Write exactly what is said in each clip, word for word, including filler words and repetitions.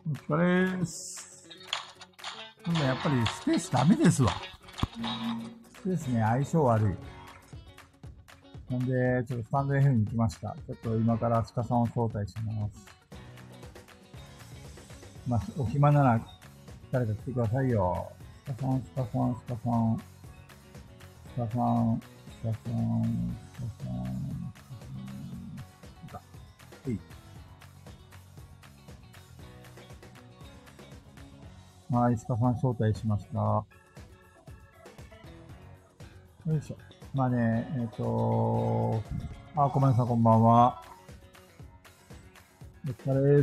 お疲れーす。でもやっぱりスペースダメですわ。スペースね、相性悪い。なんで、ちょっとスタンド エフエム に来ました。ちょっと今からスカさんを招待します。まあ、お暇なら誰か来てくださいよ。スカさん、スカさん、スカさん。スカさん、スカさん、スカさん、スカさん。いた。はい。はい、スカさん招待しました。よいしょ。まあね、えっ、ー、とー、あ、小林さんこんばんは。お疲れです。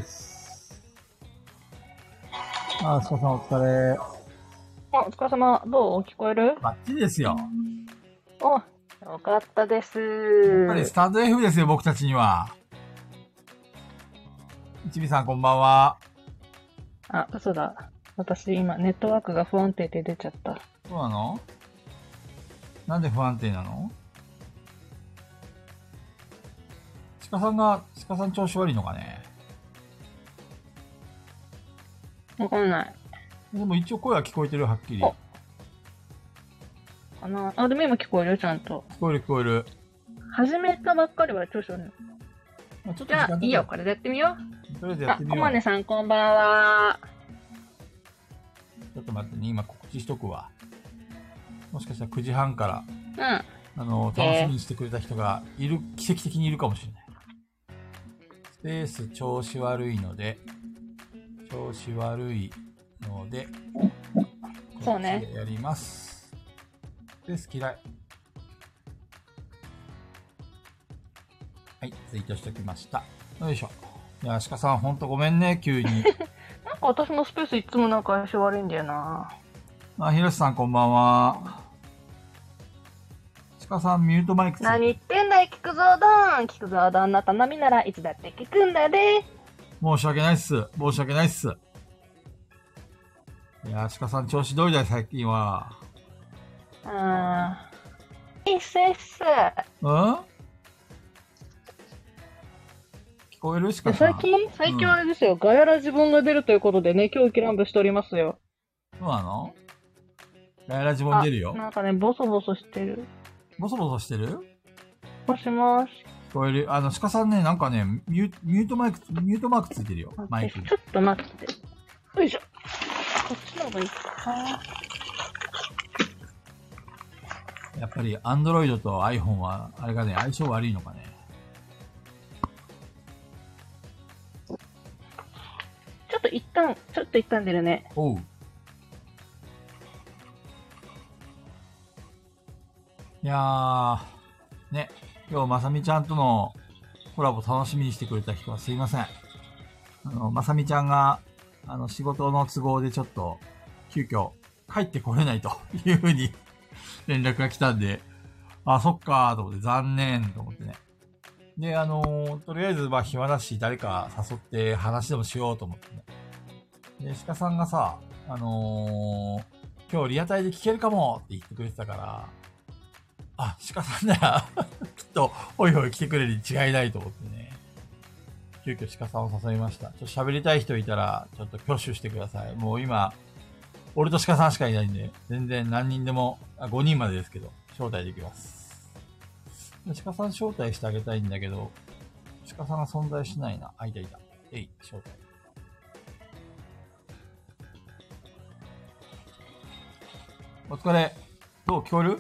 あ、スカさんお疲れ。 あ、お疲れ様。どう聞こえる？ バッチリですよ。 お、よかったです。 やっぱりスタンド エフ ですよ、僕たちには。一味さんこんばんは。 あ、そうだ。私今ネットワークが不安定で出ちゃった。 そうなの？なんで不安定なの？鹿さんが、鹿さん調子悪いのかね？ わかんない。 でも一応声は聞こえてる、はっきり。かなあ、でも今聞こえるちゃんと。 聞こえる聞こえる。 始めたばっかりは調子悪い。 まあ、ちょっとじゃあ、いいよ、これでやってみよう。とりあえずやう。あ、 ってみよう。 コマネさんこんばんは。 ちょっと待ってね、今告知しとくわ。もしかしたらくじはんから、 うん。 あの、楽しみにしてくれた人がいる、奇跡的にいるかもしれない。スペース調子悪いので、調子悪いので、 そうね。 やります。スペース嫌い。はい、ツイートしておきました。よいしょ。いや、鹿さんほんとごめんね、急に。 なんか私のスペースいつもなんか相性悪いんだよな。 あ、ひろしさんこんばんは。鹿さんミュートマイクついてる。 何言ってんだい、菊蔵どん。菊蔵どんの頼みならいつだって聞くんだで。 申し訳ないっす。申し訳ないっす。いや、鹿さん調子どうだよ、最近は。 うーん。いっすいっす。 うん聞こえる？鹿さん。 最近最近あれですよ、うん、ガヤラ自分が出るということでね、狂気乱舞しておりますよ。 そうなの？ガヤラ自分出るよ。 なんかね、ボソボソしてる。 ボソボソしてる？ もしもし。 聞こえる？あの、鹿さんね、なんかね、ミュミュートマイク、ミュートマークついてるよ。マイク。 ちょっと待って。よいしょ。こっちの方がいいかな。 やっぱり、アンドロイドと iPhone は、あれがね、相性悪いのかね。 ちょっと一旦、ちょっと一旦出るね。 おう。いやー、ね、今日まさみちゃんとのコラボ楽しみにしてくれた人はすいません。あの、まさみちゃんが、あの、仕事の都合でちょっと、急遽、帰ってこれないという風に連絡が来たんで、あ、そっかーと思って残念と思ってね。で、あのー、とりあえず、まあ、暇だし、誰か誘って話でもしようと思ってね。で、鹿さんがさ、あのー、今日リアタイで聞けるかもって言ってくれてたから、あ、鹿さんなら、きっと、ほいほい来てくれるに違いないと思ってね。急遽鹿さんを誘いました。ちょっと喋りたい人いたら、ちょっと挙手してください。もう今、俺と鹿さんしかいないんで、全然何人でも、あ、ごにんまでですけど、招待できます。鹿さん招待してあげたいんだけど、鹿さんが存在しないな。あ、いたいた。えい、招待。お疲れ。どう聞こえる？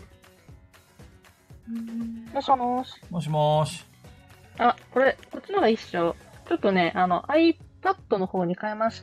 もしもーし。 もしもーし。 あ、これ、こっちの方がいいっしょ。ちょっとね、あの、iPad の方に変えました。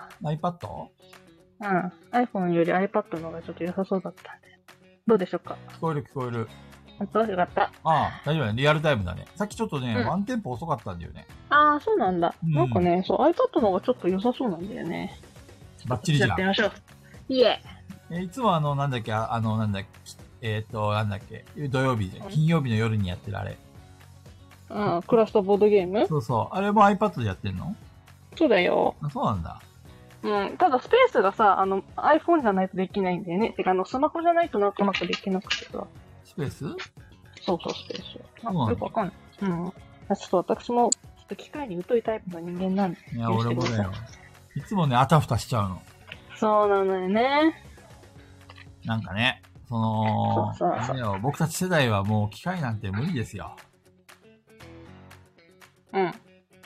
iPad？ うん。iPhone より iPad の方がちょっと良さそうだったんで。どうでしょうか？ 聞こえる聞こえる。 本当？よかった。 ああ、大丈夫だね。リアルタイムだね。さっきちょっとね、 うん、 ワンテンポ遅かったんだよね。 ああ、そうなんだ、うん。なんかね、そう、iPad の方がちょっと良さそうなんだよね。 バッチリじゃん。 やってみましょう。いえ。 え、いつもあの、なんだっけ、あの、なんだっけ、えっと、なんだっけ、土曜日、金曜日の夜にやってるあれ。 うん、クラフトボードゲーム？ そうそう。あれも iPad でやってんの？ そうだよ。 あ、そうなんだ。 うん。ただスペースがさ、あの、iPhone じゃないとできないんだよね。てか、あの、スマホじゃないとなんとなくできなくてさ。 スペース？ そうそう、スペース。なんかよくわかんない。うん。ちょっと私も、ちょっと機械に疎いタイプの人間なんで。 いや、俺もだよ。 いつもね、あたふたしちゃうの。 そうなのよね。 なんかね、その、 そうそうそうあれよ、僕たち世代はもう機械なんて無理ですよ。 うん。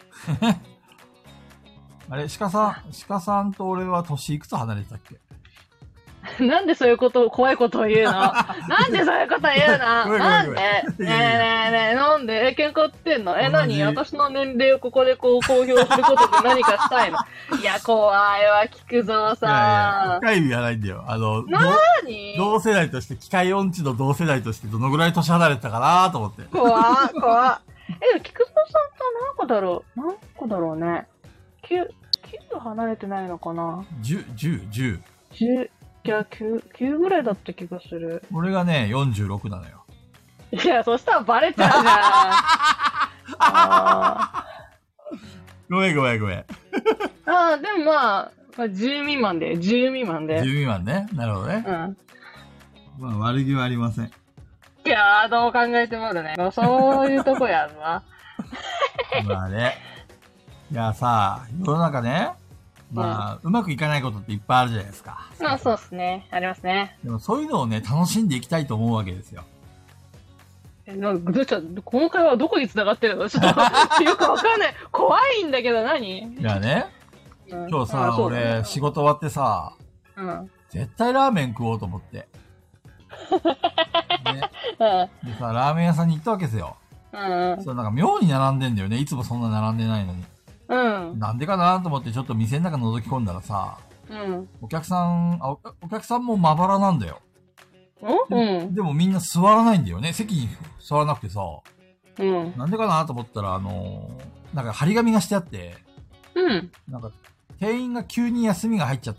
あれ、鹿さん、鹿さんと俺は年いくつ離れてたっけ？ なんでそういうこと、怖いことを言うの？なんでそういうこと言うの？ ごめんごめなんで？ んごねえめんねえねえ、なんで？え、喧嘩売ってんの？え、 同じ何？私の年齢をここでこう公表することで何かしたいの？いや、怖いわ、菊蔵いやいや、 さ深い意味はないんだよ。あの、 ん。な同に？ 同世代として、機械音痴の同世代としてどのぐらい年離れてたかなと思って。 怖い、怖い。え、でも菊蔵さんと何個だろう？何個だろうね。きゅう、きゅう離れてないのかな？ じゅう、じゅう、じゅう。 じゅう、いや、きゅう、きゅうぐらいだった気がする。 俺がね、よんじゅうろくなのよ。 いや、そしたらバレちゃうじゃん。あごめんごめんごめん。 ーあー、でもまあ、まあ、じゅう未満で、じゅう未満で。 じゅう未満ね。なるほどね。 うん。 まあ、悪気はありません。 いやー、どう考えてもだね。そういうとこやんな。 まあね。いやさ、世の中ね、まあ、うまくいかないことっていっぱいあるじゃないですか。 まあ、そうっすね。ありますね。 でもそういうのをね、楽しんでいきたいと思うわけですよ。 え、なんか、どうしたこの会話はどこに繋がってるの？ちょっと、よくわかんない。怖いんだけど何？ いやね、 うん今日さ、 あそうだね俺、仕事終わってさ、 うん。うん。 絶対ラーメン食おうと思って。ね、でさ、ラーメン屋さんに行ったわけですよ。 うん。 そう、なんか妙に並んでんだよね。いつもそんな並んでないのに。 うん。 なんでかなと思ってちょっと店の中覗き込んだらさ、 うん。 お客さん、あおお客さんもまばらなんだよ。 うん。 でもみんな座らないんだよね。席に座らなくてさ、 うん。 なんでかなと思ったら、あのー、なんか張り紙がしてあって、 うん。 なんか店員が急に休みが入っちゃって、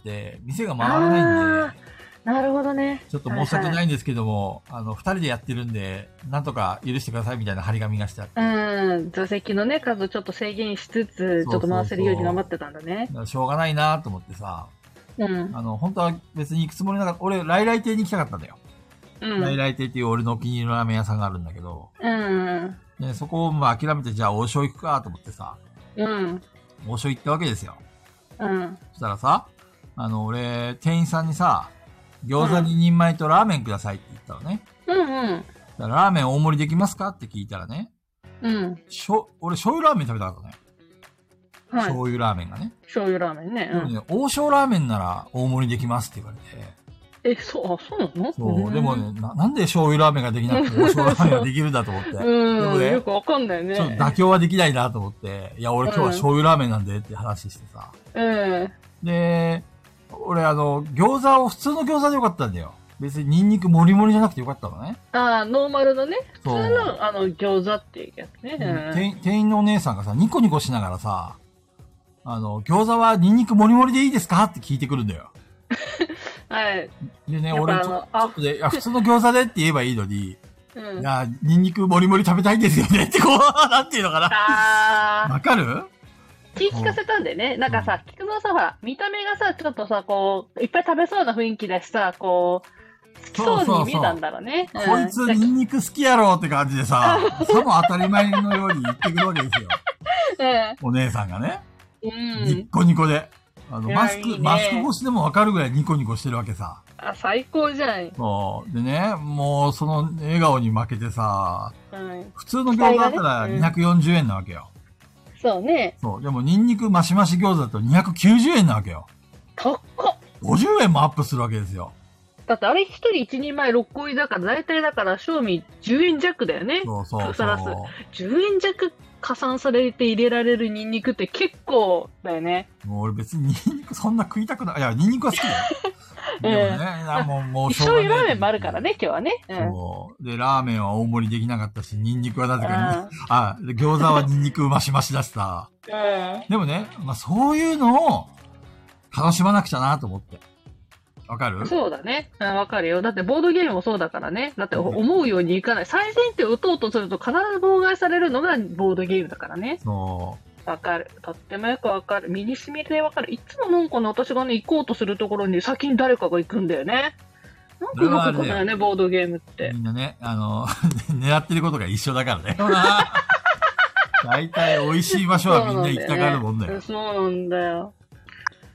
店が回らないんで、 なるほどね。 ちょっと申し訳ないんですけども、あの、二人でやってるんで、なんとか許してくださいみたいな張り紙がしてあって。 うん。座席のね、数ちょっと制限しつつ、ちょっと回せるように頑張ってたんだね。 だからしょうがないなと思ってさ、 うん。 あの、本当は別に行くつもりなかった。俺、来来亭に行きたかったんだよ。 うん。 来来亭っていう俺のお気に入りのラーメン屋さんがあるんだけど、 うん。 ね、そこをまあ諦めて、じゃあ王将行くかと思ってさ、 うん。 王将行ったわけですよ。 うん。 そしたらさ、あの、俺、店員さんにさ、餃子に人前とラーメンくださいって言ったのね。 うんうん。 だからラーメン大盛りできますかって聞いたらね、 うん。 しょ、俺醤油ラーメン食べたかったね。 はい。 醤油ラーメンがね。 醤油ラーメンね。うん。 でもね、王将ラーメンなら大盛りできますって言われて。 え、そう、あ、そうなの？ そう、でもね、な、なんで醤油ラーメンができなくて王将ラーメンができるんだと思って。でもうん。 ねよくわかんないね。 ちょっと妥協はできないなと思って、いや、俺今日は醤油ラーメンなんでって話してさ。 うん。 で、俺あの、餃子を普通の餃子でよかったんだよ。別にニンニクもりもりじゃなくてよかったのね。 ああ、ノーマルのね。普そう通の、あの、餃子っていうやつね。うん。 店店員のお姉さんがさ、ニコニコしながらさ、あの、餃子はニンニクもりもりでいいですかって聞いてくるんだよ。 はい。 でね、 やっぱ俺ちょ、 あのあちょっとで、いや、普通の餃子でって言えばいいのに、 うん。 いや、ニンニクもりもり食べたいんですよねってこう、なんていうのかな。 ああ。 わかる？ 気聞かせたんでね。なんかさ、菊蔵さんほら、見た目がさ、ちょっとさ、こう、いっぱい食べそうな雰囲気だしさ、こう、好きそうに見えたんだろうね。 こいつニンニク好きやろって感じでさ、さも当たり前のように言ってくるわけですよ。お姉さんがね。 うん。 ニッコニコで。あの、 いやマスク、 いいねマスク越しでもわかるぐらいニコニコしてるわけさ。 あ、最高じゃん。 そう。でね、もうその笑顔に負けてさ、 うん。 普通の餃子だったら期待がねうんにひゃくよんじゅうえんなわけよ。 そうね。 そう。でもニンニクマシマシ餃子だとにひゃくきゅうじゅうえんなわけよ。 高っ。 ごじゅうえんもアップするわけですよ。 だってあれ一人一人前ろっこ入りだから、だいたいだから賞味じゅうえん弱だよね。 そうそうそプラスう。 じゅうえん弱加算されて入れられるニンニクって結構だよね。 もう俺別にニンニクそんな食いたくない。いや、ニンニクは好きだよ。でもね、あもう、もうしょうがない醤油ラーメンもあるからね、今日はね。うん。 そう。で、ラーメンは大盛りできなかったし、ニンニクはなぜかに、 ああ、で餃子はニンニクマシマシだしさ。 うん。 でもね、まあそういうのを楽しまなくちゃなと思って。わかる？ そうだね。うん、わかるよ。だってボードゲームもそうだからね。だって思うようにいかない。最先手を打とうとすると必ず妨害されるのがボードゲームだからね。 そわかる。とってもよくわかる。身に染みてわかる。いつもなんかね、私がね、行こうとするところに先に誰かが行くんだよね。なんかうまくいかないよね、ボードゲームっう。 てみ。んなね、あの、狙ってることが一緒だからね。大体美味しい場所はみんな行きたがるもんだよ。 そうなんだよ。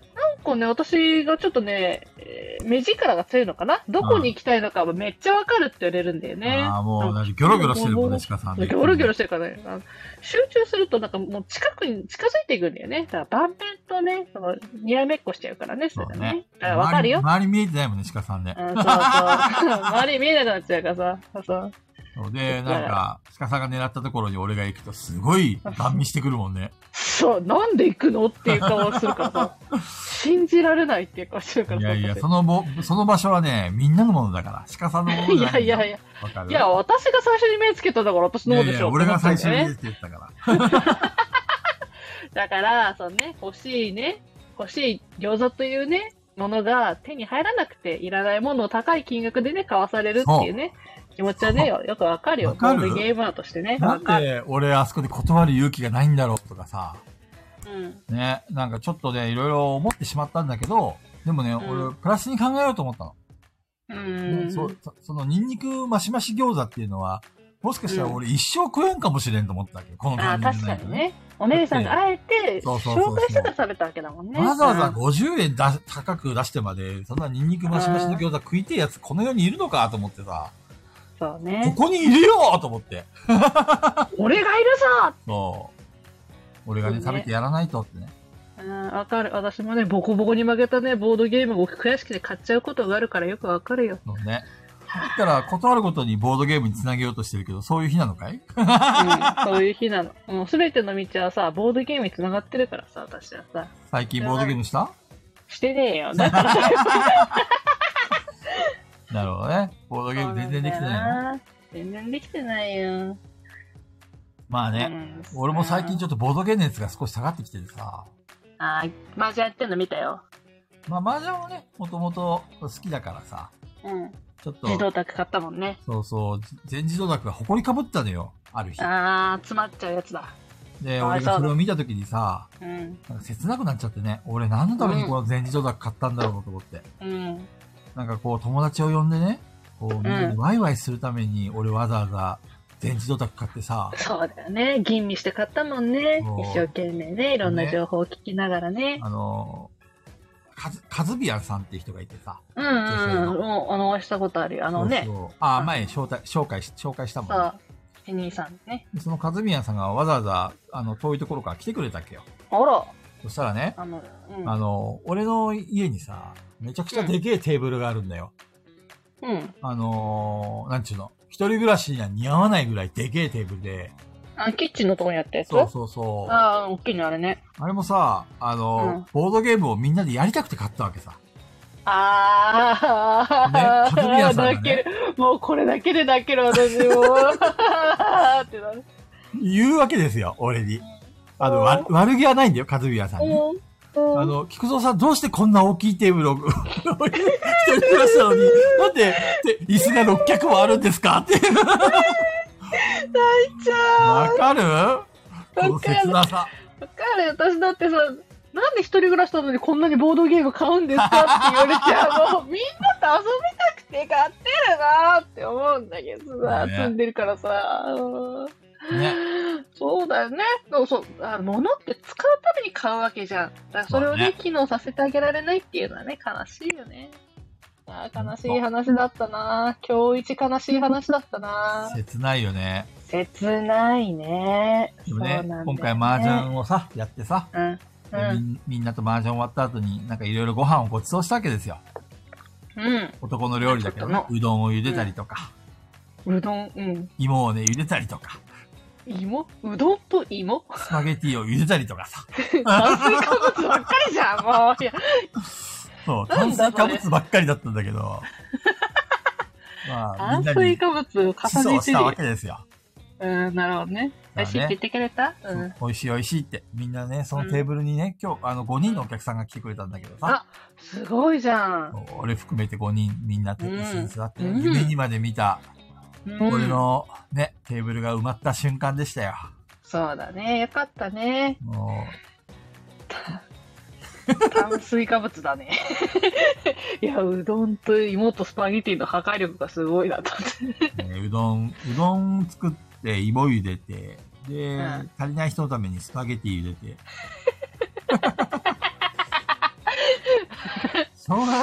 構ね、私がちょっとね、えー目力が強いのかな、どこに行きたいのかはめっちゃわかるって言われるんだよね。 ああ、もう、 んなんかギョロギョロしてるもんね、鹿さんね。 ギョロギョロしてるからね。あの集中するとなんかもう近くに近づいていくんだよね。だから盤面とね、その、にらめっこしちゃうからね、それがね。 そうね。 だからわかるよ。 周り、周り見えてないもんね、鹿さんね。 うん、そうそう。周り見えなくなっちゃうからさ。そう。 そうで、なんか、鹿さんが狙ったところに俺が行くと、すごい、ガン見してくるもんね。 そう、なんで行くのっていう顔をするからさ。信じられないっていう顔してるからさ。 いやいや、そのぼ、その場所はね、みんなのものだから。鹿さんのものいじゃないよ。 やいやいや。 わかる？ いや、私が最初に目つけたんだから私のものでしょ。 いやいや、俺が最初にね言って言ったから。 だから、そうね、欲しいね、欲しい餃子というね、ものが手に入らなくて、いらないものを高い金額でね、買わされるっていうね、気持ちはね、よよくわかるよ。 わかるボードゲーマーとしてね。 なんわかる。 で俺あそこで断る勇気がないんだろうとかさ。 うん。 ね、なんかちょっとね、いろいろ思ってしまったんだけど、でもね、 ん俺、プラスに考えようと思ったの。 うん。 ねそうそそのニンニクマシマシ餃子っていうのは、もしかしたら俺一生食えんかもしれんと思ったわけよ。このああ、 感じでないと確かにね。お姉さんがあえてそうそうそうそう紹介してから食べたわけだもんね。 わざわざうんごじゅうえんだ高く出してまで、そんなニンニクマシマシの餃子食いてえやつこの世にいるのかと思ってさ、こそうね。 こにいるよと思って。 俺がいるぞそう。俺がね、 そうね食べてやらないとってね。 うん、わかる。私もね、ボコボコに負けたね、ボードゲームを悔しくて買っちゃうことがあるからよくわかるよ。 そうね。だったら、断るごとにボードゲームにつなげようとしてるけど、そういう日なのかい？ うん、そういう日なの。もうすべての道はさ、ボードゲームに繋がってるからさ、私はさ。 最近ボードゲームした？ してねえよ。だから。 なるほどね。ボードゲーム全然できてないの？ い全然できてないよ。 まあね、 うん、 俺も最近ちょっっとボードゲーム熱が少し下がってきててさ。 あー、マージャンやってんの見たよ。 まあ麻雀もね、もともと好きだからさ。 うん。 ちょっと。 自動卓買ったもんね。 そうそう。全自動卓が埃かぶったのよ。ある日。 あー、詰まっちゃうやつだ。 で、 かわいそうだ俺がそれを見た時にさ、 うん。 なんか切なくなっちゃってね。俺何のためにこの全自動卓買ったんだろうと思って。 うん。 なんかこう友達を呼んでね、こうみんなでワイワイするために俺わざわざ全自動卓買ってさ、 そうだよね。吟味して買ったもんね。 そう一生懸命ね。いろんな情報を聞きながらね。 あの、カズ、カズビアンさんっていう人がいてさ。 うんうんうん。もう、あの、お会いしたことあるよ。あのね。 そうそうあ、前招待、紹介し、紹介したもんね。 そう。ヘニーさんね。 でそのカズビアンさんがわざわざ、あの、遠いところから来てくれたっけよ。 あら。 そしたらね、 あの、うん。 あの、俺の家にさ、めちゃくちゃでけえテーブルがあるんだよ。 うん。 あのー、なんちゅうの。一人暮らしには似合わないぐらいでけえテーブルで。 あ、キッチンのとこにあったやつそうそうそう。 ああ、大きいのあれね。 あれもさ、あの、 うんボードゲームをみんなでやりたくて買ったわけさ。 ああ、 ねカズミヤさんがね泣ける。もうこれだけで泣ける私も。ってなる。 言うわけですよ、俺に。あの、わ悪気はないんだよ、カズミヤさんに。 うんあの、菊蔵さんどうしてこんな大きいテーブルを、一人暮らしなのに、なんで、で椅子がろっ脚もあるんですかって。 泣いちゃわかるこのかる切なさ。 う。わかる。私だってさ、なんで一人暮らしなのにこんなにボードゲーム買うんですかって言われちゃう。もうみんなと遊びたくて買ってるなって思うんだけどさ、 ね住んでるからさ。うんね。 そうだよね。そうそう。あ物って使うために買うわけじゃん。だからそれをね、 まあね機能させてあげられないっていうのはね、悲しいよね。あー悲しい話だったな。今日一悲しい話だったな。 切ないよね。 切ないね。 でもね、 そうなんだよね今回麻雀をさ、やってさ、 うん。うん。 みんみんなと麻雀終わった後に、なんかいろいろご飯をご馳走したわけですよ。 うん。 男の料理だけどねちょっ、とうどんを茹でたりとか、 うどん、うん。 芋をね、茹でたりとか、 芋うどんと芋スパゲティを茹でたりとかさ。 炭水化物ばっかりじゃん、もう。いや、 そう、 なんだ炭水化物ばっかりだったんだけど、まあ、み炭んなに水化物を思重想ねてるしたわけですよ。 うん、なるほどね。美味しいって言ってくれたうん。 美味しい美味しいって。みんなね、そのテーブルにね、今日、あの、ごにんのお客さんが来てくれたんだけどさ、 あ、すごいじゃん。 俺含めてごにん、みんなで椅子に座って、 うん夢にまで見た、 うん俺のね、テーブルが埋まった瞬間でしたよ。 そうだね。よかったね。 も炭水化物だね。いや、うどんと芋とスパゲティの破壊力がすごいなと思って。 う、ねうどん、うどん作って、芋茹でて、で、 うん足りない人のためにスパゲティ茹でて、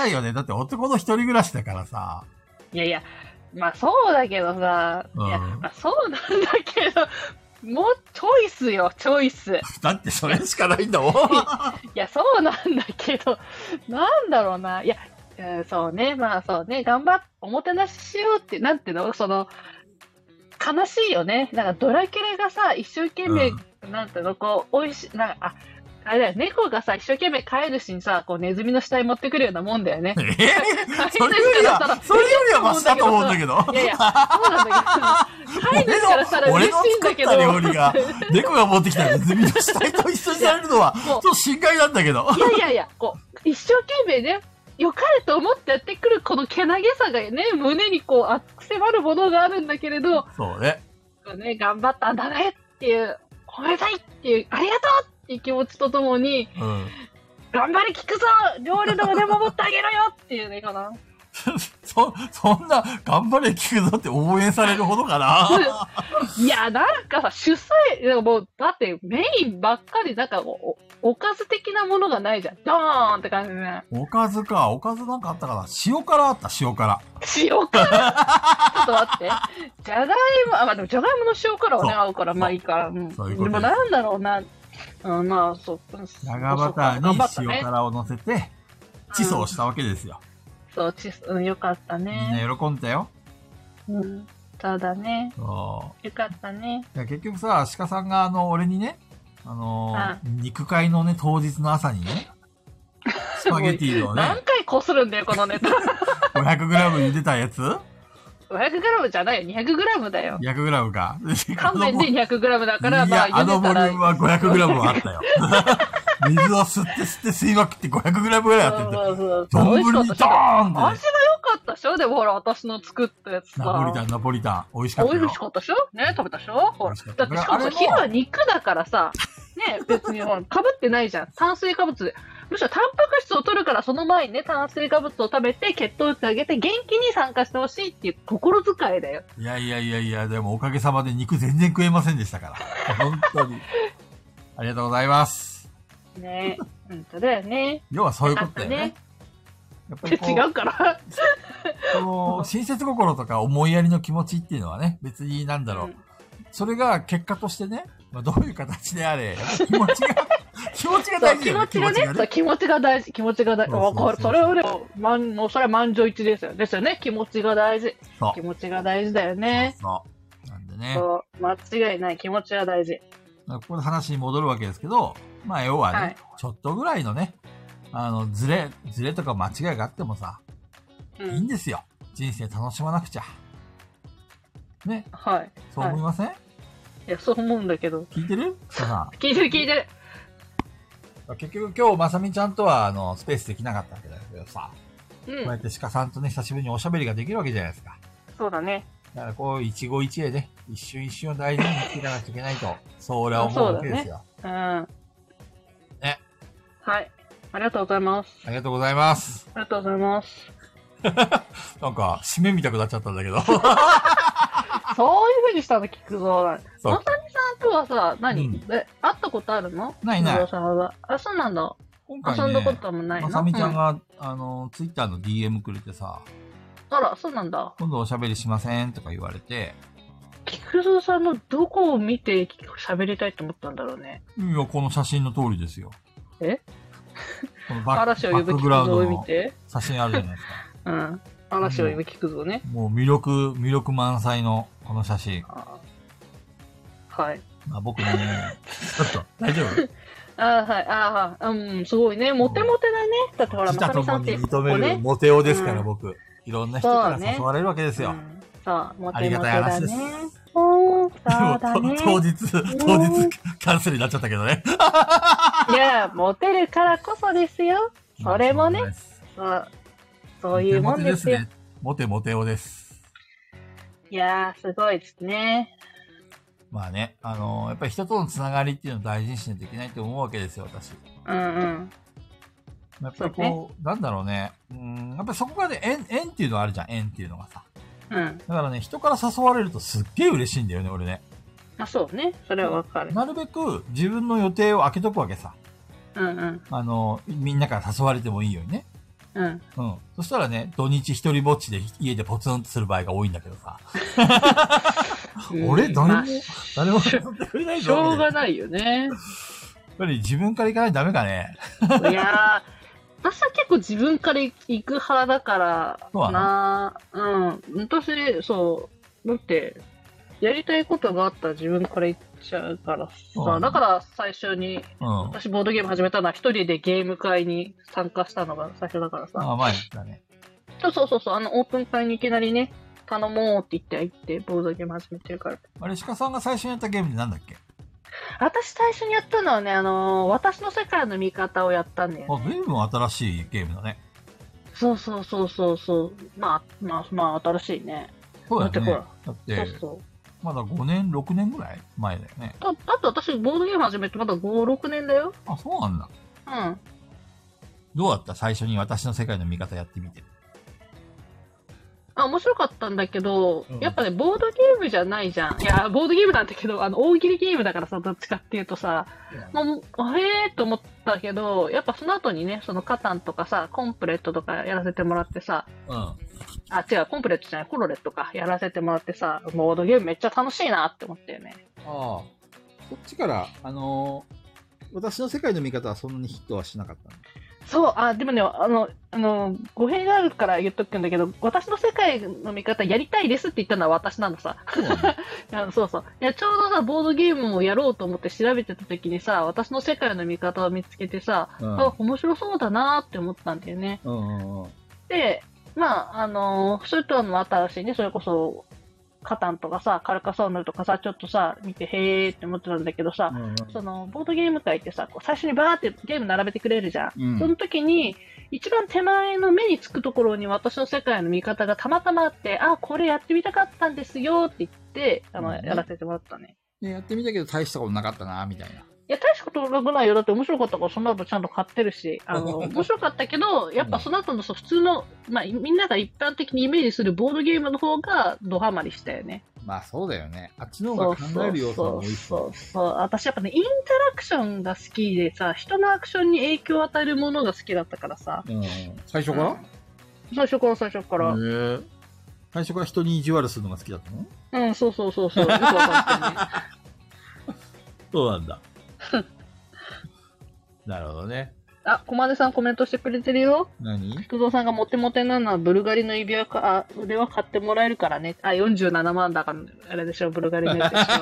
ないよね。だって男の一人暮らしだからさ。 いやいや、まあそうだけどさ、 うん、 いや、まあそうなんだけど、もうチョイスよ、チョイス。 だってそれしかないんだもん。いや、そうなんだけど、なんだろうな。いや、うん、そうね、まあそうね、頑張っ、おもてなししようって、なんていうの、その、悲しいよね。なんかドラキュラがさ、一生懸命、うん、なんていうの、こう、美味しい、なんか、あ、あれだよ、猫がさ、一生懸命飼い主にさ、こう、ネズミの死体持ってくるようなもんだよね。 えー、それよりは、それよりはマシだと思うんだけど。 いやいや、そうなんだけど、飼い主からしたら嬉しいんだけど。 俺の作った料理が、猫が持ってきたネズミの死体と一緒にされるのは、ちょっと心外なんだけど。 いやいやいや、こう、一生懸命ね、良かれと思ってやってくるこのけなげさがね、胸にこう、熱く迫るものがあるんだけれど、 そうね。 ね、頑張ったんだねっていう、褒めたいっていう、ありがとうっていう気持ちとともに、うん、頑張り聞くぞ料理の腕も持ってあげろよっていうね、かな。 そ、そんな、頑張れ聞くぞって応援されるほどかないや、なんかさ、主催、もう、だってメインばっかり、なんかお、おかず的なものがないじゃん。ドーンって感じね。 おかずか。おかずなんかあったかな。塩辛あった、塩辛。 塩辛ちょっと待って。じゃがいも、あ、まあ、でもじゃがいもの塩辛はね、合うから、まあいいから。うん。そういうことで。でもなんだろうな。うん、まあ、そう。 じゃがバターに塩辛を乗せて、チソをしたわけですよ。 そう、チソ、うん、よかったね。 みんな喜んだよ。 うん。そうだね。そう。よかったね。 いや結局さ、鹿さんがあの、俺にね、あのー、肉会のね、当日の朝にね、スパゲティのね、 何回こするんだよ、このネタ。 ごひゃくグラム 茹でたやつ ? ごひゃくグラム じゃないよ、にひゃくグラム だよ。 にひゃくグラム か。 乾麺で にひゃくグラム だから、 いや、まあ、あのボリュームは ごひゃくグラム はあったよ。水を吸って吸って吸いまくって ごひゃくグラム ぐらいあってて。そうそうそう。丼にドーンって、ね。味が良かったでしょでもほら、私の作ったやつさ。 ナポリタン、ナポリタン。美味しかったよ。 美味しかったでしょね、食べたでしょほら。だってしかもさ、昼は肉だからさ、ね、別にほら、被ってないじゃん。炭水化物で。むしろタンパク質を取るからその前にね、炭水化物を食べて血糖値上げて元気に参加してほしいっていう心遣いだよ。 いやいやいやいや、でもおかげさまで肉全然食えませんでしたから。本当に。ありがとうございます。 ねえ、本当だよね。 要はそういうことだよね。ねやっぱり違うから。 この、親切心とか思いやりの気持ちっていうのはね、別になんだろう。うん、それが結果としてね、まあ、どういう形であれ、気持ちが、気持ちが大事だよね。 気持ちがね、気持ちが大事、気持ちが大事。わかる。それはでも、まん、もうそれは満場一致ですよ。ですよね。気持ちが大事。気持ちが大事だよね。 そう。なんでね。 そう。間違いない。気持ちが大事。 ここで話に戻るわけですけど、まあ要はね、はい、ちょっとぐらいのね、あの、ずれ、ずれとか間違いがあってもさ、うん、いいんですよ。人生楽しまなくちゃ。ね。 はい。 そう思いません？はい、 いや、そう思うんだけど。 聞いてる？ 聞いてる聞いてる。 結局今日、まさみちゃんとは、あの、スペースできなかったわけだけどさ、うん、こうやって鹿さんとね、久しぶりにおしゃべりができるわけじゃないですか。 そうだね。 だからこう、一期一会で、一瞬一瞬を大事に生きていかなきゃいけないと、そう俺は思うわけですよ。 そうだね。 うん。ね。 はい。ありがとうございます。 ありがとうございます。 ありがとうございます。 なんか、締めみたくなっちゃったんだけど。 そういう風にしたの聞くぞ。まさみさんとはさ、何、うん、え、会ったことあるの？ ないない。 さんはあ、そうなんだ。今回、ね、遊んだこともないの？ まさみちゃんが、うん、あの、ツイッターの ディーエム くれてさ、 あら、そうなんだ。 今度おしゃべりしませんとか言われて。 菊蔵さんのどこを見て喋りたいと思ったんだろうね。 いや、この写真の通りですよ。 えこのバッ嵐を呼ぶ菊蔵を見て写真あるじゃないですか。 うん。嵐を呼ぶ菊蔵ね。 もう魅力、魅力満載のこの写真。 はい。 まあ僕ね、ちょっと、大丈夫？ ああ、はい。ああ、うん、すごいね。モテモテだね。だってほら、まさみさんって。 認めるモテ男ですから、僕。いろんな人から誘われるわけですよ。 そう、モテモテだね。 ありがたい話です。 そうだね。 当日、当日、キャンセルになっちゃったけどね。 いや、モテるからこそですよ。それもね。そう、そういうもんですよ。 モテモテ男です。 いやー、すごいですね。 まあね、あのー、やっぱり人とのつながりっていうのを大事にしないといけないと思うわけですよ、私。 うんうん。 やっぱりこう、ね、なんだろうね。うん、やっぱりそこがね、縁、縁っていうのはあるじゃん、縁っていうのがさ。 うん。 だからね、人から誘われるとすっげえ嬉しいんだよね、俺ね。 あ、そうね。それはわかる。 なるべく自分の予定を空けとくわけさ。 うんうん。 あの、みんなから誘われてもいいようにね。 うん。 うん。そしたらね、土日一人ぼっちで家でポツンとする場合が多いんだけどさ。俺、誰も、 まあ誰も誘ってくれないしぞ。 ょうがないよね。 やっぱり自分から行かないとダメかね。 いやー、私は結構自分から行く派だからそうな。うん。私、そう、だって、やりたいことがあったら自分から行っちゃうからさ。 そうなのだから最初に、 うん。 私ボードゲーム始めたのは一人でゲーム会に参加したのが最初だからさ。 ああ、前だね。 そうそうそうそう、あのオープン会にいきなりね、頼もうって言って行ってボードゲーム始めてるから。 あれ、鹿さんが最初にやったゲームってなんだっけ？ 私最初にやったのはね、あのー私の世界の見方をやったんだよあ、 ね。 随分新しいゲームだね。 そうそうそうそうそう。まあ、まあ、まあ、新しいね。 そうだよね。 だってほらだって、 そうそう。 まだごねん、ろくねんぐらい前だよね。 だだって私、ボードゲーム始めてまだご、ろくねんだよ。 あ、そうなんだ。 うん。 どうだった最初に私の世界の見方やってみて。 あ、面白かったんだけど、 うんやっぱね、ボードゲームじゃないじゃん。いや、ボードゲームなんだけど、あの、大喜利ゲームだからさ、どっちかっていうとさ、もう、あへーと思ったけど、やっぱその後にね、そのカタンとかさ、コンプレットとかやらせてもらってさ、 うん。ああ、違う、コンプレットじゃない、コロレットか、やらせてもらってさ、ボードゲームめっちゃ楽しいなって思ったよね。 あ。そっちから、あのー私の世界の見方はそんなにヒットはしなかったんだ。 そう、あ、でもね、あの、あの、語弊があるから言っとくんだけど、私の世界の見方やりたいですって言ったのは私なのさ。 そうなんだ。 あのそうそう。いや、ちょうどさ、ボードゲームをやろうと思って調べてた時にさ、私の世界の見方を見つけてさ、 うんあ、面白そうだなって思ったんだよね。 うんうんうん。 で、まあ、あの、それとはの新しいね、それこそ、カタンとかさ、カルカソーヌとかさ、ちょっとさ、見て、へーって思ってたんだけどさ、 うんうんその、ボードゲーム界ってさ、こう最初にバーってゲーム並べてくれるじゃん。 うんその時に、一番手前の目につくところに私の世界の見方がたまたまあって、あ、これやってみたかったんですよって言って、あの、 うんやらせてもらったね。 でやってみたけど大したことなかったな、みたいな。 いや、大したことなくないよ。だって面白かったから、その後ちゃんと買ってるし、あの、面白かったけど、やっぱその後のそう普通の、まあ、みんなが一般的にイメージするボードゲームの方がドハマりしたよね。 まあそうだよね。あっちの方が考える要素が多いし。 そうそうそう。私やっぱね、インタラクションが好きでさ、人のアクションに影響を与えるものが好きだったからさ。 うん。最初から、 最初から最初から。 へえ。最初から人に意地悪するのが好きだったの？ うん、そうそうそうそう。よくわかったね。 そうなんだ。なるほどね。 あ、小金さんコメントしてくれてるよ。 何？ 菊蔵さんがモテモテなのはブルガリの指輪か、あ、腕輪買ってもらえるからね。あ、よんじゅうななまんだから、あれでしょ、ブルガリのやつでし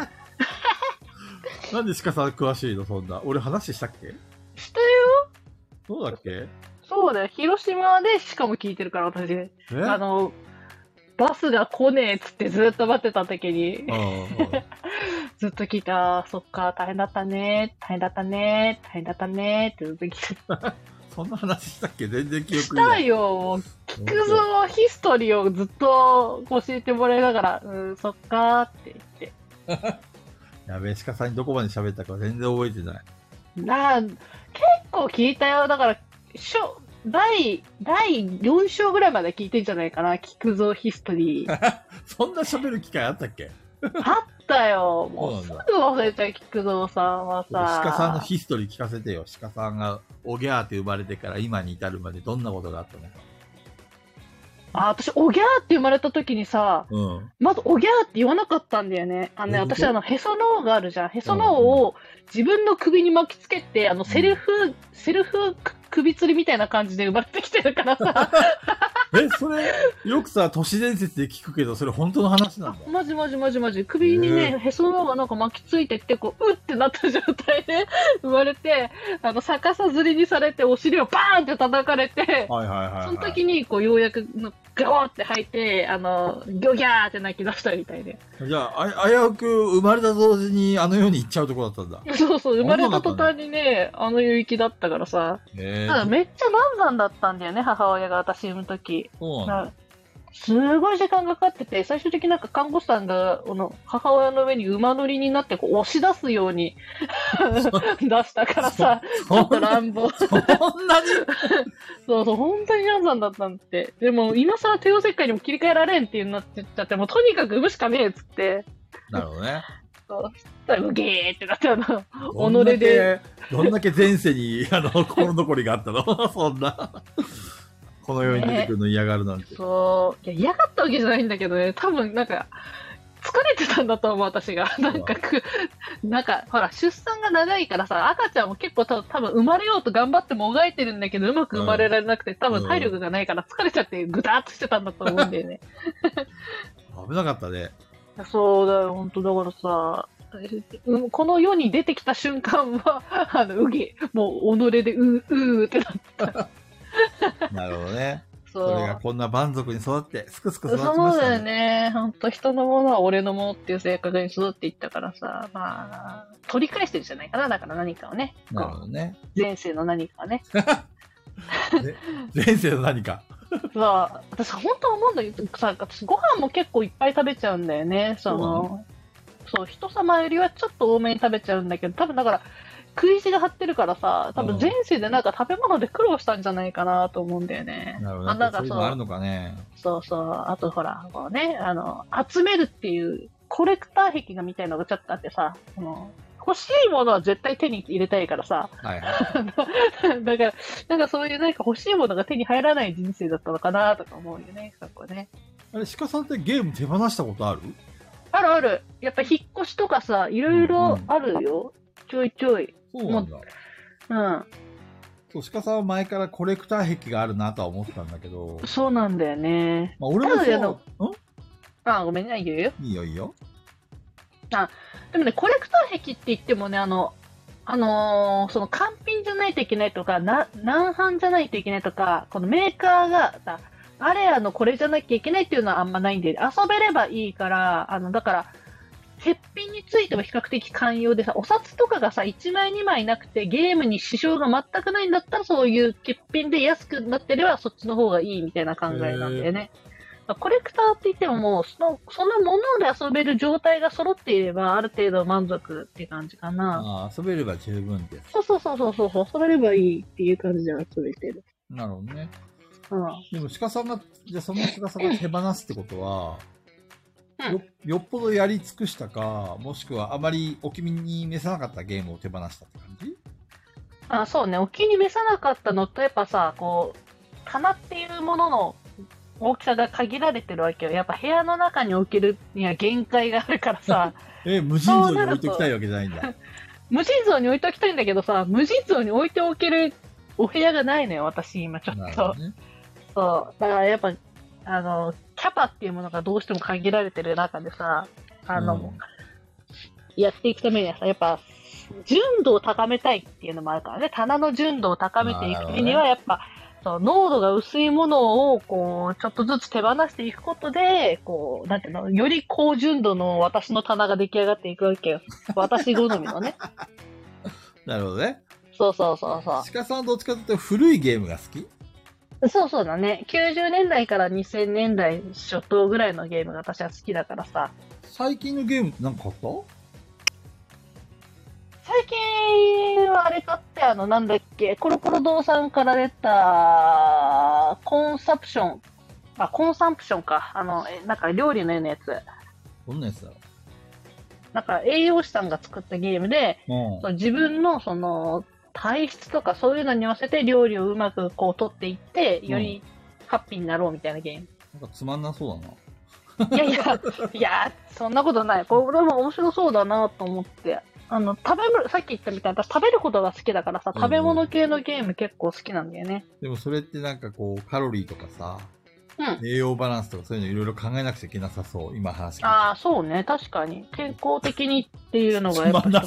ょ。 なんで鹿さん詳しいのそんな。俺話したっけ？ したよ。 そうだっけ？ そうだよ。広島でしかも聞いてるから、私。 え？ あの、バスが来ねえっつってずっと待ってた時に、 うんうんずっと聞いた、あーそっか、大変だったね、大変だったね、大変だったね、ってずっと聞いてた。 そんな話したっけ？全然記憶したにない。 よ、もう、聞くぞ、ヒストリーをずっと教えてもらいながら、うん、そっかーって言って。 やべえ、鹿さんにどこまで喋ったか全然覚えてない。 なあ、結構聞いたよ。だから、しょ第、第よん章ぐらいまで聞いてんじゃないかな、聞くぞヒストリー。 そんな喋る機会あったっけ？ あったよ。もうすぐ忘れちゃう、菊蔵さんはさ。 鹿さんのヒストリー聞かせてよ。鹿さんがおぎゃーって生まれてから今に至るまでどんなことがあったのか。 あ、私、おぎゃーって生まれた時にさ、 うん。 まずおぎゃーって言わなかったんだよね。あのね、 どういうこと私、あの、へその緒があるじゃん。へその緒を自分の首に巻きつけて、あの、セルフ、セルフ首吊りみたいな感じで生まれてきてるからさ。 え、それ、よくさ、都市伝説で聞くけど、それ本当の話なんだ。 マジマジマジマジ。首にね、へその緒がなんか巻きついてって、こう、うってなった状態で生まれて、あの、逆さずりにされて、お尻をバーンって叩かれて、 はいはいはい、はい。 その時に、こう、ようやく、ガオって吐いて、あの、ギョギャーって泣き出したみたいで。 じゃあ、あ危うく生まれた同時にあの世に行っちゃうとこだったんだ。 そうそう、生まれた途端にね、あの領域だったからさ。 へただめっちゃ難産だったんだよね、母親が私産む時。 そうなんだ。 すごい時間がかかってて、最終的になんか看護師さんが、この母親の上に馬乗りになってこう押し出すように出したからさ、ちょっと乱暴。 そんなにそうそう、本当に難産だったんって。でも今更帝王切開にも切り替えられんっていうなってっちゃって、もうとにかく産むしかねえっつって。 なるほどね。 そうそしたら、うげーってなったの。 どんだけ己で。 どんだけ前世に、あの、心残りがあったのそんな。 この世に出てくるの嫌がるなんて。 ね、そう。いや、嫌がったわけじゃないんだけどね、多分なんか、疲れてたんだと思う、私が。なんかく、なんか、ほら、出産が長いからさ、赤ちゃんも結構た多分生まれようと頑張ってもがいてるんだけど、うまく生まれられなくて、多分体力がないから疲れちゃってぐたーっとしてたんだと思うんだよね。 危なかったね。 そうだよ、本当だからさ、この世に出てきた瞬間は、あの、うげ、もう己でう、うーってなった。 なるほどね。 そう。 それがこんな満足に育って、すくすく育ちまそうしたね。 だよね。ほんと人のものは俺のものっていう性格に育っていったからさ、まあ、取り返してるんじゃないかな。だから何かをね。 なるほどね。 前世の何かをね。 前世の何か。 そう、私本当思うんだけどさ、私ご飯も結構いっぱい食べちゃうんだよね。その、そう、人様よりはちょっと多めに食べちゃうんだけど、多分だから、食い意地が張ってるからさ、多分前世でなんか食べ物で苦労したんじゃないかなと思うんだよね。 なるほど。 あ、なんかそういうのあるのかね。 そうそう。あとほら、こうね、あの、集めるっていうコレクター癖がみたいなのがちょっとあってさ、その欲しいものは絶対手に入れたいからさ。 はいはい。 だから、なんかそういうなんか欲しいものが手に入らない人生だったのかなとか思うよね、そこね。 あれ、鹿さんってゲーム手放したことある？ あるある。やっぱ引っ越しとかさ、いろいろあるよ。うん、ちょいちょい。 そうなんだ。 うん。 そう、鹿さんは前からコレクター癖があるなとは思ってたんだけど。 そうなんだよね。 まあ、俺もそう。 んあ、ごめんね、言うよ。 いいよいいよ。 あ、でもね、コレクター癖って言ってもね、あの、あのー、その単品じゃないといけないとか、な、難販じゃないといけないとか、このメーカーがさ、あれあの、これじゃなきゃいけないっていうのはあんまないんで、遊べればいいから、あの、だから、欠品については比較的寛容でさ、お札とかがさ、いちまいにまいなくてゲームに支障が全くないんだったら、そういう欠品で安くなってればそっちの方がいいみたいな考えなんだよね。コレクターって言ってももう、その、そのもので遊べる状態が揃っていれば、ある程度満足っていう感じかな。 ああ、遊べれば十分です。 そうそうそうそうそう、遊べればいいっていう感じで遊べてる。 なるほどね。 うん。 でも鹿さんが、じゃあその鹿さんが手放すってことは、よ, よっぽどやり尽くしたか、もしくはあまりお気に召さなかったゲームを手放したって感じ？ あ、そうね。お気に召さなかったのと、やっぱさ、こう、棚っていうものの大きさが限られてるわけよ。やっぱ部屋の中に置けるには限界があるからさ。 え、無尽蔵に置いておきたいわけじゃないんだ。 無尽蔵に置いておきたいんだけどさ、無尽蔵に置いておけるお部屋がないのよ、私今ちょっと。ね、そう。だからやっぱ、あの、キャパっていうものがどうしても限られてる中でさ、あの、うん、やっていくためにはさ、やっぱ、純度を高めたいっていうのもあるからね、棚の純度を高めていくためには、やっぱ、そう濃度が薄いものを、こう、ちょっとずつ手放していくことで、こう、なんていうの、より高純度の私の棚が出来上がっていくわけよ。私好みのね。 なるほどね。 そうそうそうそう。 鹿さんはどっちかというと古いゲームが好き？ そうそうだね。きゅうじゅうねんだいからにせんねんだい初頭ぐらいのゲームが私は好きだからさ。 最近のゲームって何か買った？ 最近はあれ買ってあの、なんだっけ、コロコロ堂さんから出た、コンサプション、あ、コンサンプションか。あの、えなんか料理のようなやつ。 どんなやつだろう？ なんか栄養士さんが作ったゲームで、うん、その自分のその、体質とかそういうのに合わせて料理をうまくこう取っていって、よりハッピーになろうみたいなゲーム。 なんかつまんなそうだな。いやいや、いや、そんなことない。これも面白そうだなと思って。あの、食べ物、さっき言ったみたいに、私食べることが好きだからさ、食べ物系のゲーム結構好きなんだよね。 でもそれってなんかこう、カロリーとかさ、 うん、 栄養バランスとかそういうのいろいろ考えなくちゃいけなさそう、今話聞いて。 ああ、そうね、確かに。健康的にっていうのがやっぱ。つまんな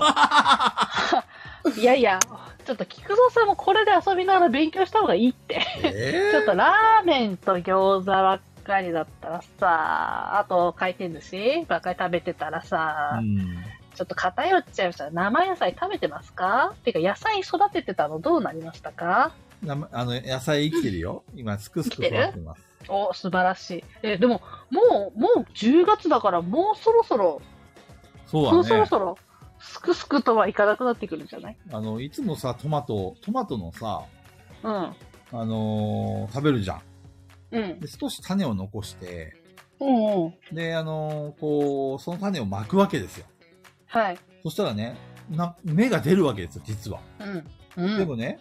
そういやいや、ちょっと菊蔵さんもこれで遊びながら勉強した方がいいって。 えー、 ちょっとラーメンと餃子ばっかりだったらさ、あと回転寿司ばっかり食べてたらさ、うんちょっと偏っちゃいました。生野菜食べてますか？っていうか、野菜育ててたのどうなりましたか？ あの、野菜生きてるよ。今、すくすく育ってます。 お、素晴らしい。え、でも、もう、もうじゅうがつだから、もうそろそろ、 そうだね。 そろそろ、すくすくとはいかなくなってくるんじゃない？ あの、いつもさ、トマト、トマトのさ、 うん。 あのー、食べるじゃん。 うん。 で、少し種を残して、 うんうん。 で、あのー、こう、その種を巻くわけですよ。 はい。 そしたらね、な、芽が出るわけですよ、実は。 うん。うん、 でもね、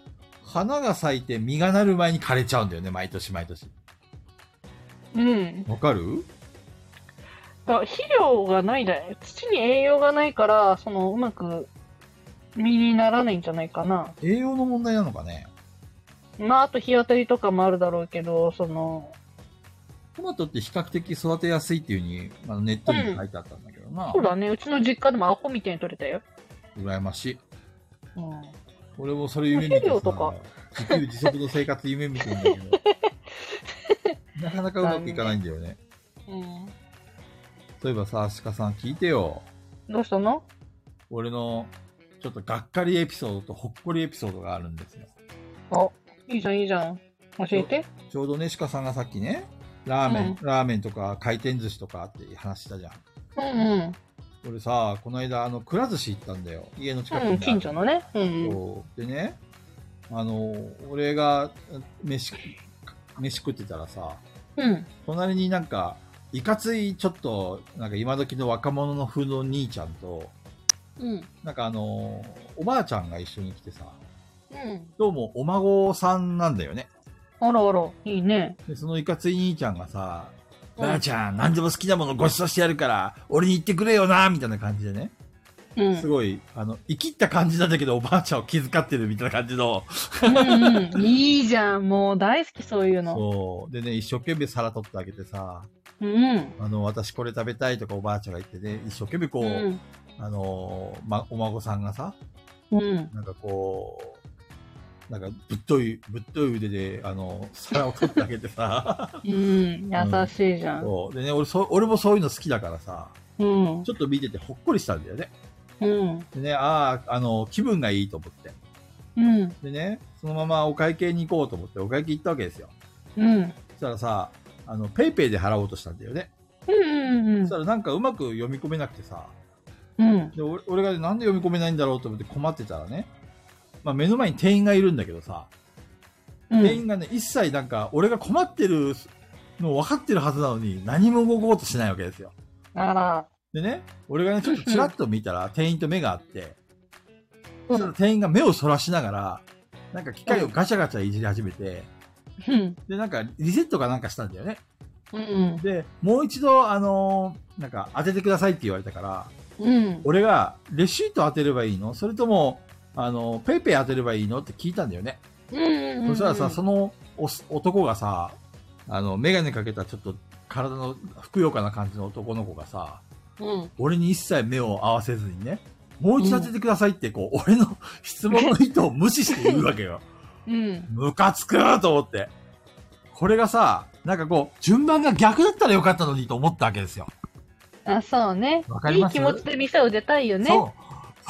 花が咲いて実がなる前に枯れちゃうんだよね、毎年毎年。 うん。 わかる？ だから肥料がないんだよ。土に栄養がないから、その、うまく実にならないんじゃないかな。 栄養の問題なのかね。 まあ、あと日当たりとかもあるだろうけど、その、 トマトって比較的育てやすいっていう風に、あのネットに書いてあったんだけどな。 そうだね。うちの実家でもアホみたいに取れたよ。 羨ましい。 うん。 俺もそれ夢見て肥料とかさ、自給自足の生活夢見てるんだけど、なかなかうまくいかないんだよね。 うん。 そういえばさ、鹿さん聞いてよ。 どうしたの？ 俺の、ちょっとがっかりエピソードとほっこりエピソードがあるんですよ。 あ、いいじゃん、いいじゃん。教えて。 ちょうどね、鹿さんがさっきね、ラーメン、 うんラーメンとか回転寿司とかって話したじゃん。 うんうん。 俺さ、この間、あの、くら寿司行ったんだよ。家の近くに。 うん、近所のね。うんうん。 そうでね、あの、俺が飯、飯食ってたらさ、 うん。 隣になんか、いかついちょっと、なんか今時の若者の風の兄ちゃんと、 うん。 なんかあの、おばあちゃんが一緒に来てさ、 うん。 どうもお孫さんなんだよね。 あらあら、いいね。 で、そのいかつい兄ちゃんがさ、 うんばあちゃん、何でも好きなものご馳走してやるから、俺に言ってくれよな、みたいな感じでね。 うん。 すごい、あの、生きった感じなんだけど、おばあちゃんを気遣ってるみたいな感じの。 うんうん。いいじゃん。もう大好き、そういうの。 そう。でね、一生懸命皿取ってあげてさ、 うん。 あの、私これ食べたいとかおばあちゃんが言ってね、一生懸命こう、 うん。 あの、ま、お孫さんがさ、 うん。 なんかこう、なんかぶっとい、ぶっとい腕で、あの、皿を取ってあげてさ、 うん。優しいじゃん。 そう。でね、俺そ、俺もそういうの好きだからさ、 うん。 ちょっと見ててほっこりしたんだよね。 うん。 でね、ああ、あの、気分がいいと思って。 うん。 でね、そのままお会計に行こうと思ってお会計行ったわけですよ。 うん。 そしたらさ、あの、ペイペイで払おうとしたんだよね。 うん。 そしたらなんかうまく読み込めなくてさ、 うん。 で俺俺がなんで読み込めないんだろうと思って困ってたらね、まあ目の前に店員がいるんだけどさ、店員がね、一切なんか俺が困ってるの分かってるはずなのに何も動こうとしないわけですよ。 あら。 でね、俺がね、ちょっとチラッと見たら店員と目があって、そしたら店員が目をそらしながら、なんか機械をガチャガチャいじり始めて、 うん。 で、なんかリセットかなんかしたんだよね。 うん。 で、もう一度、あのーなんか当ててくださいって言われたから、 うん。 俺がレシート当てればいいの？それとも、あの、ペイペイ当てればいいのって聞いたんだよね。 うん。 そしたらさ、そのお男がさ、あの、メガネかけたちょっと体のふくよかな感じの男の子がさ、 うん。 俺に一切目を合わせずにね、もう一度当ててくださいって、こう、俺の質問の意図を無視して言うわけよ。 うん。 ムカつくーと思って。これがさ、なんかこう、順番が逆だったらよかったのにと思ったわけですよ。 あ、そうね。 わかります？ いい気持ちで店を出たいよね。 そう。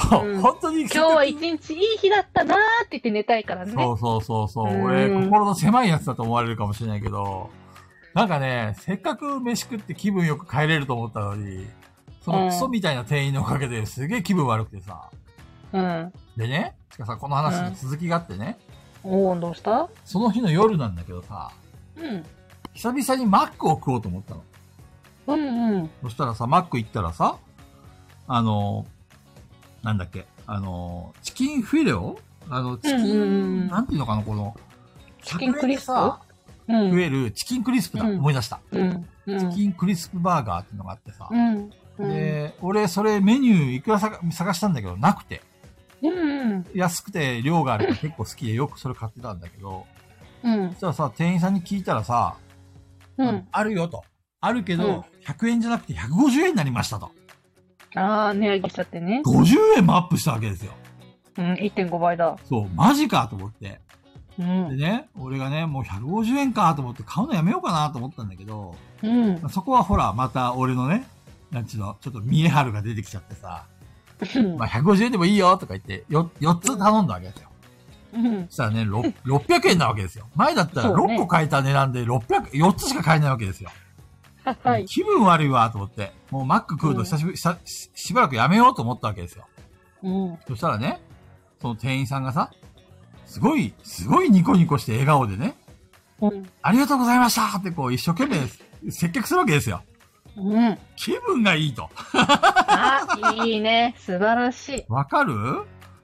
そう、 うん本当に。 今日は一日いい日だったなーって言って寝たいからね。 そうそうそうそう。 うん俺、心の狭いやつだと思われるかもしれないけど、なんかね、せっかく飯食って気分よく帰れると思ったのに、そのクソみたいな店員のおかげですげえ気分悪くてさ。 うん。 でね、しかさ、この話に続きがあってね、 おー、どうした？ その日の夜なんだけどさ、 うん。 久々にマックを食おうと思ったの。 うんうん。 そしたらさ、マック行ったらさ、あの、なんだっけ、あの、チキンフィレオあの、チキン、 うんうんうんなんていうのかな、この、 チキンクリスプひゃくえんでさ、 うん。 食えるチキンクリスプだ、 うん思い出した。 うん。うん。 チキンクリスプバーガーっていうのがあってさ、 うん。うん。 で、俺、それメニューいくら探探したんだけど、なくて、 うんうん。 安くて量があるから結構好きでよくそれ買ってたんだけど、 うんそ。したらさ、店員さんに聞いたらさ、 うん。 あるよと。あるけうんど、ひゃくえんじゃなくてひゃくごじゅうえんになりましたと。 あー、値上げしちゃってね。 ごじゅうえんもアップしたわけですよ。 うん、いってんごばいだ。 そう、マジかと思って。 うん。 でね、俺がね、もうひゃくごじゅうえんかと思って買うのやめようかなと思ったんだけど、 うん。 そこはほら、また俺のね、なんちゅうの、ちょっと見え張るが出てきちゃってさ、まあひゃくごじゅうえんでもいいよとか言って、よ、よっつ頼んだわけですよ。 うん。 そしたらね、ろろっぴゃくえんなわけですよ。前だったらそうねろっこ買えた値段でろっぴゃく、よっつしか買えないわけですよ。 はい。 気分悪いわと思って、もうマック食うの久しぶり、しししばらくやめようと思ったわけですよ。 うん。 そしたらね、その店員さんがさ、すごい、すごいニコニコして笑顔でね、 うん。 ありがとうございましたってこう一生懸命接客するわけですよ。 うん。 気分がいいと。 あ、いいね。素晴らしい。 わかる？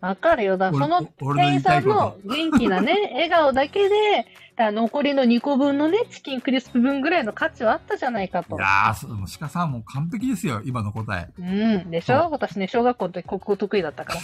わかるよ。だからその俺俺の言店員さんいたいことの元気なね、笑顔だけで、だから残りのにこぶんのね、チキンクリスプ分ぐらいの価値はあったじゃないかと。 いやー、そもう鹿さんもう完璧ですよ、今の答え。 うん。でしそうょ私ね、小学校の時国語得意だったから。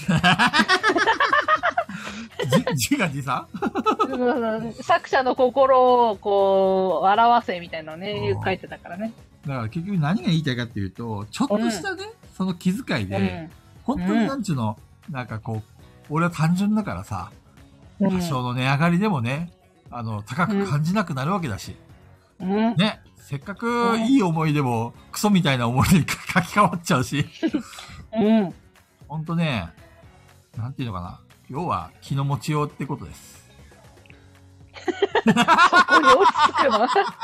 じ、自画自賛うん作者の心をこう、表せみたいなのねう、ん書いてたからね。 だから結局何が言いたいかっていうと、ちょっとしたね、その気遣いで、 うん。 本当になんちゅうの、なんかこう、俺は単純だからさ、 うん多少の値上がりでもね、あの、高く感じなくなるわけだし、 うん。 ね、せっかくいい思いでも、クソみたいな思い出に書き換わっちゃうし、 うん。 ほんとね、なんていうのかな、要は気の持ちようってことです。 そこに落ち着くの。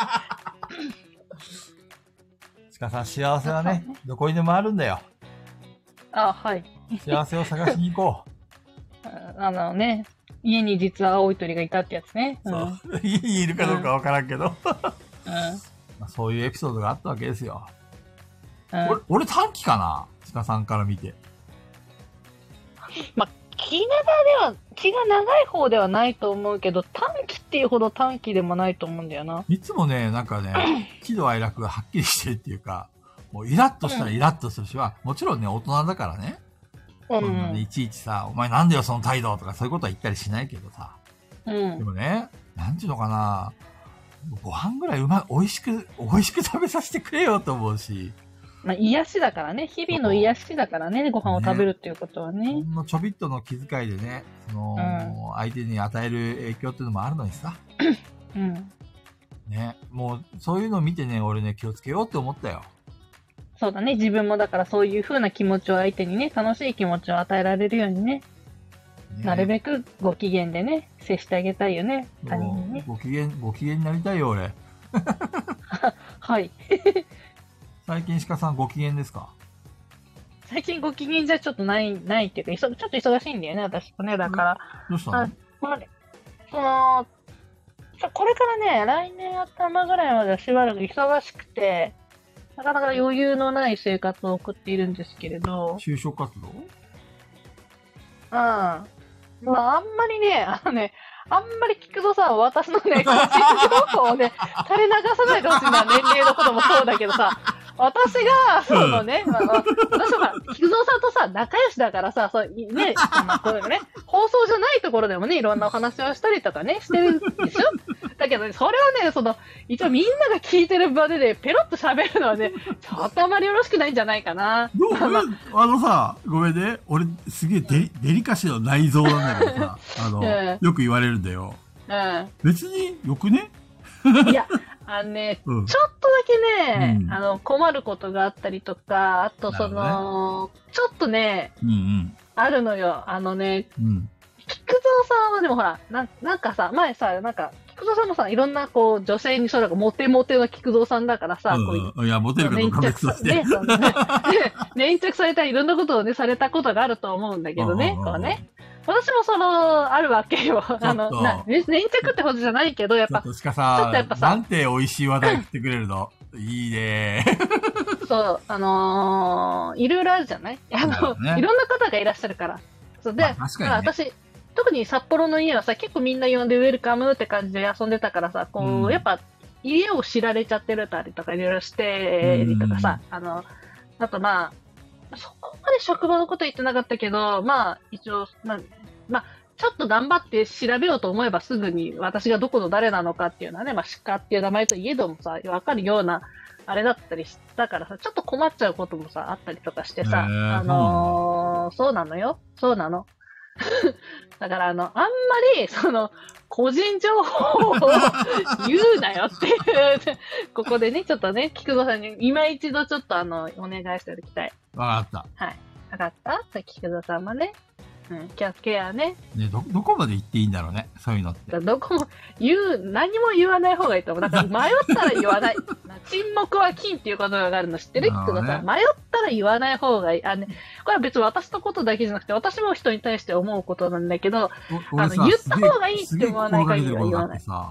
鹿さん、幸せはね、どこにでもあるんだよ。 あ、はい。 幸せを探しに行こう。 あのね、家に実は青い鳥がいたってやつね。うん。 そう。家にいるかどうかわからんけど、 うん。 まあそういうエピソードがあったわけですよ。 うん俺、俺短期かな鹿さんから見て。 まあ、気長では、気が長い方ではないと思うけど、短期っていうほど短期でもないと思うんだよな。 いつもね、なんかね、喜怒哀楽がはっきりしてるっていうか、もうイラッとしたらイラッとするしは、もちろんね、大人だからね、 うそんなね、いん。 ちいちさ、お前なんだよその態度とかそういうことは言ったりしないけどさ、 うんで。もね、なんていうのかな、ご飯ぐらいうまい、美味しく、美味しく食べさせてくれよと思うし、 まあ、癒しだからね。日々の癒しだからね、ご飯を食べるっていうことはほね。 んのちょびっとの気遣いでね、その、相手に与える影響っていうのもあるのにさ、 うん。 ね、もう、そういうのを見てね、俺ね、気をつけようって思ったよ。 そうだね。自分もだからそういう風な気持ちを相手にね、楽しい気持ちを与えられるようにね、 ねなるべくご機嫌でね、接してあげたいよね。他人にもうね。 ご機嫌、ご機嫌になりたいよ、俺。 はい。 最近鹿さんご機嫌ですか？ 最近ご機嫌じゃちょっとない、ないっていうか、いそちょっと忙しいんだよね、私とね。だから、 どうしたの？ あまあその、ちょこれからね、来年頭ぐらいまではしばらく忙しくて、なかなか余裕のない生活を送っているんですけれど、 就職活動？ うん。まあ、あんまりね、あのね、あんまり菊蔵さんは私のね、個人情報をね、垂れ流さないでほしいな、年齢のこともそうだけどさ、私が、そのね、あの私はほら、菊蔵さんとさ、仲良しだからさ、そう、いね、あの、こういうのね、放送じゃないところでもね、いろんなお話をしたりとかね、してるでしょだけどね、それをね、その、一応みんなが聞いてる場でね、ペロッと喋るのはね、ちょっとあまりよろしくないんじゃないかな。 どうあのさ、ごめんね。俺、すげえデリデリカシーの内臓なんだけどさ、あの、 えよく言われるんだよ。 うん。 別によくね？ いや、あのね、 うんちょっとだけね、 うんあの、困ることがあったりとか、あとそなるの、ちょっとね、 うんあるのよ。あのね、 うん。うん。 菊蔵さんはでもほら、なんなんかさ、前さ、なんか、菊蔵さんもさ、いろんなこう、女性にそうなんかモテモテの菊蔵さんだからさ、こういううんうん、いや、モテるかどうか別として。 ね、そうね。で粘着されたりいろんなことをね、されたことがあると思うんだけどね、 うんうんうんこうね。私もその、あるわけよ。あの、 ちょっとなね粘着ってほどじゃないけど、やっぱ、 ちょっとしかちょっとやっぱさ、 さなんて美味しい話題振ってくれるの。いいねそう、あのーいろいろあるじゃないあの、 ねいろんな方がいらっしゃるから。そうで、 まあ確かにねだら私、特に札幌の家はさ、結構みんな呼んでウェルカムって感じで遊んでたからさ、こう、 うんやっぱ、家を知られちゃってるたりとかいろいろしてりとかさ、あの、あとまあ、そこまで職場のこと言ってなかったけど、まあ、一応、まあ、まあ、ちょっと頑張って調べようと思えばすぐに私がどこの誰なのかっていうのはね、まあ、鹿っていう名前といえどもさ、わかるような、あれだったりしたからさ、ちょっと困っちゃうこともさ、あったりとかしてさ、 へーあのーそうなのよ。そうなの。だから、あの、あんまり、その、個人情報を言うなよっていう、ここでね、ちょっとね、菊蔵さんに今一度ちょっとあの、お願いしておきたい。 わかっはい。わかった菊蔵さんもね。うん、気をつけやね。 た。ね、ど、どこまで言っていいんだろうね。そういうのって。 どこも言う、何も言わない方がいいと思う。だから迷ったら言わない。沈黙は金っていう言葉があるの知ってるなるほどね菊蔵さん。迷ったら言わない方がいい。あ、ね、これは別に私のことだけじゃなくて、私も人に対して思うことなんだけど、 お俺さあの言った方がいいってすげえ思わない限りは心がけてることがあ言わないってさ、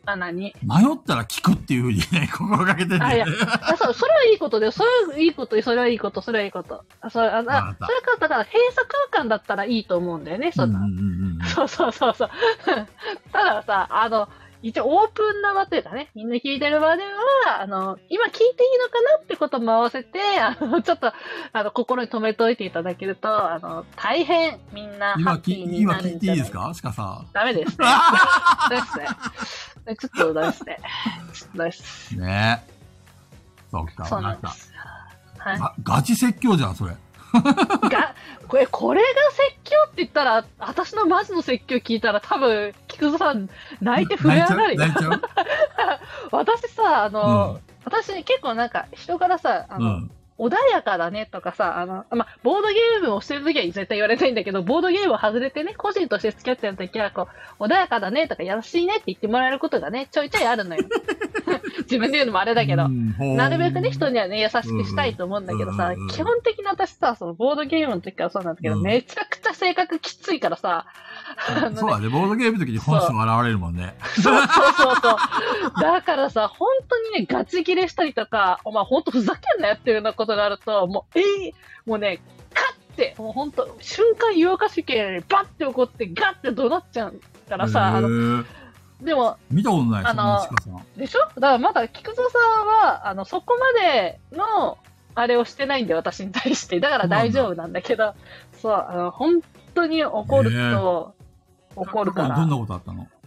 あ、何迷ったら聞くっていうふうにね、心がけてるんだあ、いや、 よね。 あそう、それはいいことで、それはいいこと、それはいいこと、それはいいこと。あ、それ、あ、あそれわかったか、だから閉鎖空間だったらいいと思うんだよね、そんな。 うんうんうんうん。 そうそうそうそう。たださ、あの、一応オープンな場というかね、みんな聞いてる場では、あの、今聞いていいのかなってことも合わせて、あの、ちょっと、あの、心に留めておいていただけると、あの、大変みんなハ今ッピき、 ーになる今聞いていんじゃないいですですかシカさん。 ダメですね。ダメですね。ちょっとダメですね。ちょっとダメです。 ねえ。そっか、 そうわかっなんです。はい。 た。ガチ説教じゃん、それ。 が、これ、これが説教って言ったら、私のマジの説教聞いたら多分、菊蔵さん泣いて震え上がるよ。 泣いちゃう泣いち私さ、あの、 うん私結構なんか人からさ、あの、 うん穏やかだねとかさ、あの、まあ、ボードゲームをしてるときは絶対言われないんだけど、ボードゲームを外れてね、個人として付き合ってるときは、こう、穏やかだねとか優しいねって言ってもらえることがね、ちょいちょいあるのよ。自分で言うのもあれだけど。 うんほうなるべくね、人にはね、優しくしたいと思うんだけどさ、 うんうんうん基本的に私さ、そのボードゲームの時からそうなんだけど、 うんめちゃくちゃ性格きついからさ、あのねそうだね、ボードゲームの時に本性現れるもんね。 そうそうそうそう。だからさ、本当にね、ガチ切れしたりとか、お前本当ふざけんなよっていうようなことがあると、もう、えー、もうね、カッて、もう本当瞬間湯沸かし系にバッて怒って、ガッて怒鳴っちゃうからさ、あの、 へーでも、 見たことない、 あのそんなシカさん。 でしょだからまだ菊蔵さんは、あの、そこまでの、あれをしてないんで、私に対して。だから大丈夫なんだけど、そう、あの、本当に怒ると、怒るから。 どんなことあったの？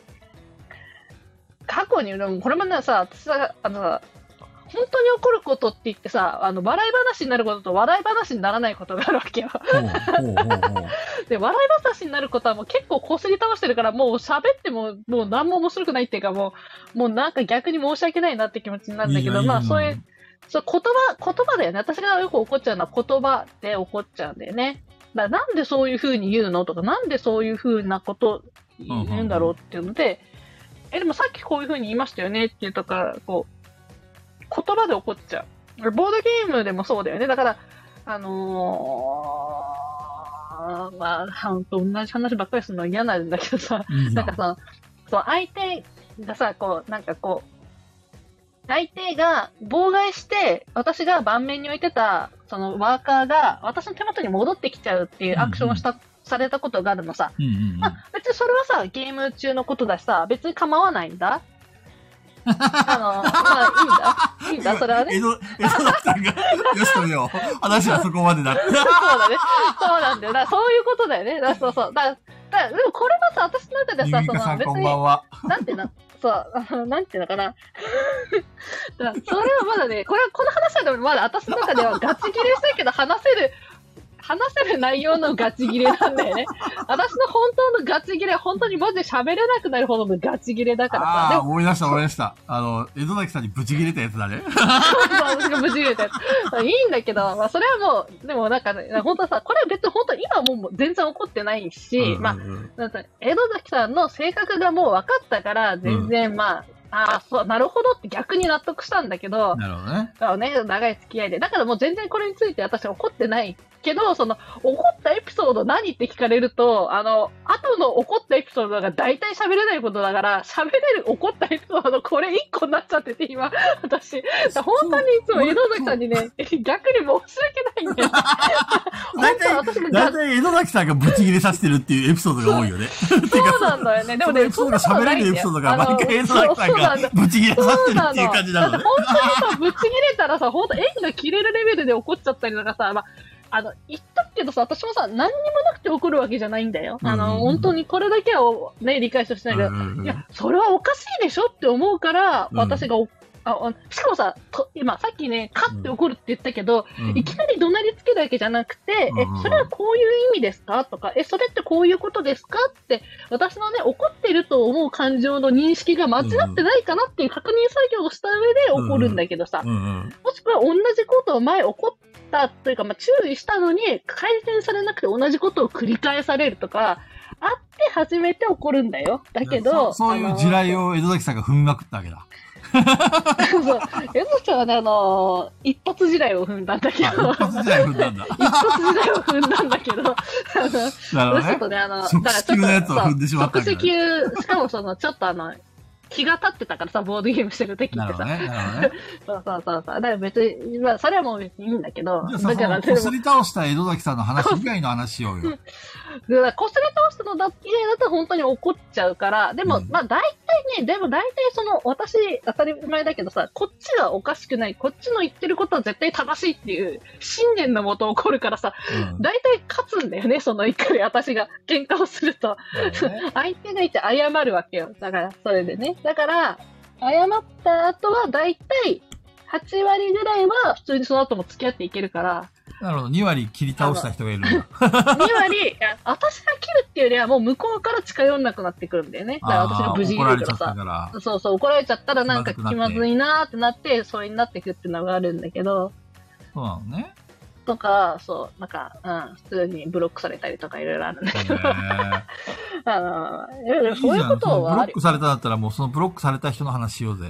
過去に、でもこれもね、さ、私さ、あのさ、本当に怒ることって言ってさ、あの、笑い話になることと笑い話にならないことがあるわけよ。 ほうほうほうほう。 で、笑い話になることはもう結構こすり倒してるから、もう喋っても、もう何も面白くないっていうか、もう、もうなんか逆に申し訳ないなって気持ちになるんだけど、 いいなまあ、そういいないう、そう言葉、言葉だよね。私がよく怒っちゃうのは言葉で怒っちゃうんだよね。だからなんでそういう風に言うのとか、なんでそういう風なこと言うんだろうっていうので、え、でもさっきこういう風に言いましたよねっていうとか、こう、言葉で怒っちゃう。ボードゲームでもそうだよね。だから、あのー、まあ、ほんと同じ話ばっかりするの嫌なんだけどさ、 いいじゃん。 なんかさ、そう、相手がさ、こう、なんかこう、相手が妨害して、私が盤面に置いてた、そのワーカーが、私の手元に戻ってきちゃうっていうアクションをした、されたことがあるのさ。 うんうんうん。 まあ、別にそれはさ、ゲーム中のことだしさ、別に構わないんだ。あの、まあ、いいんだ。いいんだ、それはね。 江戸、江戸崎さんが、よしとめよう。話はそこまでだった。 そうだね。そうなんだよ。だからそういうことだよね。だからそうそう。だから、だからでもこれはさ、私の中でさ、そのゆみかさん別に、 こんばんは。 なんていうの、そう、あのなんていうのかな。だからそれはまだね、これは、この話はでもまだ私の中ではガチ切れしたいけど話せる、話せる内容のガチ切れなんだよね。私の本当のガチ切れは本当にマジで喋れなくなるほどのガチ切れだからさ。 ああ、 でも、 思い出した思い出した。あの、江戸崎さんにブチ切れたやつだね。 そう私が無事切れたやつ。いいんだけど、まあそれはもう、でもなんかね、本当さ、これは別に本当今はもう全然怒ってないし、まあ、なんか江戸崎さんの性格がもう分かったから、全然まあ、ああ、そう、なるほどって逆に納得したんだけど、 なるほどね。 あのね、長い付き合いで。だからもう全然これについて私は怒ってないけど、その、怒ったエピソード何って聞かれると、あの、後の怒ったエピソードが大体喋れないことだから、喋れる怒ったエピソードこれ一個になっちゃってて、今、私。本当にいつも江戸崎さんにね、逆に申し訳ないんだよ。 大体、大体江戸崎さんがブチ切れさせてるっていうエピソードが多いよね。 そうなんだよね。でもね、 そのエピソードが喋れるエピソードが毎回江戸崎さんがブチ切れさせてるっていう感じなのね。 だって本当にさ、ぶち切れたらさ、本当縁が切れるレベルで怒っちゃったりとかさ、まあ、あの、言っとくけどさ、私もさ、何にもなくて怒るわけじゃないんだよ。あの、 うん本当にこれだけはね、理解してほしいんだけど、 うんうんうんいや、それはおかしいでしょって思うから、 うん私がお、ああしかもさ、と今、さっきね、カッて怒るって言ったけど、 うんいきなり怒鳴りつけるわけじゃなくて、 うんえ、それはこういう意味ですかとか、え、それってこういうことですかって、私のね、怒ってると思う感情の認識が間違ってないかなっていう確認作業をした上で怒るんだけどさ、 うんうん。 もしくは同じことを前起こったというか、まあ、注意したのに改善されなくて同じことを繰り返されるとか、あって初めて怒るんだよ。だけど、 そうそういう地雷を江戸崎さんが踏んまくったわけだ。 そう江戸ちゃんはね、あのー、一発地雷を踏んだんだけど、 あ、一発地雷踏んだんだ。 一発地雷を踏んだんだけど、あの、 なるほどね。 ちょっとね、あの、 即死級のやつを踏んでしまったわけだね即死級、しかもその、ちょっとあの、 気が立ってたからさ、ボードゲームしてる時ってさ。 なるほどね。なるほどね。 そうそうそうそう。だから別に、まあ、それはもう別にいいんだけど。 じゃあさ、 だから、 こすり倒した江戸崎さんの話以外の話しようよ。 だからこすり倒したのだ以外だと本当に怒っちゃうから、でも、 うん、 まあ大体ね、でも大体その、私、当たり前だけどさ、こっちがおかしくない、こっちの言ってることは絶対正しいっていう、信念のもと起こるからさ、うん、大体勝つんだよね、その一回私が喧嘩をすると。ね、相手がいて謝るわけよ。だから、それでね。だから、謝った後は大体、はちわりぐらいは普通にその後も付き合っていけるから、 なるほど。にわり切り倒した人がいるんだ。にわり、いや、私が切るっていうよりはもう向こうから近寄んなくなってくるんだよね。だから私が無事に言うからさ。からそうそう、怒られちゃったらなんか気まずいなーってなって、それになってくっていうのがあるんだけど。 そうなのね。 とか、そう、なんか、うん、普通にブロックされたりとかいろいろあるんだけど。あの、いろいろそういうことはある。 ブロックされたんだったらもうそのブロックされた人の話しようぜ。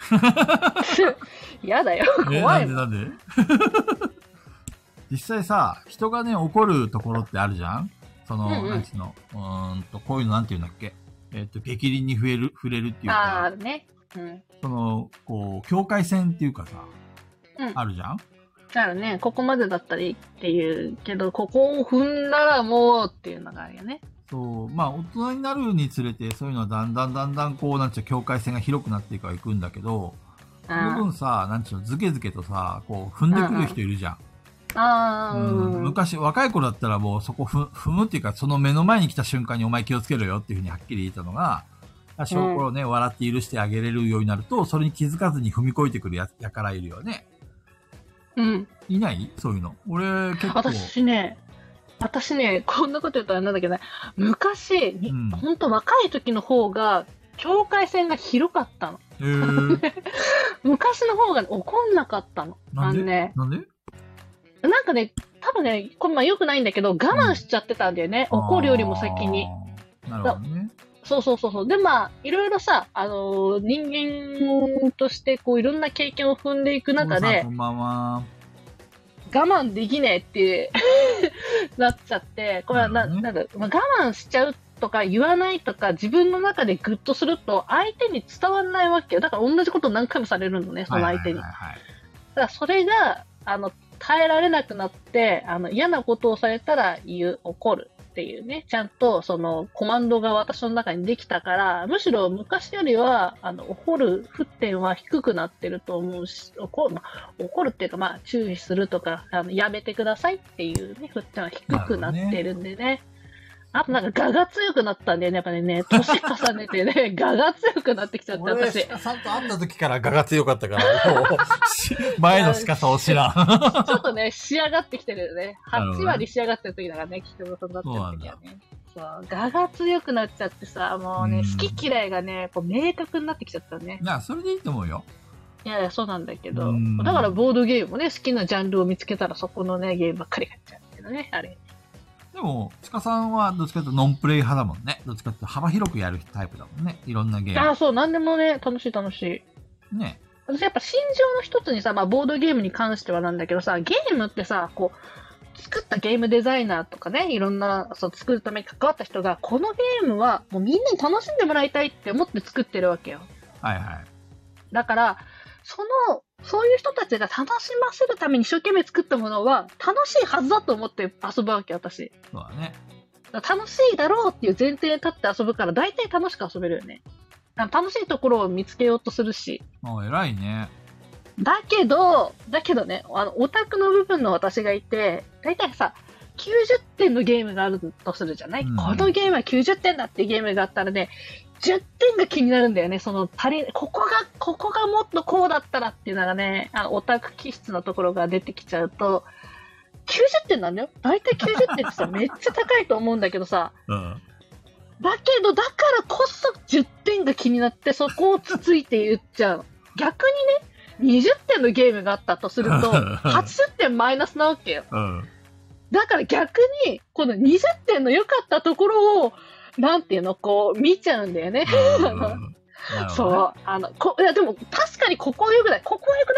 嫌だよ。怖い。 なんでなんで実際さ、人がね、怒るところってあるじゃんその、うんうん、なんつうの、うーんと、こういうのなんて言うんだっけえっ、ー、と、激鱗に触れる、触れるっていうか。 ああ、あるね。うん。 その、こう、境界線っていうかさ、うん、あるじゃんあるね。ここまでだったらいいっていうけど、ここを踏んだらもうっていうのがあるよね。 そう。まあ、大人になるにつれて、そういうのはだんだんだんだんこう、なんちゅう、境界線が広くなっていくはいくんだけど、その分さ、なんちゅうの、ズケズケとさ、こう、踏んでくる人いるじゃん。 ああ、 うん、昔、若い頃だったらもうそこふ踏むっていうか、その目の前に来た瞬間にお前気をつけろよっていうふうにはっきり言ったのが、小頃ね、うん、笑って許してあげれるようになると、それに気づかずに踏み越えてくるや、やからいるよね。 うん。 いないそういうの。俺、結構。 私ね、私ね、こんなこと言うとあれなんだけどね、昔、うん、ほんと若い時の方が、境界線が広かったの。 へー昔の方が怒んなかったの。 なんで、 ね、 なんでなんかね、多分ね、これまあ良くないんだけど、我慢しちゃってたんだよね。うん、怒るよりも先に。 なるほどね。 そうそうそうそう。で、まあ、いろいろさ、あのー、人間として、こう、いろんな経験を踏んでいく中で、 こんばんは。 我慢できねえってなっちゃって、これはな、な, なんか、まあ、我慢しちゃうとか言わないとか、自分の中でグッとすると、相手に伝わらないわけよ。だから同じこと何回もされるのね、その相手に。だからそれが、あの、耐えられなくなって、あの、嫌なことをされたら言う、怒るっていうね、ちゃんとそのコマンドが私の中にできたから、むしろ昔よりは、あの、怒る沸点は低くなってると思うし、怒る、まあ、怒るっていうか、まあ、注意するとか、あの、やめてくださいっていうね、沸点は低くなってるんでね。あとなんか我が強くなったんだよね。やっぱりね、年重ねてね、我が強くなってきちゃって、私。 俺、鹿さんと会った時から我が強かったから、もう、前の鹿さんを知らん。 ちょっとね、仕上がってきてるよね。はちわり仕上がってる時だからね、きっとそうなってる時はね。そう、我が強くなっちゃってさ、もうね、好き嫌いがね、こう明確になってきちゃったね。 いや、それでいいと思うよ。 いやいや、そうなんだけど。だからボードゲームもね、好きなジャンルを見つけたらそこのね、ゲームばっかり買っちゃうんだけどね、あれ。 でも、鹿さんはどっちかというとノンプレイ派だもんね。どっちかというと幅広くやるタイプだもんね。いろんなゲーム。 ああ、そう、なんでもね、楽しい楽しい。 ね。 私やっぱ心情の一つにさ、まあボードゲームに関してはなんだけどさ、ゲームってさ、こう、作ったゲームデザイナーとかね、いろんな、そう、作るために関わった人が、このゲームはもうみんなに楽しんでもらいたいって思って作ってるわけよ。 はいはい。 だから、その、そういう人たちが楽しませるために一生懸命作ったものは楽しいはずだと思って遊ぶわけ、私。 そうだね。 楽しいだろうっていう前提に立って遊ぶから大体楽しく遊べるよね。楽しいところを見つけようとするし。 あ、偉いね。 だけど、だけどね、あの、オタクの部分の私がいて、大体さ、きゅうじゅってんのゲームがあるとするじゃない、うん、このゲームはきゅうじゅってんだっていうゲームがあったらね、じゅってんが気になるんだよね。その足り、ここが、ここがもっとこうだったらっていうのがね、あの、オタク気質のところが出てきちゃうと、きゅうじゅってんなんだよ。だいたいきゅうじゅってんってさ、めっちゃ高いと思うんだけどさ、 うん、 だけど、だからこそじゅってんが気になって、そこをつついて言っちゃう。逆にね、にじゅってんのゲームがあったとすると、はちじゅってんマイナスなわけよ。 うん、 だから逆に、このにじゅってんの良かったところを、なんていうの、こう、見ちゃうんだよね。そう。あの、こ、いや、でも、確かにここは良くない。ここは良くないけど、でも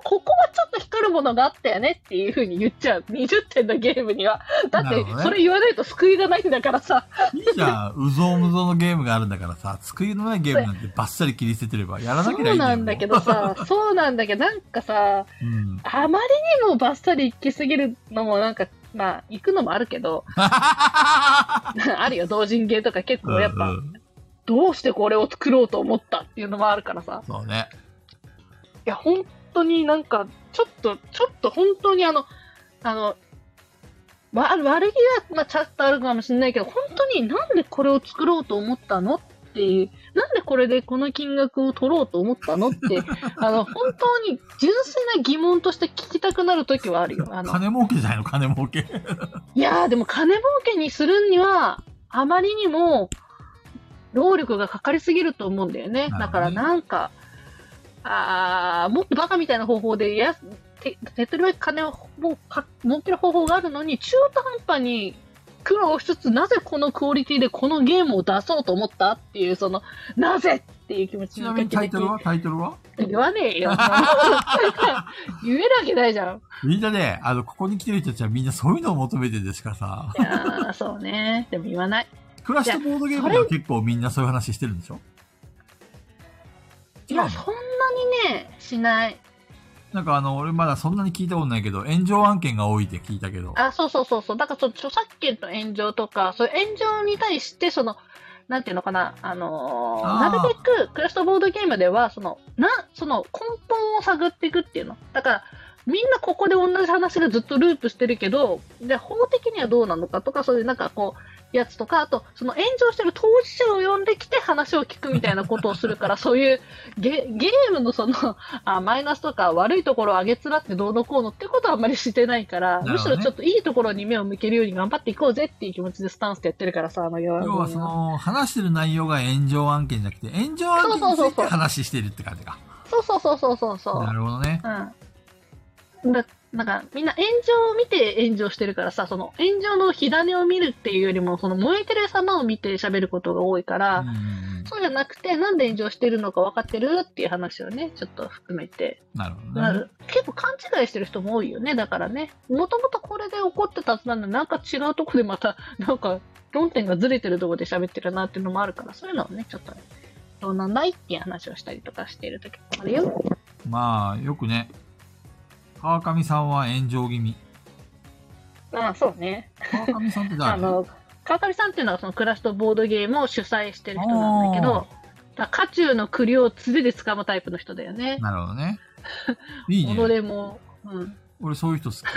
ここはちょっと光るものがあったよねっていう風に言っちゃう。にじゅってんのゲームには。だって、それ言わないと救いがないんだからさ。 いいじゃん。うぞうむぞうのゲームがあるんだからさ、救いのないゲームなんてバッサリ切り捨ててればやらなきゃいいんだよ。 そうなんだけどさ、そうなんだけど、なんかさ、うん、あまりにもバッサリ行きすぎるのもなんか、まあ、行くのもあるけど、あるよ、同人ゲーとか結構やっぱ、うんうん、どうしてこれを作ろうと思ったっていうのもあるからさ。 そうね。 いや、本当になんか、ちょっと、ちょっと本当にあの、あの、わ悪気は、まあ、ちょっとあるかもしれないけど、本当になんでこれを作ろうと思ったのっていう、なんでこれでこの金額を取ろうと思ったのって、あの、本当に純粋な疑問として聞きたくなるときはあるよ。あの金儲けじゃないの、金儲け。 いやー、でも金儲けにするには、あまりにも、労力がかかりすぎると思うんだよね。だからなんか、あもっとバカみたいな方法でや手手っ取り早く金を儲ける方法があるのに、中途半端に苦労しつつ、なぜこのクオリティでこのゲームを出そうと思ったっていう、その、なぜっていう気持ちちなみにタイトルはタイトルは言わねえよ。言えるわけないじゃん。 みんなね、あの、ここに来てる人たちはみんなそういうのを求めてるんですからさ。 いやー、そうね。でも言わない。 クラッシュボードゲームでは結構みんなそういう話してるんでしょ？ いや、そんなにね、しない。 なんかあの、俺まだそんなに聞いたことないけど、炎上案件が多いって聞いたけど。 あ、そうそうそうそう。だからその著作権と炎上とか、そういう炎上に対して、その、なんていうのかな、あのー、なるべくクラッシュボードゲームでは、その、な、その根本を探っていくっていうの。だから、みんなここで同じ話がずっとループしてるけど、で、法的にはどうなのかとか、そういうなんかこう、やつとか、あと、その炎上してる当事者を呼んできて話を聞くみたいなことをするから、そういうゲ、ゲームのそのあ、マイナスとか悪いところを上げつらってどうのこうのってことはあんまりしてないから、ね、むしろちょっといいところに目を向けるように頑張っていこうぜっていう気持ちでスタンスでやってるからさ、あの、 要はその、話してる内容が炎上案件じゃなくて、炎上案件について話してるって感じか。 そうそうそうそうそうそう。 なるほどね。 うん。だなんかみんな炎上を見て炎上してるからさ、その炎上の火種を見るっていうよりも、その燃えてる様を見て喋ることが多いから、うんそうじゃなくて、なんで炎上してるのか分かってるっていう話をね、ちょっと含めて。 なるほどね。 結構勘違いしてる人も多いよね、だからね。もともとこれで起こってたはずなのに、なんか違うとこでまた、なんか論点がずれてるところで喋ってるなっていうのもあるから、そういうのをね、ちょっとね、どうなんないっていう話をしたりとかしているときもあるよ。 まあ、よくね、川上さんは炎上気味。 ああ、そうね。 川上さんって誰？ あの、川上さんっていうのはそのクラフトボードゲームを主催してる人なんだけど、渦中の栗を素手で掴むタイプの人だよね。 なるほどね。いいね。 己も、うん。 俺そういう人好き。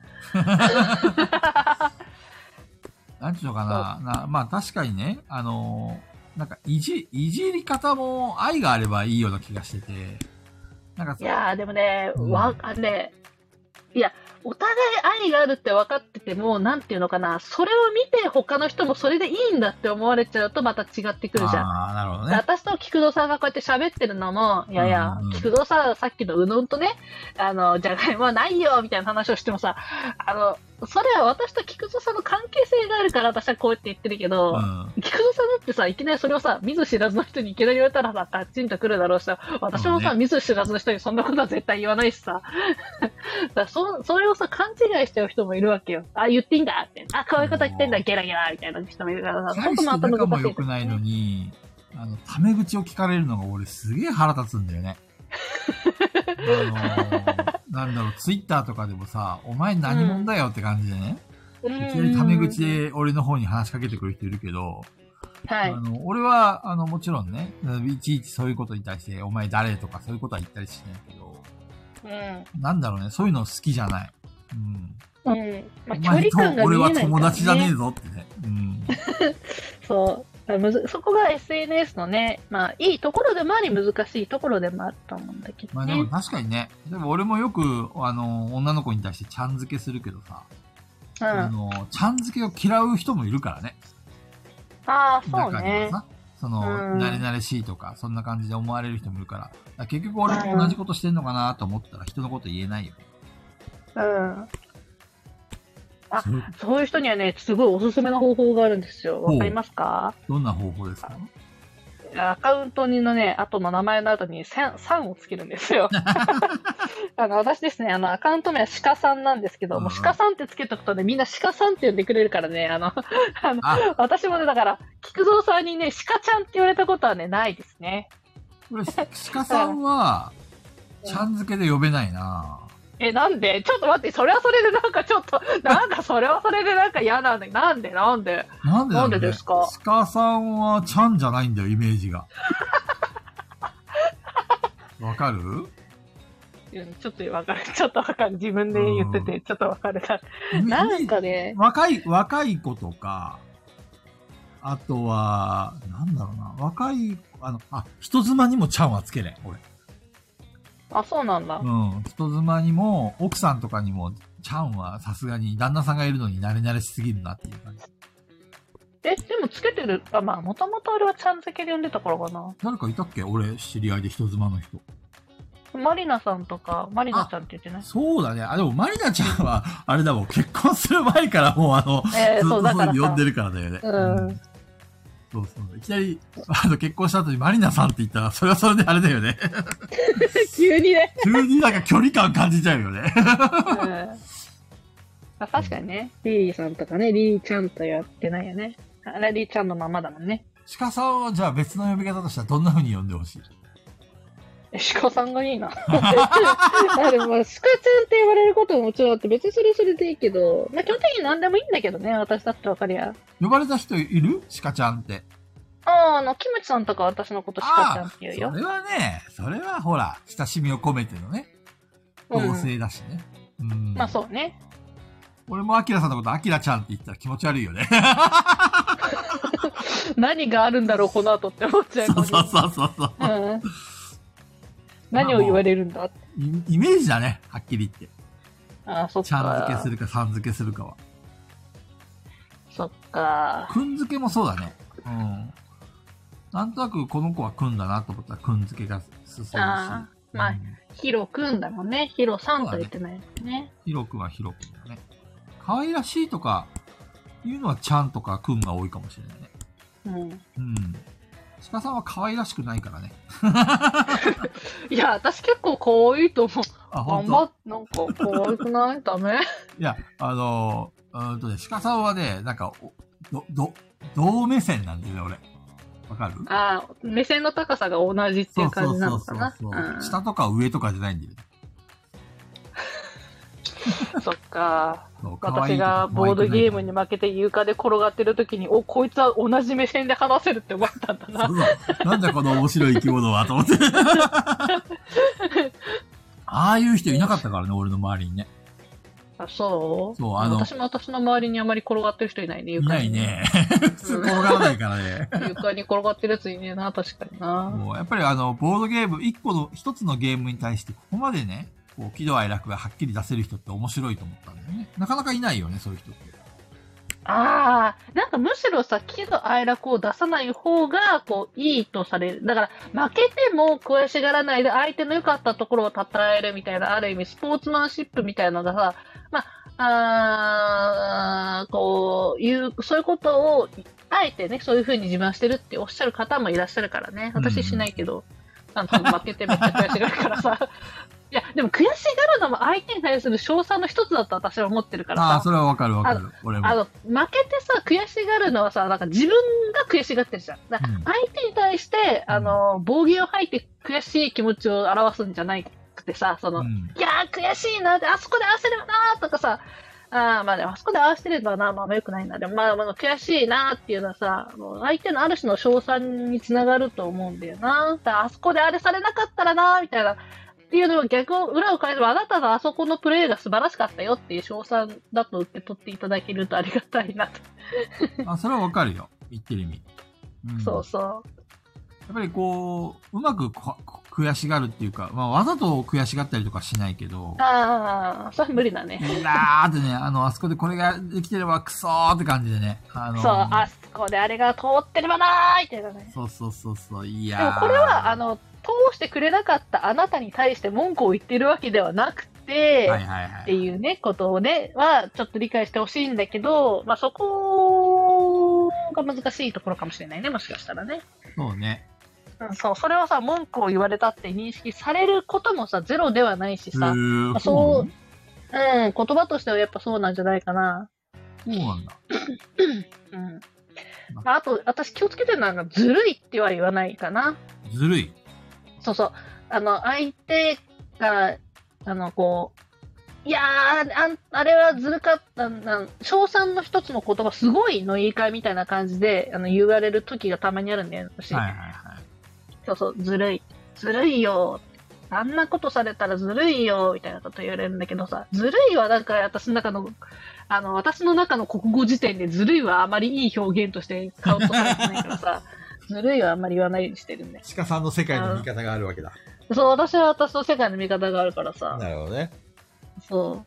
なんていうのかな。なまあ確かにね、あのー、なんかいじ、いじり方も愛があればいいような気がしてて。なんかいやーでもね、うん、わ、あね、いや、お互い愛があるって分かってても、なんていうのかな、それを見て他の人もそれでいいんだって思われちゃうとまた違ってくるじゃん。 ああ、なるほどね。 私と菊蔵さんがこうやって喋ってるのも、いやいや、うんうん、菊蔵さんさっきのうどんとね、あの、じゃがいもはないよみたいな話をしてもさ、あの、それは私と菊蔵さんの関係性があるから私はこうやって言ってるけど、うん、菊蔵さんだってさ、いきなりそれをさ、見ず知らずの人にいきなり言われたらさ、カッチンとくるだろうしさ、私もさ、ね、見ず知らずの人にそんなことは絶対言わないしさ、だそそれをさ、勘違いしちゃう人もいるわけよ。あ、言っていいんだって。あ、こういうこと言ってんだ、ゲラゲラみたいな人もいるからさ、 そこもまた難しい。仲も良くないのに、あの、タメ口を聞かれるのが俺すげえ腹立つんだよね。あのー、なんだろう、ツイッターとかでもさ、お前何者だよって感じでね、うん、いきなりタメ口で俺の方に話しかけてくる人いるけど、はい。あの、俺は、あの、もちろんね、いちいちそういうことに対して、お前誰とかそういうことは言ったりしないけど、うん。なんだろうね、そういうの好きじゃない。うん。うん。まあ、距離感が見えないからね。俺は友達じゃねえぞってね。うん。そう。 そこが エスエヌエス のね、まあ、いいところでもあり、難しいところでもあると思うんだけどね。 まあでも確かにね、でも俺もよく、あの、女の子に対してちゃん付けするけどさ、うん、あの、ちゃん付けを嫌う人もいるからね。 ああ、そうね。 その、うん、慣れ慣れしいとか、そんな感じで思われる人もいるから、から結局俺も同じことしてんのかなと思ったら人のこと言えないよ。 うん。あ、そういう人にはね、すごいおすすめの方法があるんですよ。わかりますか？ どんな方法ですか？ アカウントにのね、後の名前の後にさん、さんをつけるんですよ。あの、私ですね、あの、アカウント名は鹿さんなんですけど、 うんうんもう鹿さんってつけとくとね、みんな鹿さんって呼んでくれるからね、あの、あのあ私もね、だから、菊蔵さんにね、鹿ちゃんって言われたことはね、ないですね。 これ、鹿さんは、ちゃん付けで呼べないな。 え、なんでちょっと待って、それはそれでなんかちょっと、なんかそれはそれでなんか嫌なんで、なんでなんでなんでだろうねなんでですか？ 鹿さんはちゃんじゃないんだよ、イメージが。わかる？ うんちょっとわかる。ちょっとわかる。自分で言ってて、ちょっとわかるな。なんかね。 若い、若い子とか、あとは、なんだろうな、若い、あの、あ、人妻にもちゃんはつけれん、俺。 あ、そうなんだ。 うん。人妻にも、奥さんとかにも、ちゃんはさすがに旦那さんがいるのに慣れ慣れしすぎるなっていう感じ。 え、でもつけてる、あ、まあ、もともと俺はちゃん付けで呼んでたからかな。 誰かいたっけ？俺、知り合いで人妻の人。 マリナさんとか、マリナちゃんって言ってない？ そうだね。あ、でも、マリナちゃんは、あれだもん、結婚する前からもうあの、 えー、 ずっとそう、だからさそういうふうに呼んでるからだよね。 うん。 そうそう。いきなり、あの、結婚した後にマリナさんって言ったら、それはそれであれだよね。 急にね。 急になんか距離感感じちゃうよね。 うんあ確かにね、リーさんとかね、リーちゃんとやってないよね。あれリーちゃんのままだもんね。 鹿さんはじゃあ別の呼び方としてはどんな風に呼んでほしい？ え鹿さんがいいな。あでも、鹿ちゃんって言われることももちろんあって、別にそれそれでいいけど、まあ基本的に何でもいいんだけどね、私だってわかりや。 呼ばれた人いる？鹿ちゃんって。 ああ、あの、キムチさんとか私のこと鹿ちゃんって言うよ。 それはね、それはほら、親しみを込めてのね、同性だしね。うん。うん、 まあそうね。 俺もアキラさんのことアキラちゃんって言ったら気持ち悪いよね。 何があるんだろう、この後って思っちゃう。 そうそうそうそうそう、うん。 何を言われるんだイイメージだね、はっきり言って。 ああ、そっか。 ちゃん付けするかさん付けするかは。 そっか。 くん付けもそうだね。うん。なんとなくこの子はくんだなと思ったらくん付けが進むし。あまあ、うん、ヒロくんだもんね。ヒロさんと言ってないですね。 ヒロくんはヒロくんだね。可愛らしいとかいうのはちゃんとかくんが多いかもしれないね。うん。うん。鹿さんは可愛らしくないからね。 いや、私結構可愛いと思う。 あ、ほんと？ 頑張っ、なんか可愛くないダメ？ いや、あのー、うんとね、鹿さんはね、なんか、ど、ど、同目線なんだよね、俺。わかる？ ああ、目線の高さが同じっていう感じなのかな。 そうそうそうそう、うん。下とか上とかじゃないんだよね。 そっか。私がボードゲームに負けて床で転がってる時に、お、こいつは同じ目線で話せるって思ったんだな。 そうそうなんだこの面白い生き物はと思って。ああいう人いなかったからね、俺の周りにね。 あ、そうそう、あの。 私も私の周りにあまり転がってる人いないね、 床に。いないね。普通転がらないからね。 床に転がってるやついねえな、確かにな。 もうやっぱりあの、ボードゲーム、一個の、一つのゲームに対してここまでね、こう、喜怒哀楽がはっきり出せる人って面白いと思ったんだよね。なかなかいないよね、そういう人って。 ああ、なんかむしろさ、喜怒哀楽を出さない方が、こう、いいとされる。だから、負けても悔しがらないで、相手の良かったところを称えるみたいな、ある意味、スポーツマンシップみたいなのがさ、まあ、あこう、いう、そういうことを、あえてね、そういう風に自慢してるっておっしゃる方もいらっしゃるからね。私しないけど、あの、負けてめっちゃ悔しがるからさ。いや、でも悔しがるのも相手に対する称賛の一つだと私は思ってるからさ。 ああ、それはわかるわかる。俺も。 あの、負けてさ、悔しがるのはさ、なんか自分が悔しがってるじゃん。だから相手に対して、うん、あの、暴言を吐いて悔しい気持ちを表すんじゃなくてさ、その、うん、いやー悔しいなって、あそこで合わせればなーとかさ、あまあでもあそこで合わせてればな、まあ良くないな。でもまあ、まあ、悔しいなっていうのはさ、もう相手のある種の称賛につながると思うんだよな。だあそこであれされなかったらな、みたいな。っていうのを逆を裏を変えれば、あなたのあそこのプレーが素晴らしかったよっていう称賛だと受け取っていただけるとありがたいなと。 あ、それはわかるよ。言ってる意味。 うん、そうそう。 やっぱりこう、うまく悔しがるっていうか、まあわざと悔しがったりとかしないけど。 ああ、それ無理だね。 いやーってね、あの、あそこでこれができてればクソーって感じでね。あのー、 そう、あそこであれが通ってればなーみたいなね。 そうそうそうそう、いやー。でもこれは、あの、通してくれなかったあなたに対して文句を言ってるわけではなくて、 はいはいはい、 っていうね、ことをね、はちょっと理解してほしいんだけど、まあそこが難しいところかもしれないね、もしかしたらね。 そうね。 うん、そう、それはさ、文句を言われたって認識されることもさ、ゼロではないしさ、まあそう、うん、言葉としてはやっぱそうなんじゃないかな。 そうなんだ。 うん。あと、私気をつけてるのは、ずるいっては言わないかな。 ずるい？ そうそう。あの、相手が、あの、こう、いやー、あ、あれはずるかったな、称賛の一つの言葉、すごいの言い換えみたいな感じで、あの、言われる時がたまにあるんだよ、私。 はいはいはい。 そうそう、ずるい。ずるいよ。あんなことされたらずるいよ、みたいなこと言われるんだけどさ、ずるいはなんか私の中の、あの、私の中の国語辞典でずるいはあまりいい表現としてカウントされてないからさ、ずるいはあんまり言わないようにしてるんだよ。 鹿さんの世界の見方があるわけだ。 そう、私は私の世界の見方があるからさ。 なるほどね。 そう。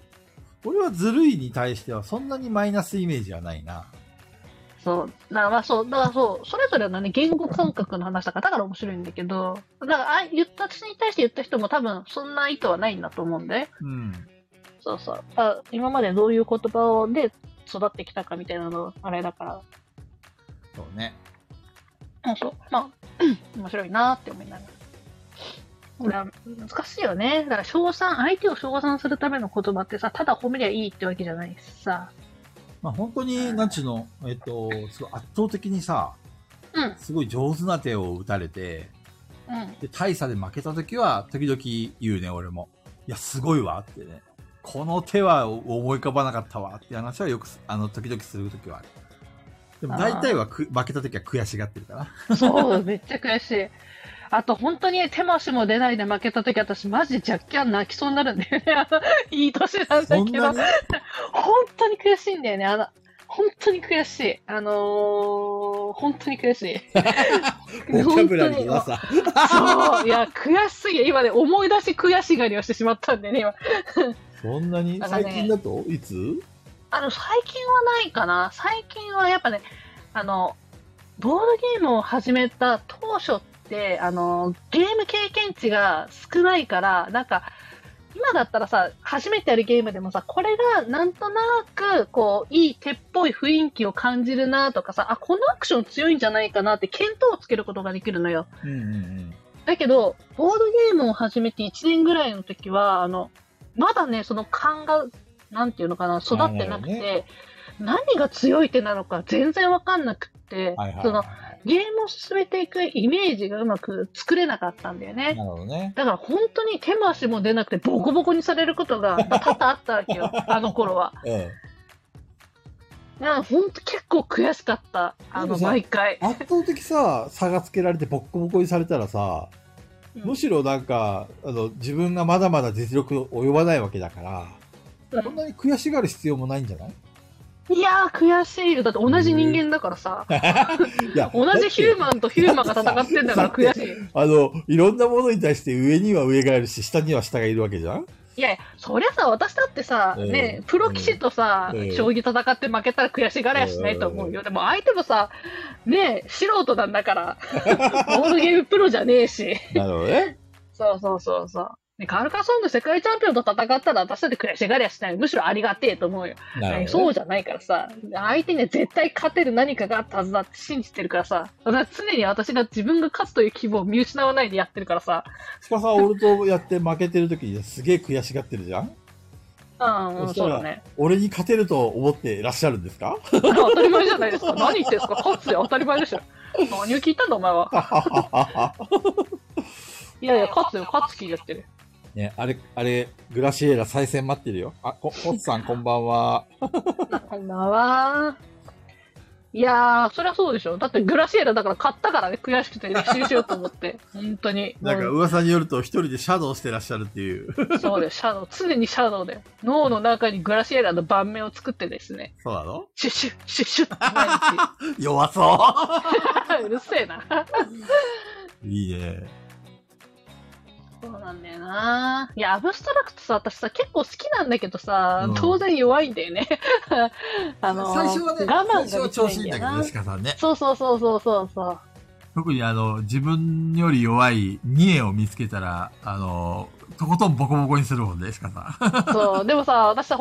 俺はずるいに対してはそんなにマイナスイメージはないな。 そう。だからまあそう、だからそう、それぞれのね、言語感覚の話だから、だから面白いんだけど、だからあ言った私に対して言った人も多分そんな意図はないんだと思うんで。 うん。 そうそう。あ、今までどういう言葉で育ってきたかみたいなの、あれだから。 そうね。 うん、そう。まあ、面白いなーって思いながら。ほら、難しいよね。だから、称賛、相手を称賛するための言葉ってさ、ただ褒めりゃいいってわけじゃないしさ。 まあ本当に、なんちゅうの、えっと、すごい圧倒的にさ、 うん。 すごい上手な手を打たれて、 うん。 で、大差で負けた時は、時々言うね、俺も。いや、すごいわってね。この手は思い浮かばなかったわって話はよく、あの、時々する時はある。でも大体はく負けた時は悔しがってるかな。 そう、めっちゃ悔しい。あと、本当に手も足も出ないで負けた時、私マジで若干泣きそうになるんだよね。あの、いい年なんだけど。本当に悔しいんだよね。あの、本当に悔しい。あのー、本当に悔しい。 ボキャブラリーはさ。 そう、いや、悔しすぎ。今ね、思い出し悔しがりをしてしまったんでね、今。 そんなに最近だと、ね、いつあの、最近はないかな。最近はやっぱね、あの、ボードゲームを始めた当初って、あの、ゲーム経験値が少ないから、なんか、今だったらさ、初めてやるゲームでもさ、これがなんとなく、こう、いい手っぽい雰囲気を感じるなとかさ、あ、このアクション強いんじゃないかなって見当をつけることができるのよ。 うんうんうん、 だけど、ボードゲームを始めていちねんぐらいの時は、あの、まだね、その勘が、なんていうのかな、育ってなくて、ね、何が強い手なのか全然わかんなくって、はいはいはい、その、ゲームを進めていくイメージがうまく作れなかったんだよね。 なるほどね。 だから本当に手も足も出なくてボコボコにされることが多々あったわけよ、あの頃は。ええ。なんか本当結構悔しかった、あの、毎回。 圧倒的さ、差がつけられてボッコボコにされたらさ、うん、むしろなんか、あの、自分がまだまだ実力及ばないわけだから、うん、そんなに悔しがる必要もないんじゃない？ いやー、悔しいよ。だって同じ人間だからさ。いや同じヒューマンとヒューマンが戦ってんだから悔しい。 あの、いろんなものに対して上には上がいるし、下には下がいるわけじゃん？ いやいや、そりゃさ、私だってさ、えー、ね、プロ棋士とさ、えー、将棋戦って負けたら悔しがれやしないと思うよ。えー、でも相手もさ、ね、素人なんだから、ボードゲームプロじゃねえし。 なるほどね。 そうそうそうそう。ね、カルカソンヌ世界チャンピオンと戦ったら私だって悔しがりはしない。むしろありがてえと思うよ。ね、そうじゃないからさ、相手には絶対勝てる何かがあったはずだって信じてるからさ、だから常に私が自分が勝つという希望を見失わないでやってるからさ。 しかさ、俺とやって負けてる時にすげえ悔しがってるじゃん？ うん、うん、そうだね。 俺に勝てると思っていらっしゃるんですか？ 当たり前じゃないですか。何言ってんすか？勝つよ、当たり前でしょ。何を聞いたんだ、お前は。いやいや、勝つよ、勝つ気がしてる。 ね、あれ、あれ、グラシエラ再戦待ってるよ。あ、こ、コツさんこんばんは。 こんばんは。いやー、そりゃそうでしょ。だってグラシエラだから買ったからね、悔しくて練習しようと思って。本当に。 なんか噂によると一人でシャドウしてらっしゃるっていう。 そうです、シャドウ。常にシャドウで。脳の中にグラシエラの盤面を作ってですね。 そうなの？ シュッシュッ、シュッシュッって毎日。弱そう。うるせえな。 いいね。 そうなんだよな。いや、アブストラクトさ、私さ、結構好きなんだけどさ、うん、当然弱いんだよね。 あのー、最初はね、我慢が最初は調子いいんだけど、シカさんね。 そうそうそうそうそうそう。 特にあの、自分より弱いニエを見つけたら、あの、とことんボコボコにするもんね、シカさん。 そう、でもさ、私さ、ほら、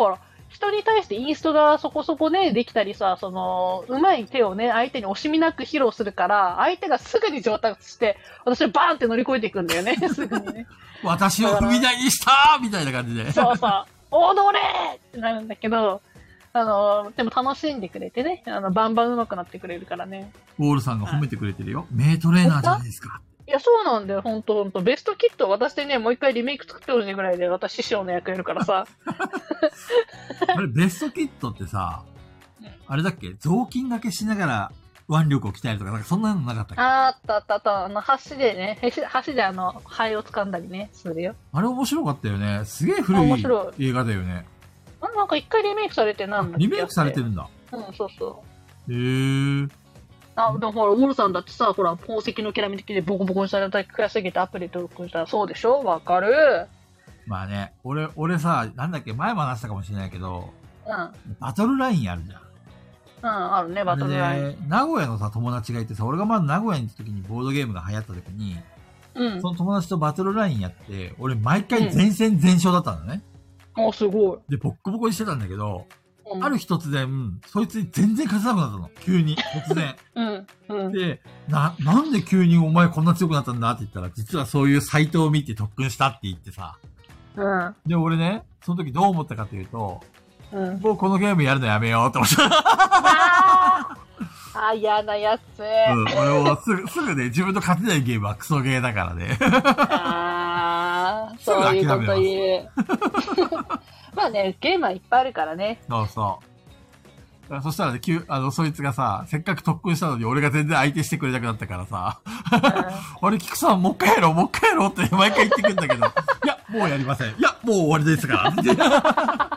人に対してインストがそこそこね、できたりさ、その、うまい手をね、相手に惜しみなく披露するから、相手がすぐに上達して、私はバーンって乗り越えていくんだよね、すぐにね。 私を踏み台にしたーみたいな感じで。 そうそう。踊れーってなるんだけど、あの、でも楽しんでくれてね、あの、バンバン上手くなってくれるからね。 ウォールさんが褒めてくれてるよ。名トレーナーじゃないですか。 いや、そうなんだよ、ほんとほんと。ベストキットを渡してね、もう一回リメイク作ってほしいぐらいで、私師匠の役やるからさ。 あれ、ベストキットってさ、あれだっけ雑巾掛けしながら腕力を鍛えるとか、なんかそんなのなかったっけ？ あーあったあったあった。あの、橋でね、へ橋であの、灰を掴んだりね、するよ。 あれ面白かったよね。すげえ古い面白映画だよね。 あなんか一回リメイクされてなんだっけ？ リメイクされてるんだ。 うん、そうそう。 へー。 あ、でもほら、ウォルさんだってさ、ほら、宝石のきらめきでボコボコにされたくらすぎてアプリ登録したらそうでしょ？わかる？ まあね、俺、俺さ、なんだっけ、前も話したかもしれないけど、 うん。うん、 バトルラインあるじゃん。 あるね、バトルライン。 で、名古屋のさ、友達がいてさ、俺がまだ名古屋に行った時にボードゲームが流行った時に、 うん。 その友達とバトルラインやって、俺毎回全戦全勝だったんだね。 あ、すごい。 で、ボッコボコにしてたんだけど、 うん、 ある日突然、そいつに全然勝てなくなったの。急に、突然。 うん。うん。 で、な、なんで急にお前こんな強くなったんだって言ったら、実はそういうサイトを見て特訓したって言ってさ。 うん。 で、俺ね、その時どう思ったかというと、 うん。 もうこのゲームやるのやめようって思った。 あーあ、嫌なやつ。 うん、俺もすぐ、すぐね、自分の勝てないゲームはクソゲーだからね。 ああ、そういうこと言う。まあね、ゲームはいっぱいあるからね。 そうそう。そしたらね、急、あの、そいつがさ、せっかく特訓したのに俺が全然相手してくれなくなったからさ、うん、あれ、キクさんもう一回やろう、もう一回やろうって毎回言ってくんだけど、いや、もうやりません。いや、もう終わりですから。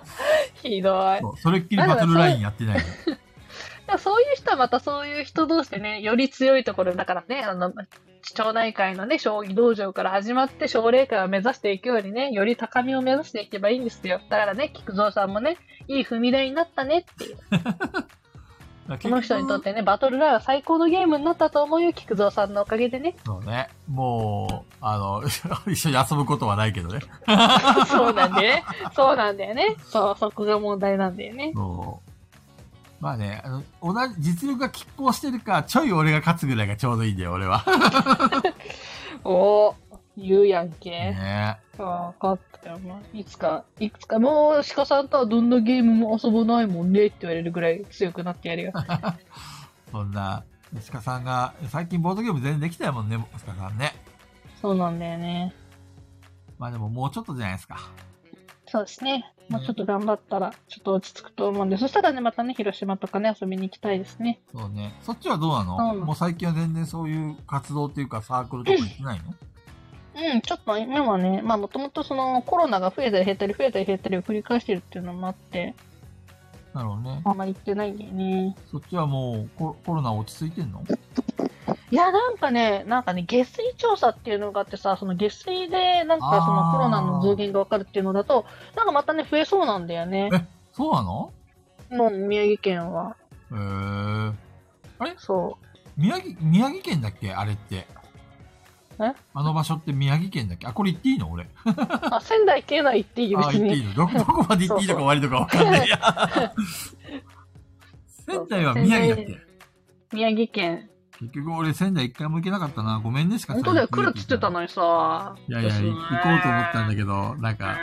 ひどい。 そう、それっきりバトルラインやってないの。 そういう人はまたそういう人同士でね、より強いところだからね、あの、町内会のね、将棋道場から始まって奨励会を目指していくよりね、より高みを目指していけばいいんですよ。だからね、菊蔵さんもね、いい踏み台になったねっていう。この人にとってね、バトルラインは最高のゲームになったと思うよ、菊蔵さんのおかげでね。 そうね。もう、あの、一緒に遊ぶことはないけどね。 そうなんだよね。そうなんだよね。そう、そこが問題なんだよね。 そう。まあね、あの、同じ、実力が拮抗してるか、ちょい俺が勝つぐらいがちょうどいいんだよ、俺は。 おー、言うやんけ。 ねえ。わかったよ、まあ。いつか、いつか、もう、鹿さんとはどんなゲームも遊ばないもんねって言われるぐらい強くなってやるよ。 そんな、鹿さんが、最近ボードゲーム全然できたよもんね、鹿さんね。 そうなんだよね。 まあでももうちょっとじゃないですか。 そうですね。もうちょっと頑張ったら、ちょっと落ち着くと思うんで、そしたらね、またね、広島とかね、遊びに行きたいですね。 そうね。そっちはどうなの？もう最近は全然そういう活動っていうかサークルとか行ってないの？ うん、ちょっと今はね、まあもともとそのコロナが増えたり減ったり増えたり減ったりを繰り返してるっていうのもあって、 なるほどね。 あんまり行ってないんだよね。 そっちはもうココロナ落ち着いてんの？ いや、なんかね、なんかね、下水調査っていうのがあってさ、その下水で、なんかそのコロナの増減がわかるっていうのだと、なんかまたね、増えそうなんだよね。 え、そうなの？ もう、宮城県は。 へー。あれ？ そう。 宮城、宮城県だっけあれって。 え？ あの場所って宮城県だっけ？あ、これ言っていいの俺。 あ、仙台県は行っていいよ、別に。 あ、言っていいの？ど、どこまで言っていいのか悪いのかわかんないや。仙台は宮城だっけ？ 宮城県。 結局俺仙台一回も行けなかったな。ごめんねしか本当だよ、来るっつってたのにさ。 いやいや、行こうと思ったんだけど、なんか。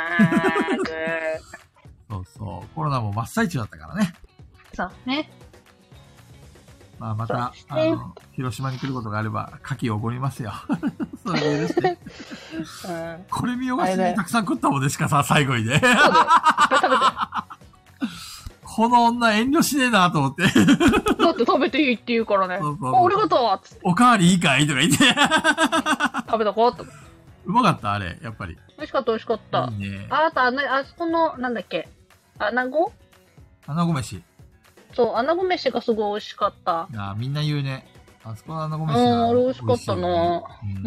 そうそう。コロナも真っ最中だったからね。 そうね。 まあまた、ね、あの、広島に来ることがあれば、牡蠣をおごりますよ。それ許して。うん、これ見よがしにたくさん食ったもんでしかさ、最後にね。そうだよ。いっぱい食べて。この女遠慮しねえなと思って。だって食べていいって言うからね。そうそうそう、あ、ありがとうっつって。 おかわりいいかいとか言って。 食べたこうと。 うまかったあれ、やっぱり。 美味しかった美味しかった。 いいね。 あ、あとあの、あそこの、なんだっけ。アナゴ？ アナゴ飯。 そう、アナゴ飯がすごい美味しかった。 いやみんな言うね。あそこのアナゴ飯が、 うん、あれ美味しかったな。うん。うん、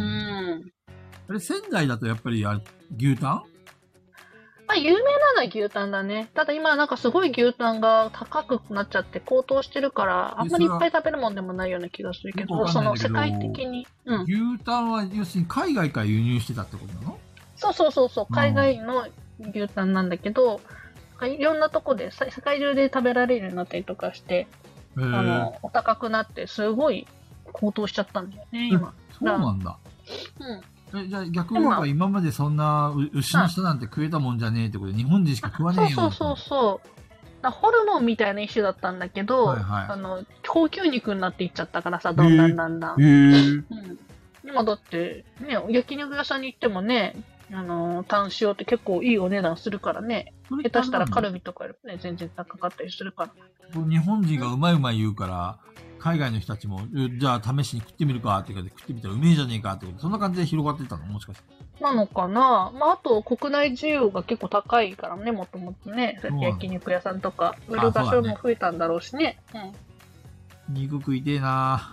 あれ、仙台だとやっぱりあれ牛タン？ まあ、有名なのは牛タンだね。ただ今なんかすごい牛タンが高くなっちゃって高騰してるから、あんまりいっぱい食べるもんでもないような気がするけど、その世界的に。 うん、牛タンは要するに海外から輸入してたってことなの？ そうそうそうそう、海外の牛タンなんだけど、 いろんなとこで、さ世界中で食べられるようになったりとかして、 へーあの、お高くなって、すごい高騰しちゃったんだよね、今。 そうなんだ。 うん。 え、じゃあ逆に言えば今までそんなう牛の下なんて食えたもんじゃねえってことで日本人しか食わねえよ。 そうそうそうそう。だホルモンみたいな一種だったんだけど、 はいはいあの、高級肉になっていっちゃったからさ、だんだんだんだん。 へー。 うん、今だって、ね、焼肉屋さんに行ってもね、あの、タン塩って結構いいお値段するからね。 それ下手したらカルビ。 ビとかよりね、全然高かったりするから。 日本人がうまいうまい言うから、海外の人たちも、うじゃあ試しに食ってみるかって言って食ってみたらうめえじゃねえかってことで、そんな感じで広がってったのもしかして。 なのかな。まあ、あと国内需要が結構高いからね、もともとね。 そうなんだ焼肉屋さんとか、売ある場所そうだねも増えたんだろうしね。うん。 肉食いてえな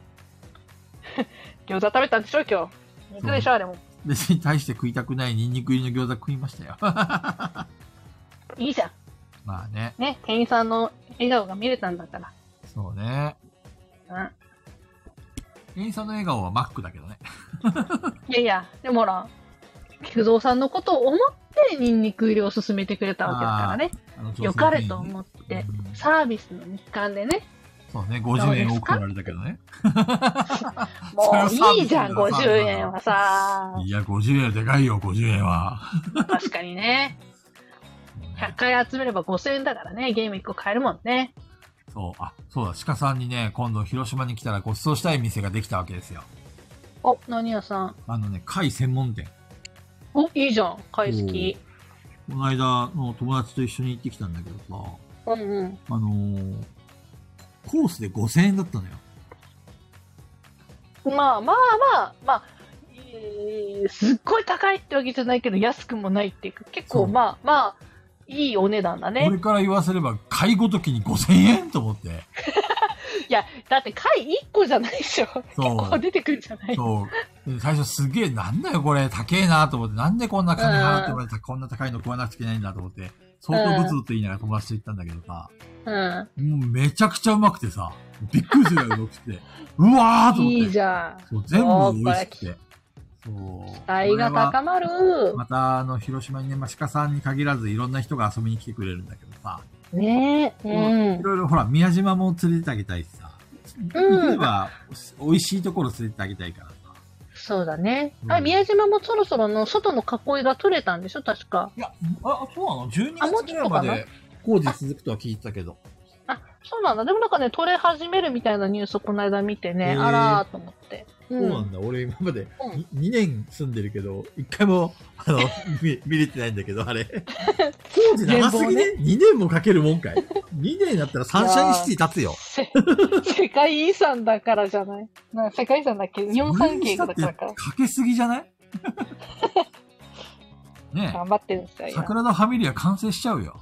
餃子食べたんでしょ、今日。肉でしょ、あれも。 別に大して食いたくないニンニク入りの餃子食いましたよ。 いいじゃん。 まあね。 ね、店員さんの笑顔が見れたんだから。 そうね。 うん。 店員さんの笑顔はマックだけどね。 いやいや、でもほら、菊蔵さんのことを思ってニンニク入りを勧めてくれたわけだからね。 あの良かれと思って、 うんサービスの一環でね。 そうね、ごじゅうえん多く取られたけどね。 もういいじゃん、 それはサービスだからごじゅうえんはさ。 いや、ごじゅうえんはでかいよ、ごじゅうえんは。 確かにね。ひゃっかい集めればごせんえんだからね、ゲームいっこ買えるもんね。 そう、あ、そうだ、鹿さんにね、今度広島に来たらご馳走したい店ができたわけですよ。 お、何屋さん。 あのね、貝専門店。 お、いいじゃん、買い好き。 この間の友達と一緒に行ってきたんだけどさ、 うんうん。 あのー、コースでごせんえんだったのよ。 まあまあまあ、まあ、えーすっごい高いってわけじゃないけど、安くもないっていうか、結構そうまあまあ、いいお値段だね。 これから言わせれば、貝ごときにごせんえんと思って。 いや、だって貝いっこじゃないでしょ。 そう結構出てくるんじゃない。 そう。で最初すげえ、なんだよこれ、高えなと思って、なんでこんな金払ってまでこんな高いの食わなくちゃいけないんだと思って、相当ブツブツ言いながら友達と行ったんだけどさ、 うん。 もうめちゃくちゃうまくてさ、びっくりするぐらいうまくて、うわーと思って。 いいじゃん。 そう、全部美味しくて。そう。 期待が高まる。 また、あの、広島にね、まあ、鹿さんに限らずいろんな人が遊びに来てくれるんだけどさ、 ねえ、うん。 いろいろほら、宮島も連れてってあげたいしさ、 うん行けば美味しいところ連れてってあげたいからさ。 そうだね。 うんあ、宮島もそろそろの外の囲いが取れたんでしょ、確か。 いや、あ、そうなの ?じゅうにあもう月ちょっとかなぐらいまで工事続くとは聞いてたけど。 あ、そうなんだ。でもなんかね、取れ始めるみたいなニュースをこの間見てね、 へーあらーと思って。 そうなんだ。俺今までうんににねん住んでるけど、一回も、あの、見見れてないんだけど、あれ。工事長すぎね ?に 年もかけるもんかい。にねんだったらサンシャインシティ立つよ。 せ世界遺産だからじゃないな世界遺産だっけ日本三景だからか。 かけすぎじゃないね頑張ってるんですよえ。 今。 桜田ファミリア完成しちゃうよ。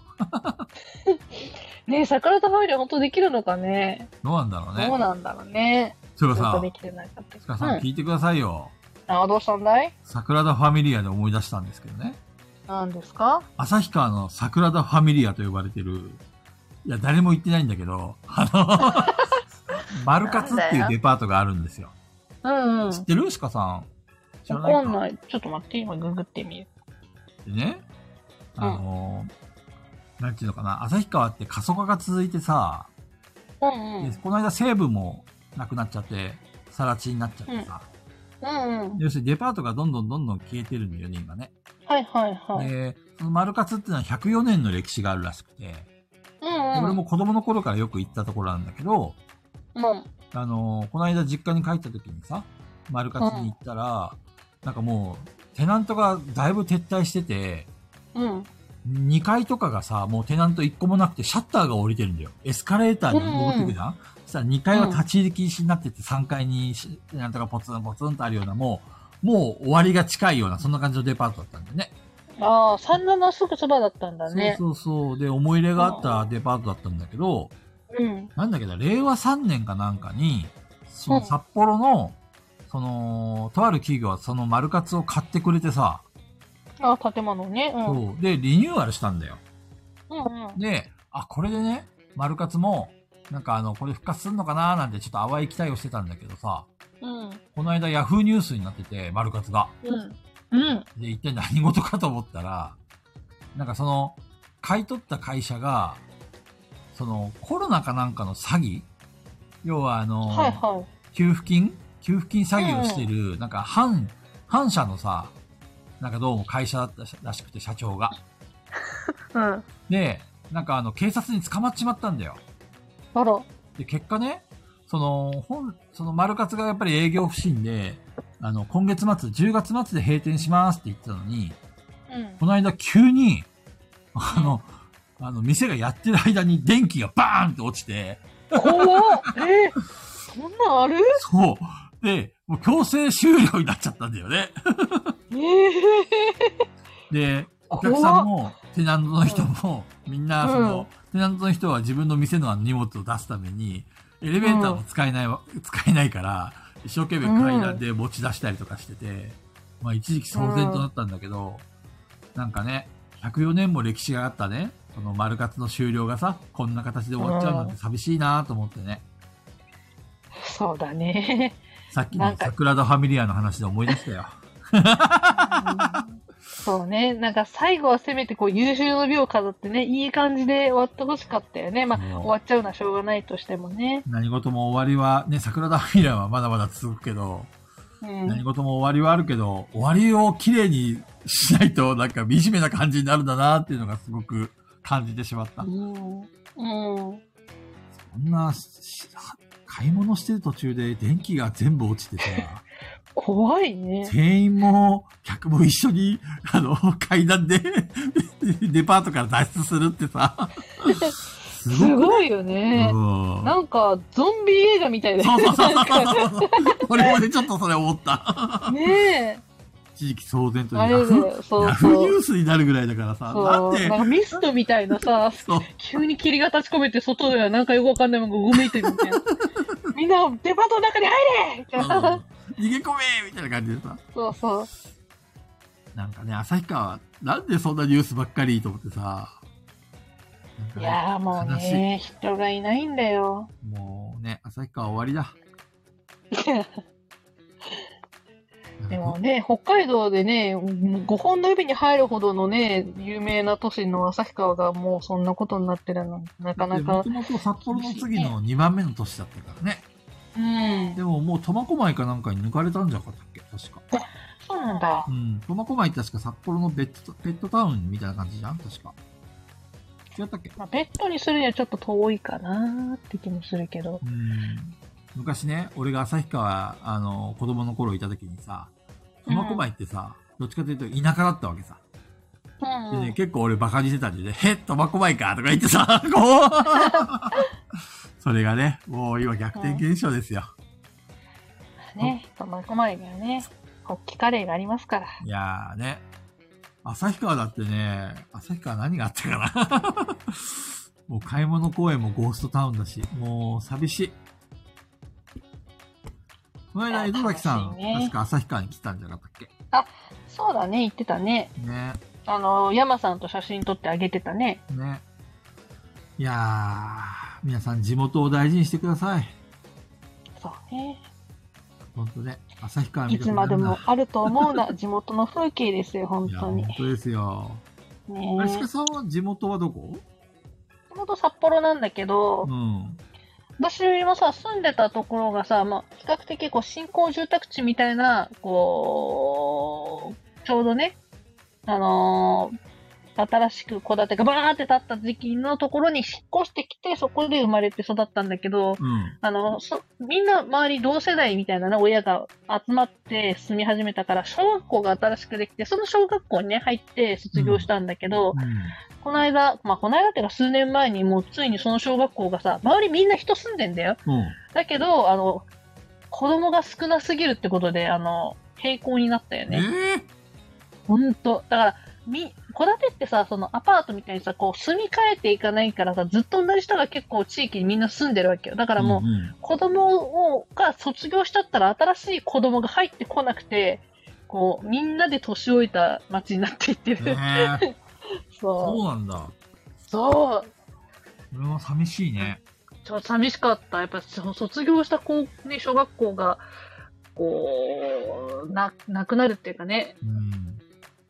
ねえ、桜田ファミリー本当できるのかねどうなんだろうね。 どうなんだろうね。 そういえばさずっとで、きてなかった。 スカさんうん。 聞いてくださいよ。 あ、どうしたんだい桜田ファミリアで思い出したんですけどね。 何ですか旭川の桜田ファミリアと呼ばれてる、いや、誰も言ってないんだけど、あの、マルカツっていうデパートがあるんですよ。 うんうん。 知ってるシカさん。知らわないかかんない。ちょっと待って、今ググってみる。 でね、あの、なんていうのかな、旭川って過疎化が続いてさ、 うんうん。 でこの間西武もなくなっちゃって、更地になっちゃってさ、 うんうん。 要するにデパートがどんどんどんどん消えてるんだよね、今ね。 はいはいはい。 で、そのマルカツっていうのはひゃくよねんの歴史があるらしくて、 うんうん。 俺も子供の頃からよく行ったところなんだけど、 うん。 あのーこの間実家に帰った時にさ、マルカツに行ったら、なんかもう、テナントがだいぶ撤退してて、 うん。 にかいとかがさ、もうテナントいっこもなくてシャッターが降りてるんだよ。エスカレーターに登っていくじゃん、そしたらにかいは立ち入り禁止になってて、さんかいにしテナントがポツンポツンとあるような、もう、もう終わりが近いような、そんな感じのデパートだったんだよね。 ああ、三七すぐそばだったんだね。 そうそうそう。で、思い入れがあったデパートだったんだけど、 うん。 なんだけど、れいわさんねんかなんかに、その札幌の、その、とある企業はそのマルカツを買ってくれてさ、 ああ、建物ね。うん。うんそう。で、リニューアルしたんだよ。 うん。 で、あ、これでね、マルカツも、なんかあの、これ復活するのかなーなんてちょっと淡い期待をしてたんだけどさ、 うん。 この間ヤフーニュースになってて、マルカツが。 うん。うん。 で、一体何事かと思ったら、なんかその、 買い取った会社が、その、コロナかなんかの詐欺要はあの、 はいはい。 給付金給付金詐欺をしてる、うん、なんか反、反社のさ、なんかどうも会社だったらしくて、社長が。 うん。 で、なんかあの、警察に捕まっちまったんだよ。 あら。 で、結果ね、その、本、その、マルカツがやっぱり営業不振で、あの、今月末、じゅうがつ末で閉店しますって言ってたのに、うん、この間急に、あの、うん、あの、店がやってる間に電気がバーンって落ちて。 怖っえー、そんなんある？ そう。で、もう強制終了になっちゃったんだよね。 えー、 で、お客さんも、テナントの人も、うん、みんな、その、うん、テナントの人は自分の店の荷物を出すために、エレベーターも使えない、うん、使えないから、一生懸命階段で持ち出したりとかしてて、うん、まあ一時期騒然となったんだけど、うん、なんかね、ひゃくよねんも歴史があったね、そのマルカツの終了がさ、こんな形で終わっちゃうなんて寂しいなと思ってね。 うん、そうだね。 さっきの桜田ファミリアの話で思い出したよ。 そうね。なんか最後はせめてこう優秀の美を飾ってね、いい感じで終わってほしかったよね。まあ、終わっちゃうのはしょうがないとしてもね。 何事も終わりは、ね、桜田ファミリアはまだまだ続くけど、うん、何事も終わりはあるけど、終わりを綺麗にしないとなんか惨めな感じになるんだなっていうのがすごく感じてしまった。うん。うん。そんな、買い物してる途中で電気が全部落ちてさ、 怖いね。 店員も客も一緒に、あの、階段でデパートから脱出するってさ、 すご, すごいよね、うん。なんか、ゾンビ映画みたいだよね。そうそうそうそう。 俺もね、ちょっとそれ思った。 ねえ。 一時期騒然とヤフーニュースになるぐらいだからさ、なんでなんかミストみたいなさ、急に霧が立ち込めて外ではなんかよくわかんないものがうごめいてるみたいな。みんなデパートの中に入れ、うん、 逃げ込めみたいな感じでさ。 そうそう。 なんかね、旭川、なんでそんなニュースばっかりと思ってさ。 いやーもうね、人がいないんだよ。 もうね、旭川終わりだ。 でもね、北海道でね、ごほんの指に入るほどのね、有名な都市の旭川がもうそんなことになってるの、なかなか。 もともと札幌の次のにばんめの都市だったからね。うん。でももう苫小牧かなんかに抜かれたんじゃなかったっけ確か。 そうなんだ。 うん。苫小牧って確か札幌のベッド、ペットタウンみたいな感じじゃん確か。違ったっけ？ まあ、ベッドにするにはちょっと遠いかなーって気もするけど。 うん。昔ね、俺が旭川、あの、子供の頃いた時にさ、苫小牧ってさ、うん、どっちかというと田舎だったわけさ。うん、でね、結構俺バカにしてたんでね、へっ、苫小牧かとか言ってさ、こうそれがね、もう今逆転現象ですよ。 うん、ね、苫小牧にはね、国旗カレーがありますから。 いやーね、旭川だってね、旭川何があったかなもう買い物公園もゴーストタウンだし、もう寂しい。この間、江戸崎さん、ね、確か旭川に来たんじゃなかったっけ？ あ、そうだね、言ってたね。 ね。 あの、山さんと写真撮ってあげてたね。 ね。いやー、皆さん地元を大事にしてください。 そうね。 ほんとね、旭川見いつまでもあると思うな、地元の風景ですよ、本当に。 本当ですよ。ねえ。あしかさんは地元はどこ？ 地元札幌なんだけど、うん。私もさ、住んでたところがさ、まあ、比較的こう、新興住宅地みたいな、こう、ちょうどね、あのー、新しく戸建てがバーって建った時期のところに引っ越してきて、そこで生まれて育ったんだけど、うん、あの、そ、みんな周り同世代みたいなね、親が集まって住み始めたから、小学校が新しくできて、その小学校にね、入って卒業したんだけど、うんうんこの間、まあ、この間っていうか数年前にもうついにその小学校がさ、周りみんな人住んでんだよ。うん、だけど、あの、子供が少なすぎるってことで、あの、閉校になったよね。えー、ほんと。だから、み、戸建てってさ、そのアパートみたいにさ、こう住み替えていかないからさ、ずっと同じ人が結構地域にみんな住んでるわけよ。だからもう、うんうん、子供をが卒業しちゃったら新しい子供が入ってこなくて、こう、みんなで年老いた街になっていってる。えーそう。そうなんだ。 そう。 それは寂しいね。 ちょっと寂しかった。やっぱ卒業した子、ね、小学校が、こう、な、なくなるっていうかね。うん。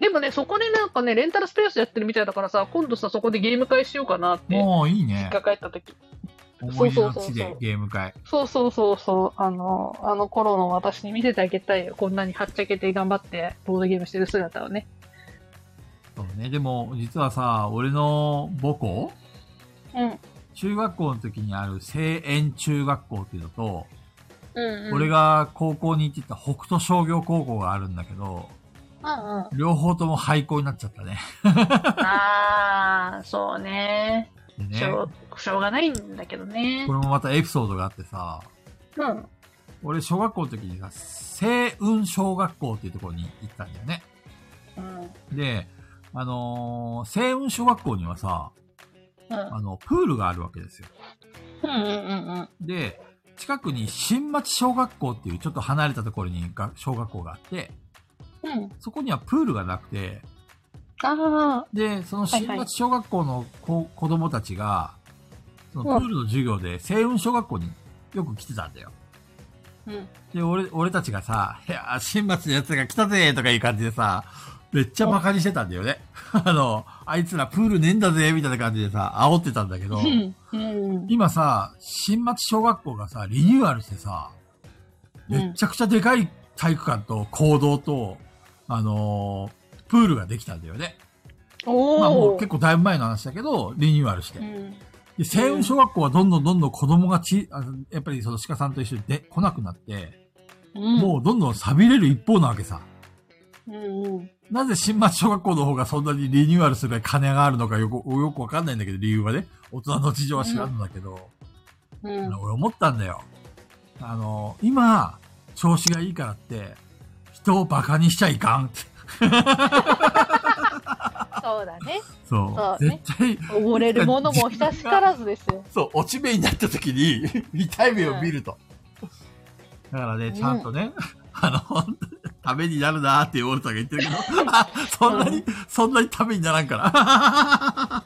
でもね、そこでなんかね、レンタルスペースやってるみたいだからさ、今度さ、そこでゲーム会しようかなって。 もういいね。 実家帰った時。 思い出の地でゲーム会。 そうそうそうそう。あの、あの頃の私に見せてあげたいよ。こんなにはっちゃけて頑張ってボードゲームしてる姿をね。 そうね。でも、実はさ、俺の母校うん。 中学校の時にある聖園中学校っていうのと、 うんうん、 俺が高校に行ってた北斗商業高校があるんだけど、 うんうん、 両方とも廃校になっちゃったね。 あー、そうね。 でねしょう、しょうがないんだけどね。 これもまたエピソードがあってさ、 うん。 俺小学校の時にさ、聖雲小学校っていうところに行ったんだよね。 うん。 で、あのー、聖雲小学校にはさ、 うん。 あの、プールがあるわけですよ。 うんうんうんうん。 で、近くに新町小学校っていうちょっと離れたところにが小学校があって、 うん。 そこにはプールがなくて、 あで、その新町小学校の子,、子供たちが、そのプールの授業で聖雲小学校によく来てたんだよ。 あ。うん。 で、俺、俺たちがさ、いや、新町のやつが来たぜとかいう感じでさ、めっちゃ馬鹿にしてたんだよね。あの、あいつらプールねえんだぜみたいな感じでさ、煽ってたんだけど、 うんうん、 今さ、新町小学校がさ、リニューアルしてさ、めっちゃくちゃでかい体育館と講堂と、あのー、プールができたんだよね。 おー。 まあもう結構だいぶ前の話だけど、リニューアルして。 うん、 で、聖雲小学校はどんどんどんどん子供がち、あのやっぱりその鹿さんと一緒にで来なくなって、 うん、 もうどんどん錆びれる一方なわけさ。 うんうん、 なぜ新町小学校の方がそんなにリニューアルするぐらい金があるのかよく、よくわかんないんだけど、理由はね。大人の事情は知らんのだけど、 うんうん、 俺思ったんだよ。あの、今、調子がいいからって、人を馬鹿にしちゃいかんって。 そうだね。 そう。 そうね、 絶対。 溺れるものも久しからずですよ。 そう、落ち目になった時に、痛い目を見ると。うん、だからね、ちゃんとね、うん、あの、ためになるなーっていうオルタが言ってるけど、そんなに、うん、そんなにためにならんから。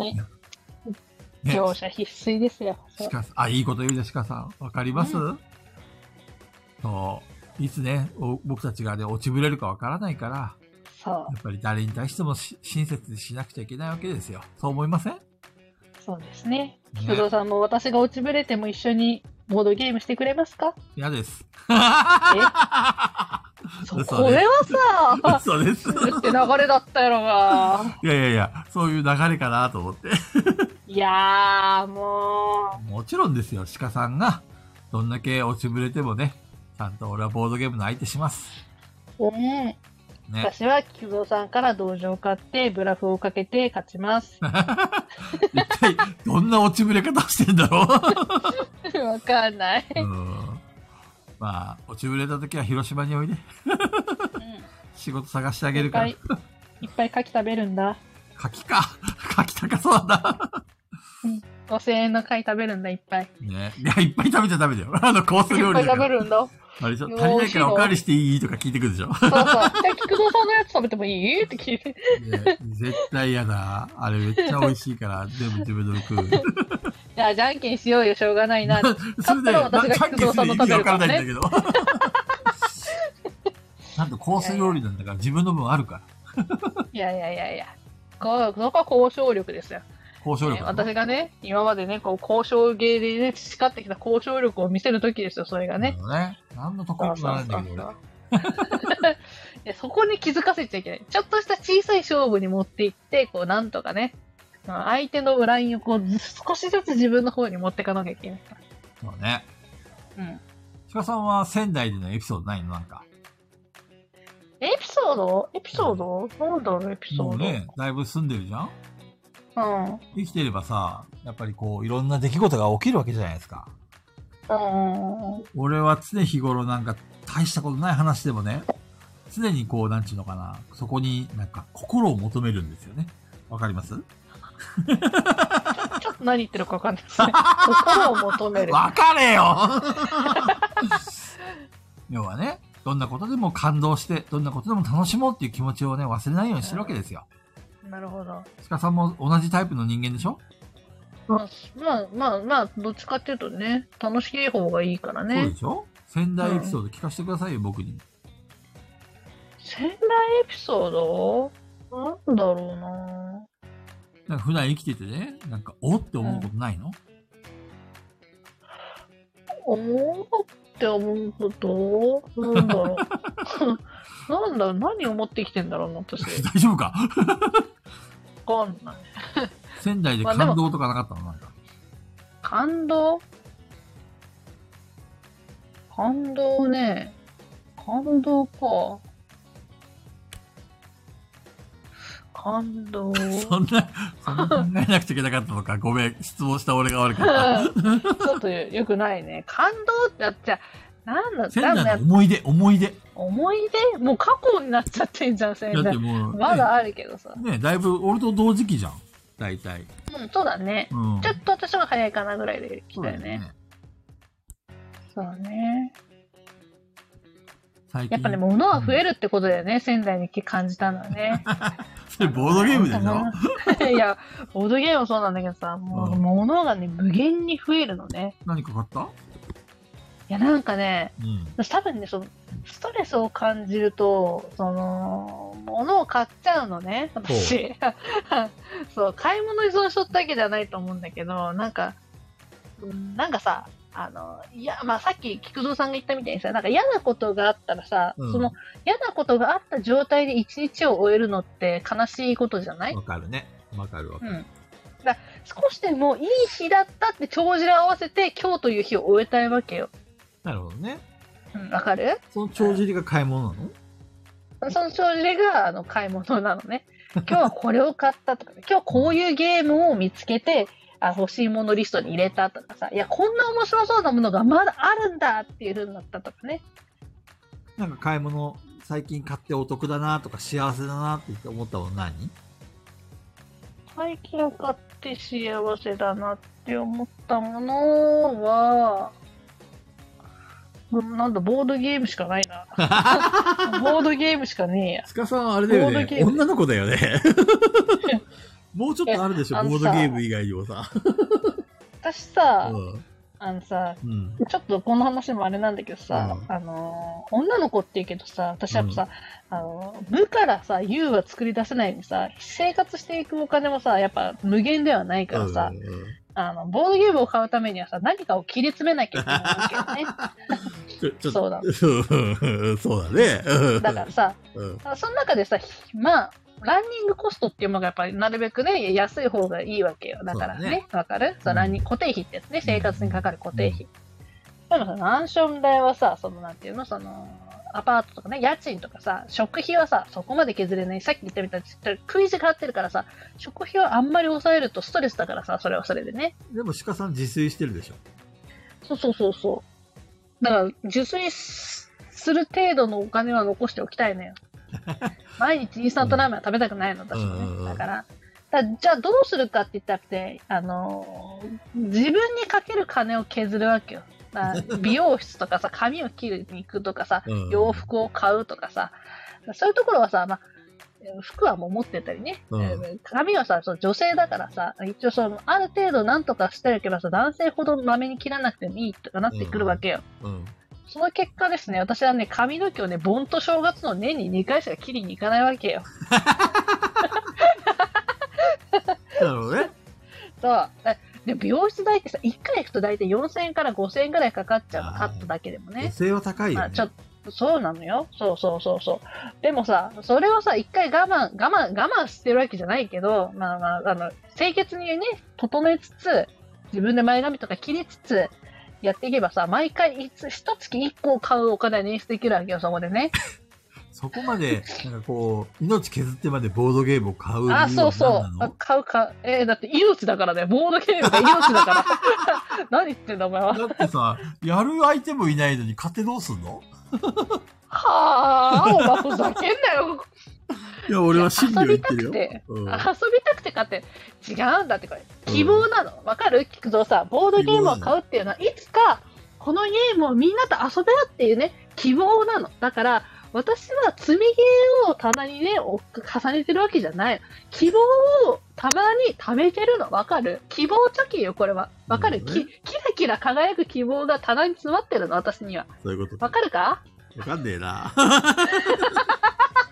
ね。ね、乗車必須ですよ。 鹿さん、あ、いいこと言うじゃん、鹿さん。わかります、うん、そう。いつね、僕たちがね、落ちぶれるかわからないから、 そう。 やっぱり誰に対しても親切にしなくちゃいけないわけですよ。そう思いません？ そうですね。菊蔵さんも私が落ちぶれても一緒にボードゲームしてくれますか？ 嫌です。 えそこれはさ、 そうです。 って流れだったやろが。 いやいやいや、そういう流れかなと思って。 いやー、もう。もちろんですよ、鹿さんが、どんだけ落ちぶれてもね、ちゃんと俺はボードゲームの相手します。 うん。ね、私は菊蔵さんから道場を買ってブラフをかけて勝ちます。 一体どんな落ちぶれ方をしてんだろうわかんない。 うん。まあ、落ちぶれた時は広島においで。うん、仕事探してあげるから。いっぱい、いっぱい牡蠣食べるんだ。 牡蠣か。牡蠣高そうだな。 うん。ごせんえんの貝食べるんだ、いっぱい。 ね。いや、いっぱい食べちゃダメだよ。あの、コース料理だから。いっぱい食べるんだ。 あれでしょ、足りないからおかわりしていいとか聞いてくるでしょ。 そうそう。じゃあ、菊蔵さんのやつ食べてもいいって聞いて。 ね、絶対嫌だ。あれめっちゃ美味しいから、全部自分で食う。 じゃあ、じゃんけんしようよ、しょうがないな。 それで、 私が菊蔵さんの食べるから、ね。 わからないんだけど。なんとコース料理なんだから自分の分あるから。 いやいやいやいや。こそこは交渉力ですよ。 交渉力、 ね、私がね、今までね、こう、交渉芸でね、培ってきた交渉力を見せるときですよ、それがね。 そうね。何の得意もならないんだけど、 俺。いやそこに気づかせちゃいけない。ちょっとした小さい勝負に持っていって、こう、なんとかね、相手のラインをこう、少しずつ自分の方に持っていかなきゃいけないから。 そうね。 うん。 鹿さんは仙台でのエピソードないのなんか。 エピソードエピソード、うん、なんだろう、エピソード。 もうね、だいぶ住んでるじゃん？ うん。 生きてればさ、やっぱりこう、いろんな出来事が起きるわけじゃないですか。 うん。 俺は常日頃なんか、大したことない話でもね、常にこう、なんちゅうのかな、そこになんか、心を求めるんですよね。わかります？ ちょっと何言ってるかわかんないですね。心を求める。 わかれよ要はね、どんなことでも感動して、どんなことでも楽しもうっていう気持ちをね、忘れないようにしてるわけですよ。 うん、なるほど。 鹿さんも同じタイプの人間でしょ？ まあ、まあ、まあ、まあ、どっちかっていうとね、楽しい方がいいからね。 そうでしょ？仙台エピソード聞かせてくださいよ、うん、僕に。 仙台エピソードなんだろうな。 なんか普段生きててね、なんか、おって思うことないの？ うん、思うって思うことなんだろう。なんだろう、何を持ってきてんだろうな、私。 大丈夫か？ わかんない。 仙台で感動とかなかったの？なんか。 感動感動ね。感動か。感動。 そんな、そんな考えなくちゃいけなかったのか。ごめん、質問した俺が悪かった。 ちょっと良くないね。感動ってやっちゃ、なんだ、 仙台の思い出、思い出。 思い出もう過去になっちゃってんじゃん、仙台。だってもう、まだあるけどさ。 ね、だいぶ俺と同時期じゃん。大体。 うん、そうだね。うん、ちょっと私は早いかなぐらいで来たよね。そうだね。やっぱね、物は増えるってことだよね、うん、仙台に感じたのはね。 それボードゲームでしょ？ いや、ボードゲームもそうなんだけどさ、もう、うん、物がね、無限に増えるのね。 何か買った？ いや、なんかね、うん、私多分ね、その、ストレスを感じると、その、物を買っちゃうのね、私。そう、買い物依存症ってわけじゃないと思うんだけど、なんか、なんかさ、あの、いや、まあ、さっき菊蔵さんが言ったみたいにさ、なんか嫌なことがあったらさ、うん、その嫌なことがあった状態で一日を終えるのって悲しいことじゃない？ わかるね。わかるわかる。うん。 だ少しでもいい日だったって帳尻を合わせて今日という日を終えたいわけよ。 なるほどね。 うん、わかる？ その帳尻が買い物なの？その帳尻があの買い物なのね。今日はこれを買ったとか、ね、今日こういうゲームを見つけて、あ、欲しいものリストに入れたとかさ、いや、こんな面白そうなものがまだあるんだっていう風になったとかね。 なんか買い物、最近買ってお得だなとか幸せだなって思ったもの何？ 最近買って幸せだなって思ったものは、なんだ、ボードゲームしかないな。ボードゲームしかねえや。 スカさんあれだよね。女の子だよね。もうちょっとあるでしょ、ボードゲーム以外にもさ。 私さ、うん、あのさ、うん、ちょっとこの話もあれなんだけどさ、うん、あのー、女の子って言うけどさ、私はさ、うん、あのー、無からさ、有は作り出せないのにさ、生活していくお金もさ、やっぱ無限ではないからさ、うんうん、あの、ボードゲームを買うためにはさ、何かを切り詰めなきゃいけないわけよね。ちょちょそうだ。 そうだね。 だからさ、うん、その中でさ、まあ、ランニングコストっていうものがやっぱりなるべくね、安い方がいいわけよ。だからね、わ、ね、かる、うん、そう、ランニング、固定費ってやつね、生活にかかる固定費。うん、でもさ、マンション代はさ、そのなんていうの、その、アパートとかね、家賃とかさ、食費はさ、そこまで削れない。さっき言ったみたいに、食い地が張ってるからさ、食費をあんまり抑えるとストレスだからさ、それはそれでね。 でも鹿さん自炊してるでしょ。 そうそうそうそう。だから、自炊する程度のお金は残しておきたいのよ。毎日インスタントラーメンは食べたくないの、私もね。うん、だから、だじゃあどうするかって言ったって、あのー、自分にかける金を削るわけよ。美容室とかさ、髪を切るに行くとかさ、洋服を買うとかさ、そういうところはさ、まあ、服はもう持ってたりね、うん、髪はさ、その女性だからさ、一応その、ある程度なんとかしてるけどさ、男性ほどまめに切らなくてもいいとかなってくるわけよ。うんうん、その結果ですね、私はね、髪の毛をね、盆と正月の年ににかいしか切りに行かないわけよ。 なるほどね。 そう。で、美容室代ってさ、いっかい行くと大体よんせんえんからごせんえんくらいかかっちゃうの、カットだけでもね。 女性は高いよね。まあ、ちょっとそうなのよ。そうそうそうそう。でもさ、それをさ、一回我慢、我慢、我慢してるわけじゃないけど、まあまあ、あの、清潔にね、整えつつ、自分で前髪とか切りつつ、やっていけばさ、毎回いつ、一月一個買うお金は捻出できるわけよ、そこでね。 そこまで、なんかこう、命削ってまでボードゲームを買う理由は何なの？あ、そうそう。買うか、えー、だって命だからね、ボードゲームが命だから。何言ってんだ、お前は。 だってさ、やる相手もいないのに買ってどうすんの？ はぁ、お前ふざけんなよ。 いや、俺は真理を言ってるよ。 遊びたくて、うん、遊びたくて買って、違うんだってこれ。希望なの。わ、うん、かる？菊蔵さん。ボードゲームを買うっていうのは、いつか、このゲームをみんなと遊べよっていうね、希望なの。だから、私は積みゲーを棚にね、重ねてるわけじゃない。希望をたまに貯めてるの。わかる？希望貯金よ、これは。わかる？き、キラキラ輝く希望が棚に詰まってるの、私には。 そういうこと。 わかるか？ わかんねえな。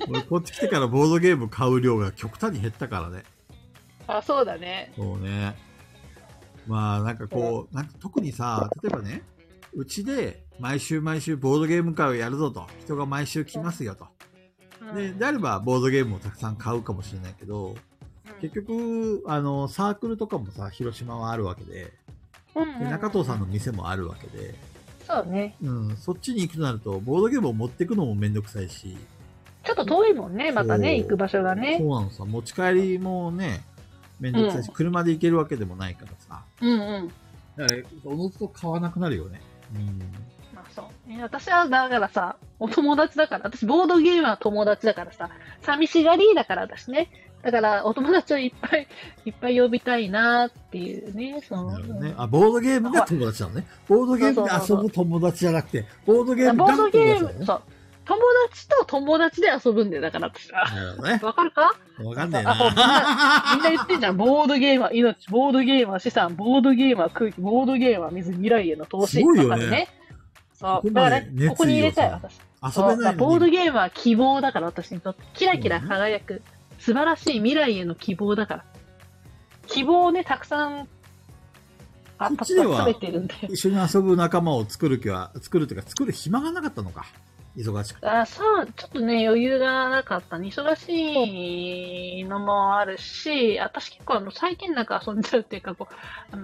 俺こっち来てからボードゲーム買う量が極端に減ったからね。 あ、そうだね。 そうね。まあなんかこう、なんか特にさ、例えばね、うちで毎週毎週ボードゲーム会をやるぞと。人が毎週来ますよと。 うん、 で、であればボードゲームをたくさん買うかもしれないけど、うん、結局、あの、サークルとかもさ、広島はあるわけで、うんうんうん、で中藤さんの店もあるわけで、 そうね。 うん、そっちに行くとなると、ボードゲームを持っていくのもめんどくさいし、 ちょっと遠いもんね、またね、行く場所がね。 そうなのさ、持ち帰りもね、めんどくさいし、うん、車で行けるわけでもないからさ。 うんうん。 だから、おのずと買わなくなるよね。うん。 まあそう。私はだからさ、お友達だから、私ボードゲームは友達だからさ、寂しがりだから私ね。だから、お友達をいっぱいいっぱい呼びたいなっていうね。そのなるほどね。あ、ボードゲームが友達なのね。ボードゲームで遊ぶ友達じゃなくて、ボードゲームが友達なのね。ボードゲーム、そう。友達と友達で遊ぶんだよ、だから私は。 なるほどね。 わかるかわかんないな。 みんな、みんな言ってんじゃん。ボードゲームは命、ボードゲームは資産、ボードゲームは空気、ボードゲームは水、未来への投資。 すごいよね。 わかるね。そう。だから、ね、ここに入れたい、私。 遊べないのに。 ボードゲームは希望だから、私にとって。キラキラ輝く、素晴らしい未来への希望だから。希望をね、たくさん、 あ、こっちでは、一緒に遊ぶ仲間を作る気は、作るというか、作る暇がなかったのか。忙しくて。 あ、そう、ちょっとね、余裕がなかったね。忙しいのもあるし、私結構あの、最近なんか遊んじゃうっていうか、こう、あ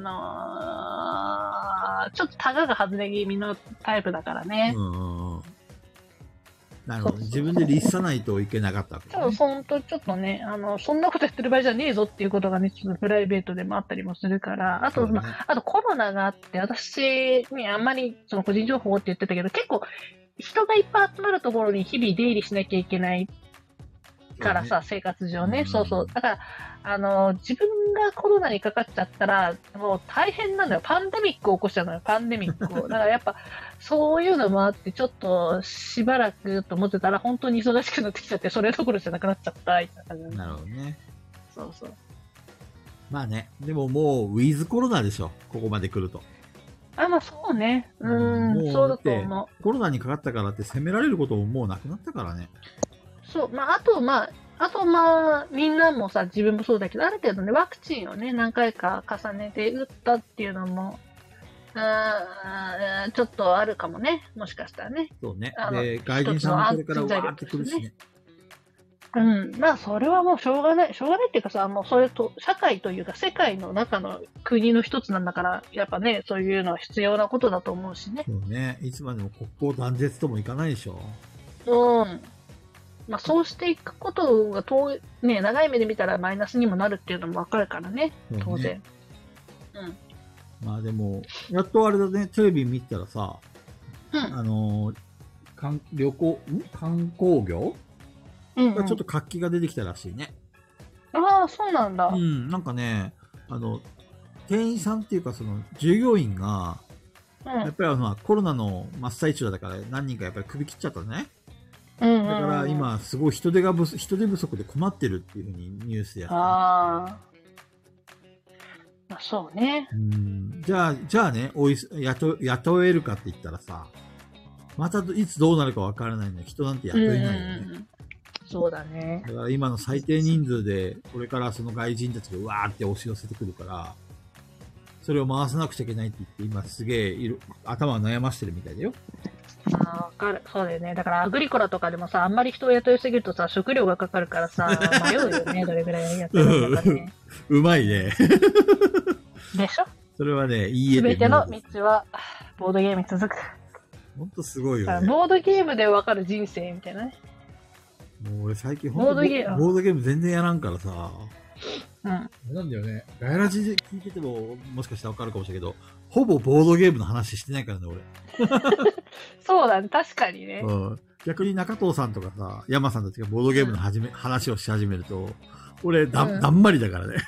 のー、ちょっとタガが外れ気味のタイプだからね。うん。 なるほど。自分で律さないといけなかったわけ、ね。 そう、ほんとちょっとね、あの、そんなことやってる場合じゃねえぞっていうことがね、ちょっとプライベートでもあったりもするから、あと、ね、まあ、あとコロナがあって、私にあんまりその個人情報って言ってたけど、結構、人がいっぱい集まるところに日々出入りしなきゃいけないからさ、ね、生活上ね、うん、そうそう。だから、あの、自分がコロナにかかっちゃったら、もう大変なんだよ。パンデミックを起こしちゃうのよ、パンデミックを。だからやっぱ、そういうのもあって、ちょっとしばらくと思ってたら、本当に忙しくなってきちゃって、それどころじゃなくなっちゃった、みたいな感じ。 なるほどね。 そうそう。 まあね、でももう、ウィズコロナでしょ、ここまで来ると。 あ、まあそうね。うん、うん、そうだと思う。 コロナにかかったからって責められることももうなくなったからね。 そう、まああと、まあ、あとまあ、みんなもさ、自分もそうだけど、ある程度ね、ワクチンをね、何回か重ねて打ったっていうのも、あちょっとあるかもね。もしかしたらね。 そうね。で、外人さんもこれからわーってくるしね。 うん。まあ、それはもうしょうがない。しょうがないっていうかさ、もうそれと、社会というか世界の中の国の一つなんだから、やっぱね、そういうのは必要なことだと思うしね。 そうね。いつまでも国交断絶ともいかないでしょ。 うん。まあ、そうしていくことが遠い、ね、長い目で見たらマイナスにもなるっていうのもわかるからね。当然。うん。 まあでも、やっとあれだね、テレビ見たらさ、うん、あのー、観旅行、ん観光業うんうん、ちょっと活気が出てきたらしいね。 ああ、そうなんだ。 うん、なんかね、あの、店員さんっていうか、その、従業員が、うん、やっぱりあの、コロナの真っ最中だから何人かやっぱり首切っちゃったね。うんうんうん、だから今、すごい人手が不、人手不足で困ってるっていうふうにニュースでやってる。ああ。 まあ、そうね。 うん。じゃあ、じゃあね、おい雇、雇えるかって言ったらさ、またいつどうなるかわからないのに人なんて雇えないよね。うんうん、 そうだね。 だから今の最低人数で、これからその外人たちがうわーって押し寄せてくるから、それを回さなくちゃいけないって言って、今すげえいる、頭を悩ましてるみたいだよ。 ああ、わかる。そうだよね。だからアグリコラとかでもさ、あんまり人を雇いすぎるとさ、食料がかかるからさ、迷うよね、どれぐらいやってるのかね。 うまいね。 でしょ？ それはね、いいえ。すべての道は、ボードゲームに続く。 ほんとすごいよね。 ボードゲームでわかる人生みたいなね。 もう俺最近ほんとボードゲーム、ボードゲーム全然やらんからさ。うん。なんだよね。ガヤラジで聞いてても、もしかしたらわかるかもしれないけど、ほぼボードゲームの話してないからね、俺。 そうだね、確かにね。 うん。逆に中藤さんとかさ、山さんたちがボードゲームの始め、うん、話をし始めると、俺だ、うん、だんまりだからね。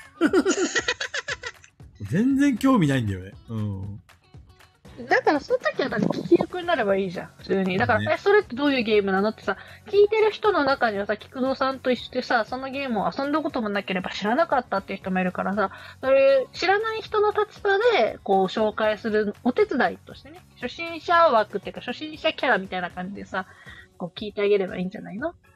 全然興味ないんだよね。うん。 だから、その時は聞き役になればいいじゃん、普通に。だから、ね、え、それってどういうゲームなのってさ、聞いてる人の中にはさ、菊蔵さんと一緒でさ、そのゲームを遊んだこともなければ知らなかったっていう人もいるからさ、それ、知らない人の立場で、こう、紹介するお手伝いとしてね、初心者枠っていうか、初心者キャラみたいな感じでさ、こう、聞いてあげればいいんじゃないの？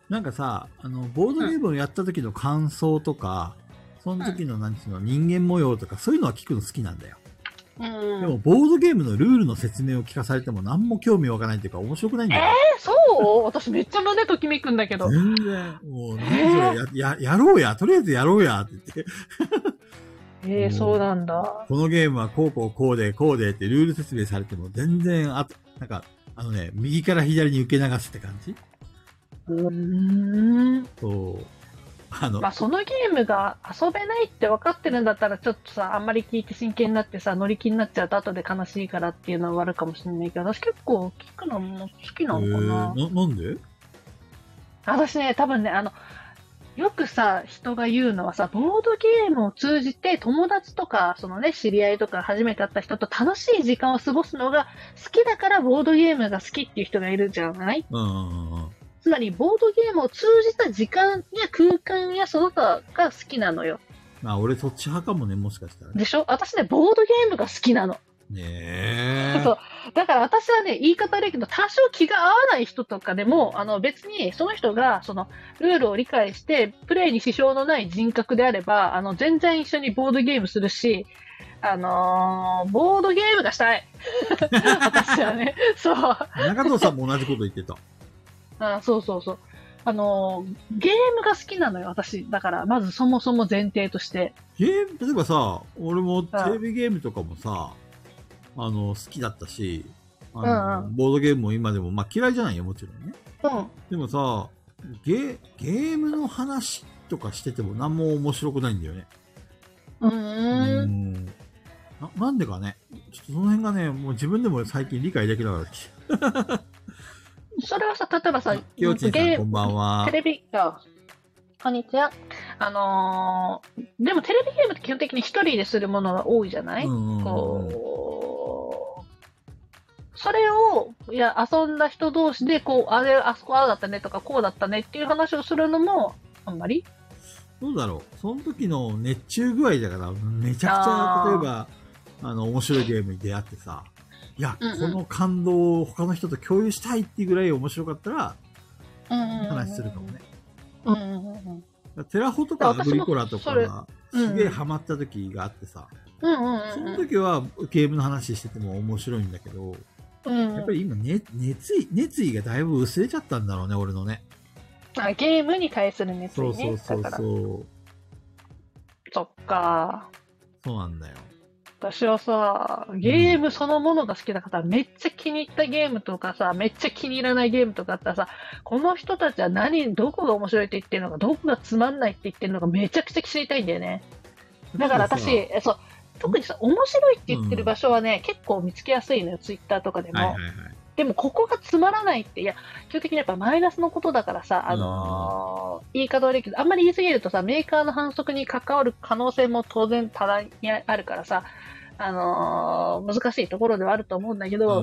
なんかさ、あの、ボードゲームをやった時の感想とか、その時の、なんていうの、人間模様とか、そういうのは聞くの好きなんだよ。 うん。 でも、ボードゲームのルールの説明を聞かされても何も興味湧かないっていうか、面白くないんだよ。 えー、そう私めっちゃ胸ときめくんだけど。 全然、もう、何それ、や、や、やろうや、とりあえずやろうや、って言って。 えー、そうなんだ。 このゲームはこうこうこうで、こうでってルール説明されても全然、あと、なんか、あのね、右から左に受け流すって感じ。 うーん。 そう。あの、 まあ、そのゲームが遊べないって分かってるんだったら、ちょっとさ、あんまり聞いて真剣になってさ、乗り気になっちゃうと後で悲しいからっていうのはあるかもしれないけど、私結構聞くのも好きなのかな。 えー、な、なんで？ 私ね、多分ね、あの、よくさ、人が言うのはさ、ボードゲームを通じて友達とか、そのね、知り合いとか初めて会った人と楽しい時間を過ごすのが好きだからボードゲームが好きっていう人がいるじゃない？ うんうんうん。 つまり、ボードゲームを通じた時間や空間やその他が好きなのよ。 まあ、俺そっち派かもね、もしかしたらね。 でしょ？私ね、ボードゲームが好きなの。 ねえ。 そう。だから私はね、言い方悪いけど、多少気が合わない人とかでも、あの別にその人が、その、ルールを理解して、プレイに支障のない人格であれば、あの、全然一緒にボードゲームするし、あのー、ボードゲームがしたい。私はね、そう。 中藤さんも同じこと言ってた。 あ、そうそうそう。あのー、ゲームが好きなのよ、私。だから、まずそもそも前提として。 ゲーム、例えばさ、俺もテレビゲームとかもさ、あの、好きだったし、あの、 うんうん、 ボードゲームも今でも、まあ嫌いじゃないよ、もちろんね。 うん。 でもさ、ゲ、ゲームの話とかしてても何も面白くないんだよね。 うーん。 な、なんでかね。ちょっとその辺がね、もう自分でも最近理解できなかった。 それはさ、例えばさ、 きよちんさんこんばんは。 テレビ、あ、こんにちは。あのー、でもテレビゲームって基本的に一人でするものが多いじゃない？うんうんうん、こう、それを、いや、遊んだ人同士で、こう、あれ、あそこああだったねとか、こうだったねっていう話をするのも、あんまり？ どうだろう。その時の熱中具合だから、めちゃくちゃ、例えば、あの、面白いゲームに出会ってさ、いや、うんうん、この感動を他の人と共有したいっていうぐらい面白かったら、話するかもね。 うんうんうん、 テラフォとかアグリコラとかがすげえハマった時があってさ、うんうんうん、その時はゲームの話してても面白いんだけど、うんうん、やっぱり今、ね、熱意、熱意がだいぶ薄れちゃったんだろうね、俺のね。 あ、ゲームに対する熱意ね。 そうそうそうそう。 そっか。 そうなんだよ。 私はさ、ゲームそのものが好きだから、うん、めっちゃ気に入ったゲームとかさ、めっちゃ気に入らないゲームとかあったらさ、この人たちは何、どこが面白いって言ってるのか、どこがつまんないって言ってるのか、めちゃくちゃ知りたいんだよね。だから私、そう、特にさ、面白いって言ってる場所はね、うん、結構見つけやすいのよ、ツイッターとかでも。はいはいはい、でも、ここがつまらないって、いや、基本的にやっぱマイナスのことだからさ、あのー、言い方悪いけど、あんまり言い過ぎるとさ、メーカーの反則に関わる可能性も当然多大にあるからさ、あのー、難しいところではあると思うんだけど、うん、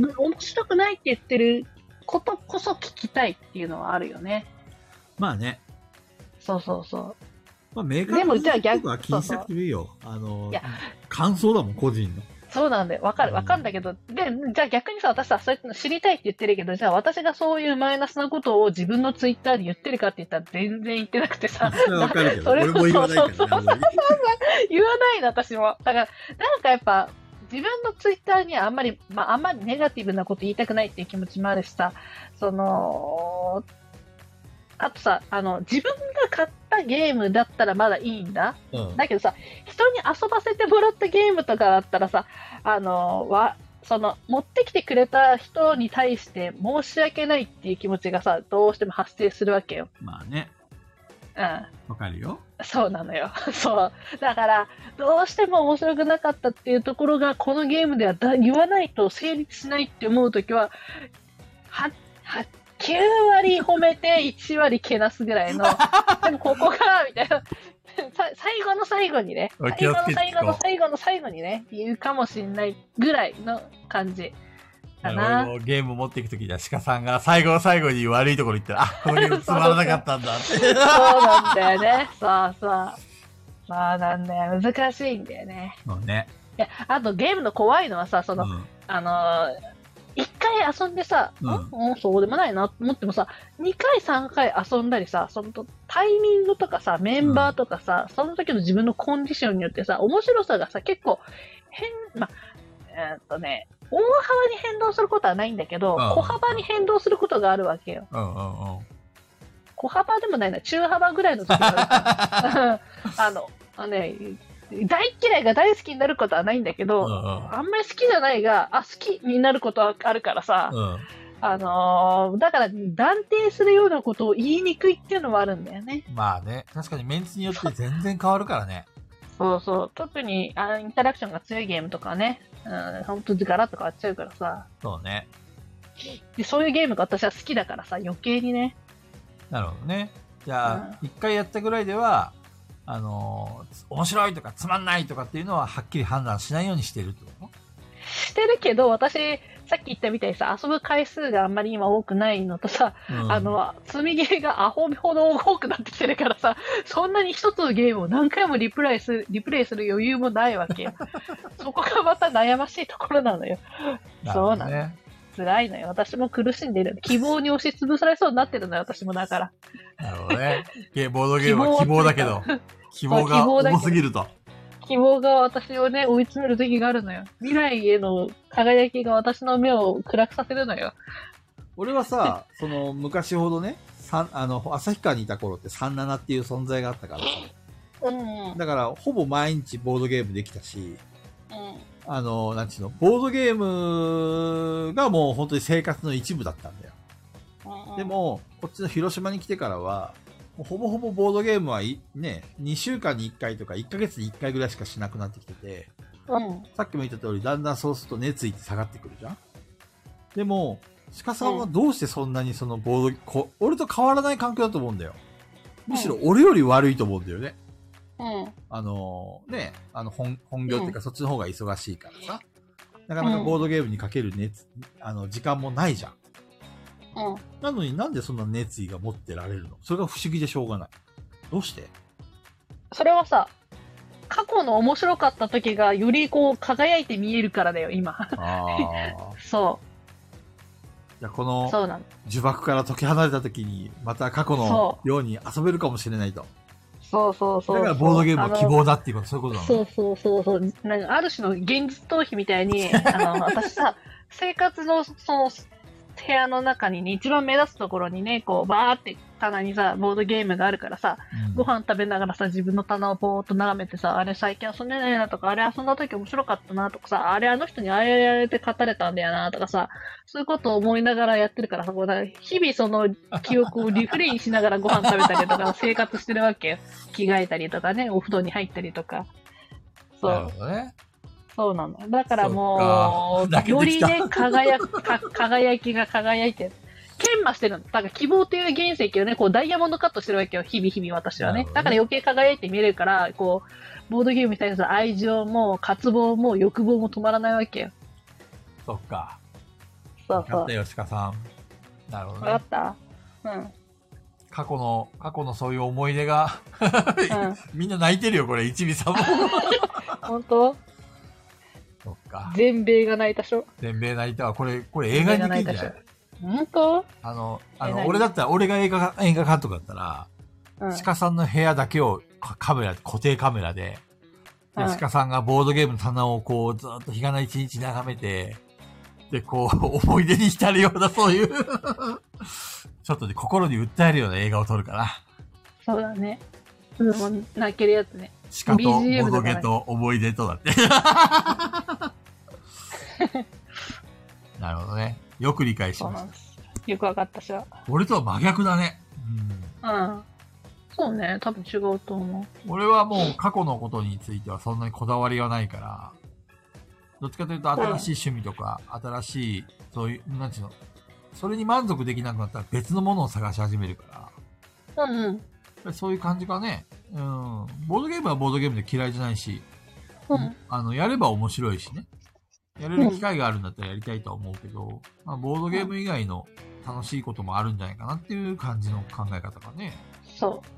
面白くないって言ってることこそ聞きたいっていうのはあるよね。 まあね。 そうそうそう。 まあメーカーのことは気にしなくてもいいよ。あのー、いや感想だもん、個人の。 そうなんだよ。わかる、わかるんだけど、で、じゃあ逆にさ、私さ、そういうの知りたいって言ってるけど、じゃあ私がそういうマイナスなことを自分のツイッターで言ってるかって言ったら全然言ってなくてさ。 それはわかるけど、俺も言わないからね。 言わないの、私も。だから、なんかやっぱ、自分のツイッターにはあんまり、まあ、あんまりネガティブなこと言いたくないっていう気持ちもあるしさ、その、あとさ、あの、自分が買ったゲームだったらまだいいんだ。うん、だけどさ、人に遊ばせてもらったゲームとかだったらさ、あの、わ、その、持ってきてくれた人に対して申し訳ないっていう気持ちがさ、どうしても発生するわけよ。 まあね。 うん。 わかるよ。 そうなのよ。そう。だから、どうしても面白くなかったっていうところが、このゲームではだ言わないと成立しないって思うときは、は、は、きゅうわり褒めていちわりけなすぐらいの、でもここが、みたいな、最後の最後にね、最後の最後の最後の最後にね、言うかもしんないぐらいの感じかな。 俺もゲーム持っていくときには鹿さんが最後の最後に悪いところ言ったら、あ、このゲームつまらなかったんだって。 そうなんだよね。そうそう。そうなんだよ。難しいんだよね。 そうね。 いや、あとゲームの怖いのはさ、その、うん、あのー、 一回遊んでさ、 うんん、うん、そうでもないなと思ってもさ、二回三回遊んだりさ、そのタイミングとかさ、メンバーとかさ、その時の自分のコンディションによってさ、面白さがさ、結構変、ま、えーっとね、大幅に変動することはないんだけど、 うん小幅に変動することがあるわけよ。 うんうんうん。 小幅でもないな、中幅ぐらいの時があるあの、あのね、大嫌いが大好きになることはないんだけど、 うんうん、 あんまり好きじゃないが、あ、好きになることはあるからさ、 うん、 あのー、だから断定するようなことを言いにくいっていうのはあるんだよね。 まあね、確かにメンツによって全然変わるからね。 そうそう。特にあインタラクションが強いゲームとかね、うん、ほんとガラッと変わっちゃうからさ。 そうね。 で、そういうゲームが私は好きだからさ、余計にね。 なるほどね。じゃあ、一、うん、回やったぐらいでは、あのー、面白いとかつまんないとかっていうのははっきり判断しないようにしてるってこと？ してるけど、私、さっき言ったみたいにさ、遊ぶ回数があんまり今多くないのとさ、うん、あの、積みゲーがアホほど多くなってきてるからさ、そんなに一つのゲームを何回もリプレイする、リプレイする余裕もないわけよ。そこがまた悩ましいところなのよ。 ね、 そうなの。辛いのよ。私も苦しんでいる。希望に押しつぶされそうになってるのよ、私もだから。 なるほどね。ボードゲームは希望だけど、希望が重すぎると。 希望が私をね、追い詰める時があるのよ。未来への輝きが私の目を暗くさせるのよ。 俺はさ、その昔ほどね、あの、旭川にいた頃ってさんじゅうななっていう存在があったからさ。うん。だから、ほぼ毎日ボードゲームできたし、うん。あの、なんちゅうの、ボードゲームがもう本当に生活の一部だったんだよ。うんうん、でも、こっちの広島に来てからは、ほぼほぼボードゲームはいね、にしゅうかんにいっかいとかいっかげつにいっかいぐらいしかしなくなってきてて、うん、さっきも言った通り、だんだんそうすると熱意って下がってくるじゃん。でも、鹿さんはどうしてそんなにそのボード、こ俺と変わらない環境だと思うんだよ。むしろ俺より悪いと思うんだよね。うん。あのー、ね、あの本、本業っていうかそっちの方が忙しいからさ。なかなかボードゲームにかける熱、あの、時間もないじゃん。うん。なのになんでそんな熱意が持ってられるの？それが不思議でしょうがない。どうして？ それはさ、過去の面白かった時がよりこう輝いて見えるからだよ、今。ああ。そう。 じゃあこの呪縛から解き離れた時にまた過去のように遊べるかもしれないと。 そうそうそう。 だからボードゲームは希望だっていうこと、そういうことなの？ そうそうそうそう。なんかある種の現実逃避みたいに、あの、私さ、生活のその、部屋の中にね、一番目立つところにね、こう、バーって棚にさ、ボードゲームがあるからさ、うん、ご飯食べながらさ、自分の棚をぼーっと眺めてさ、あれ最近遊んでないなとか、あれ遊んだ時面白かったなとかさ、あれあの人にあれやられて勝たれたんだよなとかさ、そういうことを思いながらやってるからさ、こうだ日々その記憶をリフレインしながらご飯食べたりとか、生活してるわけよ。着替えたりとかね、お風呂に入ったりとか。そう。 なるほどね。 そうなの。だからもう、よりね、輝く、輝きが輝いてる。研磨してるの。だから希望という原石をね、こうダイヤモンドカットしてるわけよ。日々日々私はね。だから余計輝いて見れるから、こう、ボードゲームに対する愛情も、渇望も、欲望も止まらないわけよ。 そっか。 そうそう。 分かったよ、鹿さん。なるほどね。 分かったうん。 過去の、過去のそういう思い出が、うん、みんな泣いてるよ、これ、一味さんも。 本当そっか。 全米が泣いたしょ。 全米泣いたわ。これ、これ映画にできるんじゃない？ 本当？ あの、あの、俺だったら、俺が映画、映画監督だったら、うん、鹿さんの部屋だけをカメラ、固定カメラで、で、うん、鹿さんがボードゲームの棚をこう、ずっと日がな一日眺めて、で、こう、思い出に浸るような、そういう、ちょっとね、心に訴えるような映画を撮るかな。 そうだね。うん、泣けるやつね。 鹿とボードゲと思い出とだって。なるほどね。よく理解しました。 よくわかったしは。 俺とは真逆だね。 うん。うん。そうね。多分違うと思う。 俺はもう過去のことについてはそんなにこだわりはないから、どっちかというと新しい趣味とか、うん、新しい、そういう、なんちゅうの、それに満足できなくなったら別のものを探し始めるから。うんうん。そういう感じかね。うん。ボードゲームはボードゲームで嫌いじゃないし、うん。あの、やれば面白いしね。やれる機会があるんだったらやりたいとは思うけど、うん、まあ、ボードゲーム以外の楽しいこともあるんじゃないかなっていう感じの考え方がね。 そ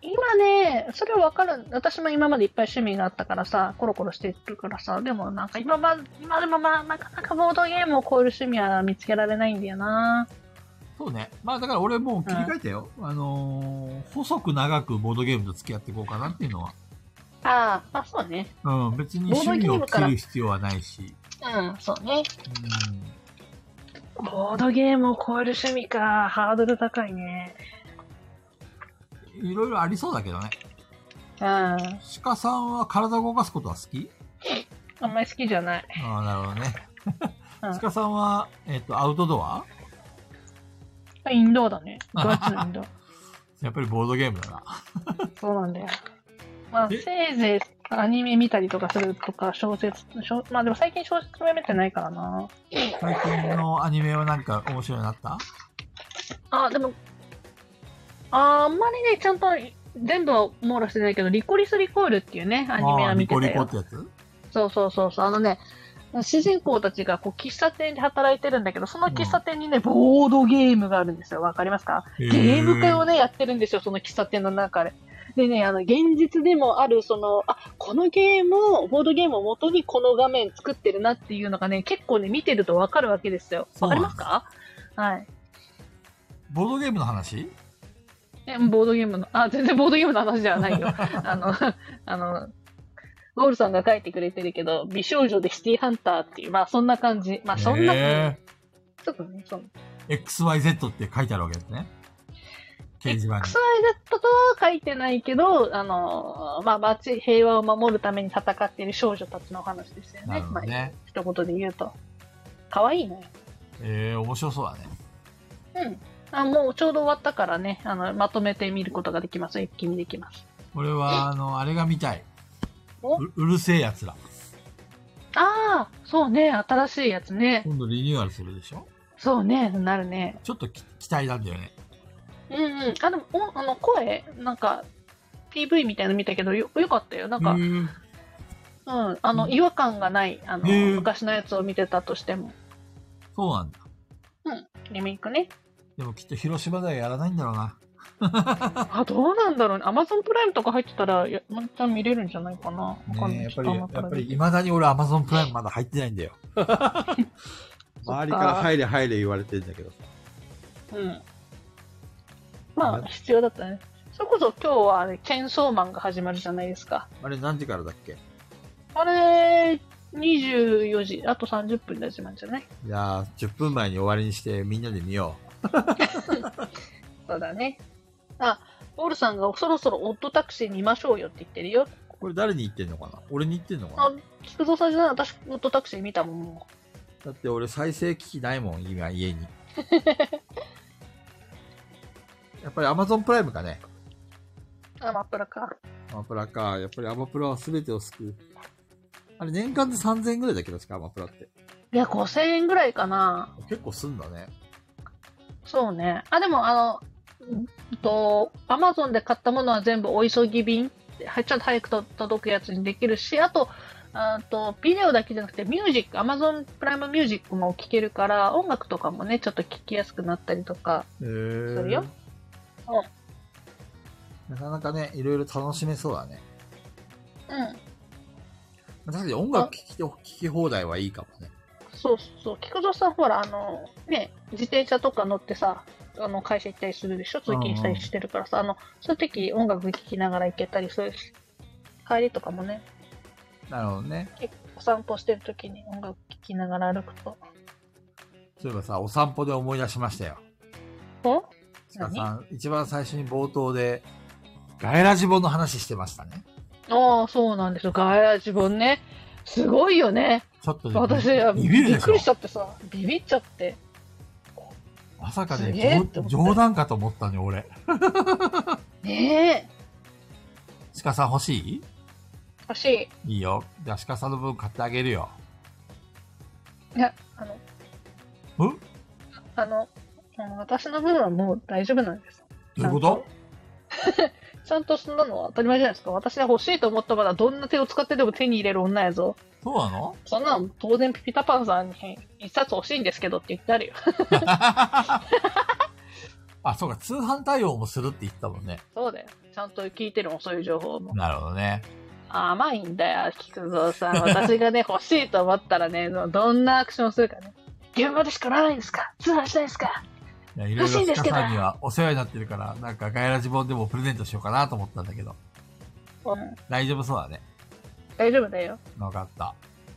今ね、それはわかる。私も今までいっぱい趣味があったからさ、コロコロしてるからさ、でもなんか今ま、今でもまあ、なかなかボードゲームを超える趣味は見つけられないんだよな。 そうね。まあだから俺もう切り替えたよ。うん、あのー、細く長くボードゲームと付き合っていこうかなっていうのは。 ああ、あ、そうね。 うん、別に趣味を切る必要はないし。 うん、そうね。うん。ボードゲームを超える趣味か、ハードル高いね。 いろいろありそうだけどね。 うん。 鹿さんは体を動かすことは好き？ あんまり好きじゃない。 ああ、なるほどね。 うん、 鹿さんは、えっと、アウトドア？ インドアだね。ガチのインドア。 やっぱりボードゲームだな。 そうなんだよ。まあ、せいぜいアニメ見たりとかするとか、小説、小まあでも最近小説読めてないからな。 最近のアニメはなんか面白いのあった？ あ、でも、ああんまりね、ちゃんと全部は網羅してないけど、リコリス・リコールっていうね、アニメは見てたよ。 リコリコってやつ？ そうそうそうそう。あのね、主人公たちがこう喫茶店で働いてるんだけど、その喫茶店にね、うん、ボードゲームがあるんですよ。わかりますか？ゲーム会をね、やってるんですよ、その喫茶店の中で。でね、あの、現実でもある、その、あ、このゲームを、ボードゲームを元にこの画面作ってるなっていうのがね、結構ね、見てるとわかるわけですよ。わかりますか？はい。 ボードゲームの話？ え、ボードゲームの、あ、全然ボードゲームの話じゃないよ。あの、あの、ゴールさんが書いてくれてるけど、美少女でシティハンターっていう、まあそんな感じ。まあそんな、 えー、ちょっとね、その。 エックスワイゼット って書いてあるわけですね。掲示板に。 エックスワイゼット とは書いてないけど、あの、まあ街、平和を守るために戦っている少女たちのお話ですよね。 なるほどね。 まあ、一言で言うと。可愛いね。 ええー、面白そうだね。うん。あ、もうちょうど終わったからね、あの、まとめて見ることができます。一気にできます。 俺は、あの、あれが見たい。う, うるせえやつら。 ああ、そうね、新しいやつね。 今度リニューアルするでしょ？ そうね、なるね。 ちょっと期待なんだよね。 うんうん。あ、でも、おあの、声、なんか、ピーブイ みたいなの見たけど、よ、よかったよ。なんか、うん、あの、違和感がない、あの、昔のやつを見てたとしても。 そうなんだ。 うん、リメイクね。 でもきっと広島ではやらないんだろうな。 あ、どうなんだろうね。アマゾンプライムとか入ってたら、や、また見れるんじゃないかな。わかんない。 ね、やっぱり、やっぱり、未だに俺アマゾンプライムまだ入ってないんだよ。周りから入れ入れ言われてるんだけどさ。 うん。まあ、必要だったね。それこそ今日はあれ、チェーンソーマンが始まるじゃないですか。 あれ何時からだっけ？ あれ、にじゅうよじ、あとさんじゅっぷんで始まるんじゃない？ じゃあ、じゅっぷんまえに終わりにしてみんなで見よう。 そうだね。あ、オールさんがそろそろオットタクシー見ましょうよって言ってるよ。 これ誰に言ってんのかな？俺に言ってんのかな？ あ、菊蔵さんじゃない？私、オットタクシー見たもん。 だって俺再生機器ないもん、今家に。やっぱり Amazon プライムかね。 アマプラか。 アマプラか。やっぱりアマプラは全てを救う。あれ年間でさんぜんえんぐらいだけど、しかアマプラって。 いや、ごせんえんぐらいかな。 結構すんだね。 そうね。あ、でもあの、と、アマゾンで買ったものは全部お急ぎ便、ちょっと早くと届くやつにできるし、あと、あと、ビデオだけじゃなくてミュージック、アマゾンプライムミュージックも聴けるから、音楽とかもね、ちょっと聴きやすくなったりとかするよ。 なかなかね、いろいろ楽しめそうだね。 うん。 確かに音楽聴き、聴き放題はいいかもね。 そうそう。菊蔵さんほら、あの、ね、自転車とか乗ってさ、あの、会社行ったりするでしょ？通勤したりしてるからさ、あの、そういう時音楽聴きながら行けたりするし、帰りとかもね。 なるほどね。 結構お散歩してる時に音楽聴きながら歩くと。 そういえばさ、お散歩で思い出しましたよ。 お？ 鹿さん、一番最初に冒頭で、ガエラジボの話してましたね。 ああ、そうなんですよ。ガエラジボね。すごいよね。 ちょっとね、 私、 ビビるでしょ。 びっくりしちゃってさ、ビビっちゃって。 まさかね、冗談かと思ったね、俺。 ねえ。 鹿さん欲しい？ 欲しい。いいよ。じゃあ鹿さんの分買ってあげるよ。 いや、あの、 ん？ あの、私の分はもう大丈夫なんです。 どういうこと？ ちゃんとそんなのは当たり前じゃないですか。私は欲しいと思ったからどんな手を使ってでも手に入れる女やぞ。 そうなの？ そんなの当然ピピタパンさんに一冊欲しいんですけどって言ってあるよ。 あ、そうか、通販対応もするって言ったもんね。 そうだよ。 ちゃんと聞いてるもん、そういう情報も。 なるほどね。 甘いんだよ、菊蔵さん。私がね、欲しいと思ったらね、どんなアクションするかね。現場でしか売らないんですか？通販したいですか？ いや、いろいろスカさんにはお世話になってるから、なんかガヤラジ本でもプレゼントしようかなと思ったんだけど。 うん。 大丈夫そうだね。 大丈夫だよ。 わかった。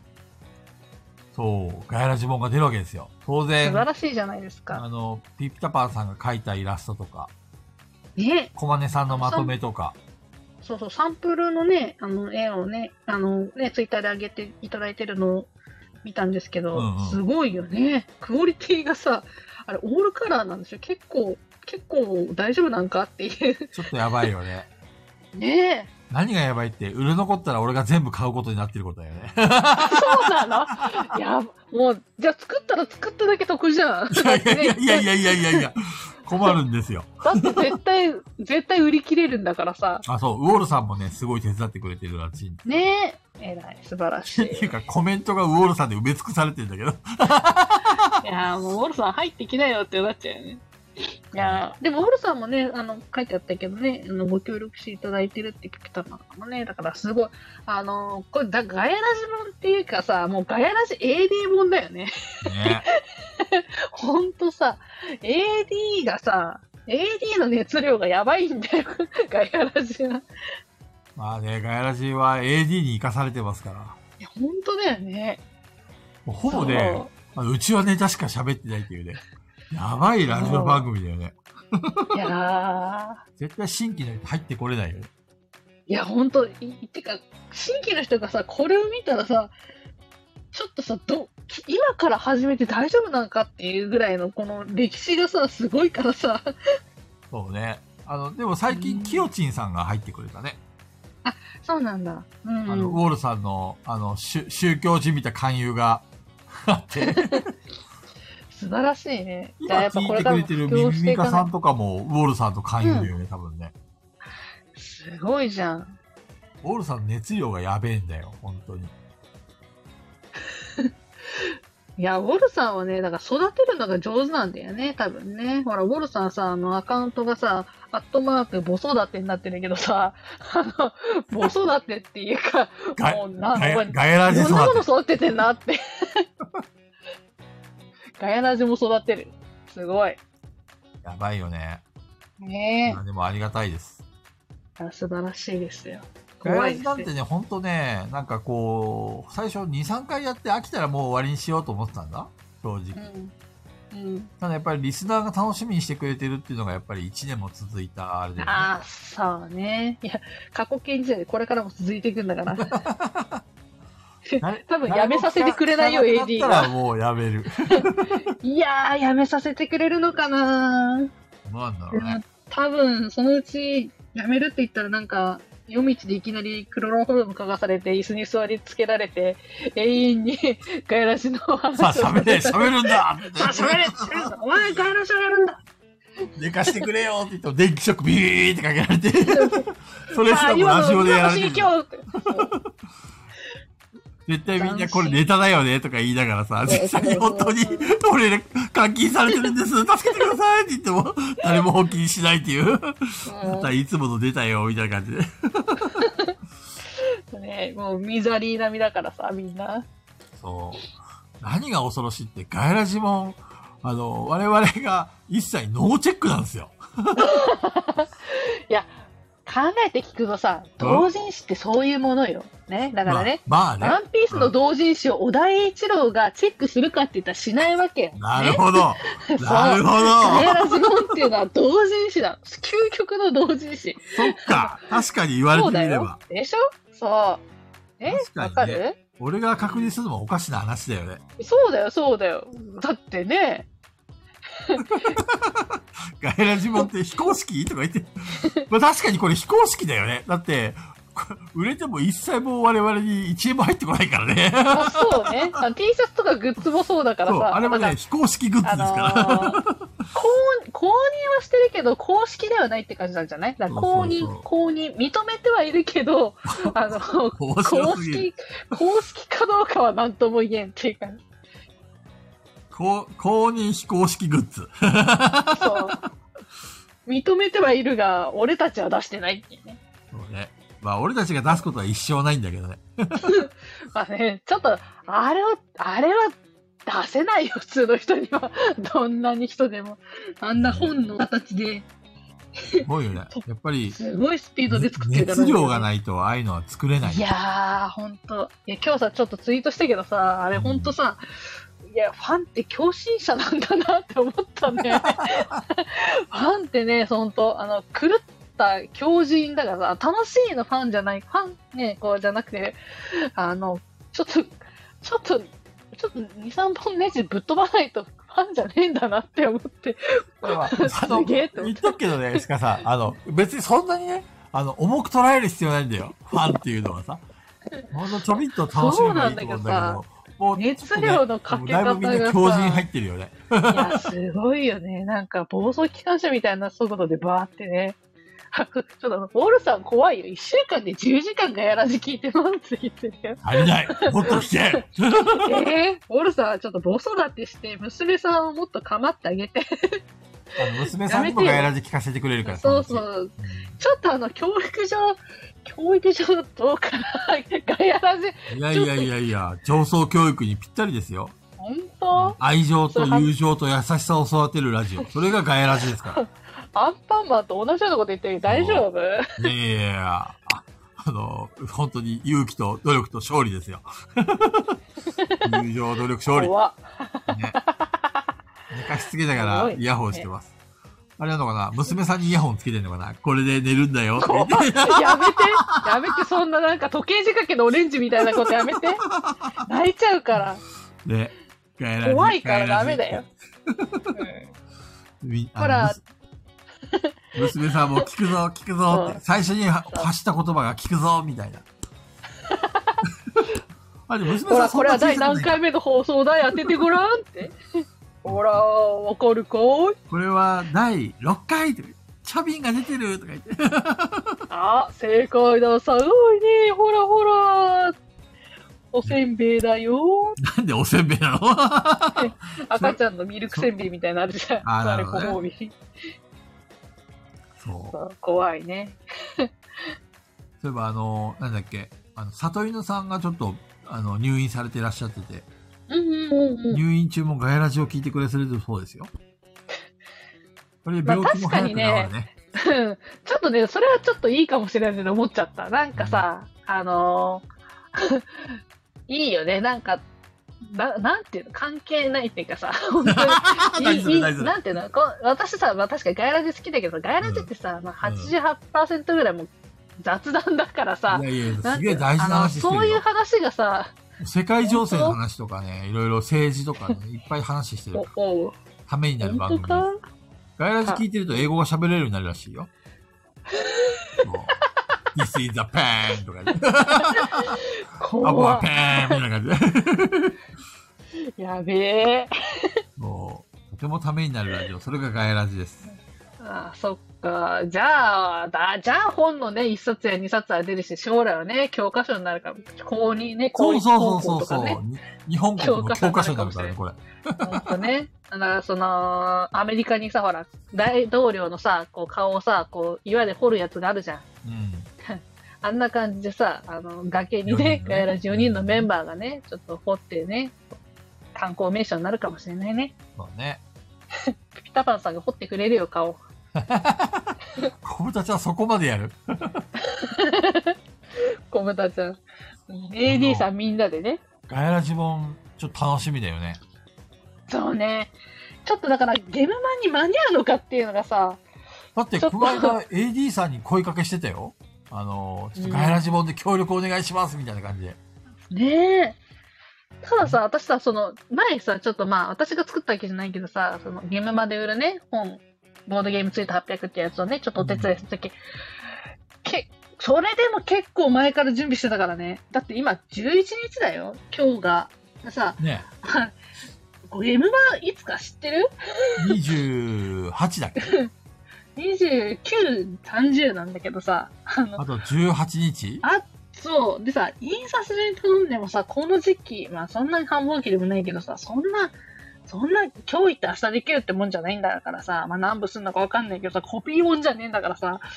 そう、ガヤラジ本が出るわけですよ。当然。 素晴らしいじゃないですか。 あの、ピピタパンさんが描いたイラストとか。 ね。 小金さんのまとめとか。 そうそう、サンプルのね、あの、絵をね、あの、ね、ツイッターで上げていただいてるのを見たんですけど、うんうん、すごいよね。クオリティがさ、あれ、オールカラーなんでしょ？結構、結構大丈夫なんかっていう。 ちょっとやばいよね。 ねえ。 何がやばいって、売れ残ったら俺が全部買うことになってることだよね。 そうなの？いや、もう、じゃあ作ったら作っただけ得じゃん。 いやいやいやいやいやいやいや、困るんですよ。 だって絶対、絶対売り切れるんだからさ。 あ、そう、ウォールさんもね、すごい手伝ってくれてるらしい。 ねえ。偉い、素晴らしい。 っていうか、コメントがウォールさんで埋め尽くされてるんだけど。 いやー、もうウォールさん入ってきなよってなっちゃうよね。いやでも、ウォルさんもね、あの、書いてあったけどね、あの、ご協力していただいてるって聞けたのかもね。だから、すごい、あの、これ、だガヤラジ本っていうかさ、もうガヤラジ エーディー 本だよね。ね。ほんとさ、エーディー がさ、エーディー の熱量がやばいんだよ、ガヤラジは。 まあね、ガヤラジは エーディー に生かされてますから。 いや、ほんとだよね。 ほぼね、あのうちはネタしか喋ってないっていうね。やばいラジオ番組だよね。 いやー。 絶対新規の人入ってこれないよね。 いや、ほんと、い、てか、新規の人がさ、これを見たらさ、ちょっとさ、ど、今から始めて大丈夫なのかっていうぐらいの、この歴史がさ、すごいからさ。 そうね。あの、でも最近、キヨチンさんが入ってくれたね。 あ、そうなんだ。うん、うん。 あの、ウォールさんの、あの、宗教じみた勧誘があって。 素晴らしいね。 今聞いてくれてるミミカさんとかも、ウォールさんと勧誘だよね、うん、多分ね。 すごいじゃん。 ウォールさんの熱量がやべえんだよ、本当に。 いや、ウォルさんはね、だから育てるのが上手なんだよね、多分ね。ほら、ウォルさんさ、あの、アカウントがさ、アットマーク、ボ育てになってるけどさ、あの、ボ育てっていうか、もう、なんか、 ガヤラジ育て。 いろんなもの育ててんなって。ガヤラジも育てる。すごい。 やばいよね。 ねえ。 まあでもありがたいです。 素晴らしいですよ。 ガヤラジなんてね、ほんとね、なんかこう、最初に、さんかいやって飽きたらもう終わりにしようと思ってたんだ。正直。うん。うん、ただやっぱりリスナーが楽しみにしてくれてるっていうのがやっぱりいちねんも続いたあれで、ね。 ああ、そうね。いや、過去形時代でこれからも続いていくんだから。多分やめさせてくれないよ、エーディー が。 だったらもうやめる。 いやー、やめさせてくれるのかな。 なんだろうね。 多分、そのうち、やめるって言ったらなんか、夜道でいきなりクロロホルム嗅がされて、椅子に座り付けられて、永遠にガヤラジの話を。 さあ、喋れ、喋るんださあ、喋れ、喋るんだお前、ガヤラジをやるんだ寝かしてくれよって言っても、電気ショックビーってかけられて、それすらもラジオでやられてる。絶対みんなこれネタだよねとか言いながらさ、実際に本当に俺監禁されてるんです、助けてくださいって言っても、誰も本気にしないっていう。またいつもの出たよ、みたいな感じで。ね、もうミザリー並みだからさ、みんな。 そう。何が恐ろしいって、ガヤラジも、あの、我々が一切ノーチェックなんですよ。 いや、考えて聞くとさ、同人誌ってそういうものよ。ね。だからね。 まあ、まあね。 ワンピースの同人誌を小田栄一郎がチェックするかって言ったらしないわけよ。 なるほど。ね、なるほど。 ガヤラジ本っていうのは同人誌だ。究極の同人誌。 そっか。確かに言われてみれば。 でしょそう。えわ、ね、かる俺が確認するのもおかしな話だよね。 そうだよ、そうだよ。だってね。 ガヤラジモンって非公式とか言って。まあ確かにこれ非公式だよね。だって、売れても一切も我々にいちえんも入ってこないからね。 あそうね。T シャツとかグッズもそうだからさ。 あれもね、非公式グッズですから。あのー、 公、公認はしてるけど、公式ではないって感じなんじゃないだから公認、そうそうそう公認、認めてはいるけど、あの、公式、公式かどうかは何とも言えんっていう感じ。 公、公認非公式グッズ。 そう。 認めてはいるが、俺たちは出してないっていうね。 そうね。まあ、俺たちが出すことは一生ないんだけどね。 まあね、ちょっと、あれを、あれは出せないよ、普通の人には。どんなに人でも。あんな本の形で。 すごいよね。やっぱり、 すごいスピードで作ってるから、 熱量がないと、ああいうのは作れない。 いやー、ほんと。いや、今日さ、ちょっとツイートしたけどさ、あれほんとさ、うん、いや、ファンって狂信者なんだなって思ったんだよね。ファンってね、ほんと、あの、狂った狂人だからさ、楽しいのファンじゃない、ファンね、こうじゃなくて、あの、ちょっと、ちょっと、ちょっとに、さんぼんネジぶっ飛ばないとファンじゃねえんだなって思って。 すげえと思って。言っとくけどね、しかさ、あの、別にそんなにね、あの、重く捉える必要ないんだよ。ファンっていうのはさ。ほんとちょびっと楽しめばいいと思うんだけど。もう、 熱量のかけ方がさ、 だいぶみんな狂人入ってるよね。 いや、すごいよね。なんか、暴走機関車みたいな速度でバーってね。ちょっと、ウォルさん怖いよ。一週間でじゅうじかんガヤラジ聞いてますって言ってるよ。 足りない。もっと聞け。 えー、ウォルさん、ちょっと暴走だってして、娘さんをもっと構ってあげて。 あの、娘さんにもガヤラジ聞かせてくれるから。 そうそう。うん、ちょっとあの、教育上、教育上どうかなガヤラジ。 いやいやいやいや、上層教育にぴったりですよ。 本当？ 愛情と友情と優しさを育てるラジオ。それがガヤラジですから。 アンパンマンと同じようなこと言ってる大丈夫？ いやいやいや、あ, あの、本当に勇気と努力と勝利ですよ。友情、努力、勝利。 怖っ。 ね。寝かしつけながらイヤホンしてます。あれなのかな、娘さんにイヤホンつけてんのかな、これで寝るんだよ。 やめてやめて、そんななんか時計仕掛けのオレンジみたいなことやめて。泣いちゃうから。 ね。 怖いからダメだよ。 うん、ほら。娘さんも聞くぞ、聞くぞって、最初に発した言葉が聞くぞ、みたいな。あ、で娘さん、 ほら、これは第何回目の放送だ、当ててごらんって。ほら、わかるかい？ これは第ろっかいとか、チャビンが出てるとか言って。 あ、正解だ、すごいね。ほらほら。おせんべいだよ。 なんでおせんべいなの？ 赤ちゃんのミルクせんべいみたいなのあるじゃん。あ, あれ、ご褒美。 そう。 そう怖いね。 そういえば、あの、なんだっけ、あの、里犬さんがちょっと、あの、入院されていらっしゃってて、 うんうんうんうん、 入院中もガヤラジを聞いてくれてるそうですよ。これ病気も早く治るね。 まあ、ねちょっとね、それはちょっといいかもしれないと思っちゃった。なんかさ、うん、あのー、いいよね。なんか、ななんていうの、関係ないっていうかさ、本当にいいいいなんていうのこ私さ、まあ、確かにガヤラジ好きだけど、ガヤラジってさ、うんまあ、はちじゅうはちパーセントぐらいもう雑談だからさ、 いやいや、すげえ大事な話してるよ。 そういう話がさ、 世界情勢の話とかね、いろいろ政治とかね、いっぱい話してるから。おおためになる番組です。ガヤラジ聞いてると英語が喋れるようになるらしいよ。This is a pen! とかね。 怖っ。 アボはペンみたいな感じで。やべえ。 もう、とてもためになるラジオ。それがガヤラジです。 ああ、そっか。じゃあ、だ、じゃあ本のね、一冊や二冊は出るし、将来はね、教科書になるから、高にね、高一高校とかね。 日本国の教科書になるからね、これ。 ほんとね。だから、その、アメリカにさ、ほら、大統領のさ、こう、顔をさ、こう、岩で掘るやつがあるじゃん。うん。あんな感じでさ、あの、崖にね、ガヤラジよにんのメンバーがね、ちょっと掘ってね、観光名所になるかもしれないね。 そうね。 ピタパンさんが掘ってくれるよ、顔。 小豚ちゃんそこまでやる小豚ちゃん。エーディー さんみんなでね。 ガヤラジもちょっと楽しみだよね。 そうね。ちょっとだからゲームマンに間に合うのかっていうのがさ。 だってこの間 エーディー さんに声かけしてたよ。あの、ちょっとガヤラジ本で協力お願いしますみたいな感じで。 ねえ。たださ、私さ、その、前さ、ちょっとまあ、私が作ったわけじゃないけどさ、その、ゲームマで売るね、本、ボードゲームついたはっぴゃくってやつをね、ちょっとお手伝いしたとき、うん、け、それでも結構前から準備してたからね。だって今じゅういちにちだよ、今日が。さ、ねゲームマいつか知ってる ? にじゅうはち だっけにじゅうきゅう、さんじゅうなんだけどさ。 あの、あとじゅうはちにちあ、そう。でさ、印刷で頼んでもさ、この時期、まあそんなに繁忙期でもないけどさ、そんな、 そんな、今日行って明日できるってもんじゃないんだからさ、まあ何部すんのかわかんないけどさ、コピーもんじゃねえんだからさ。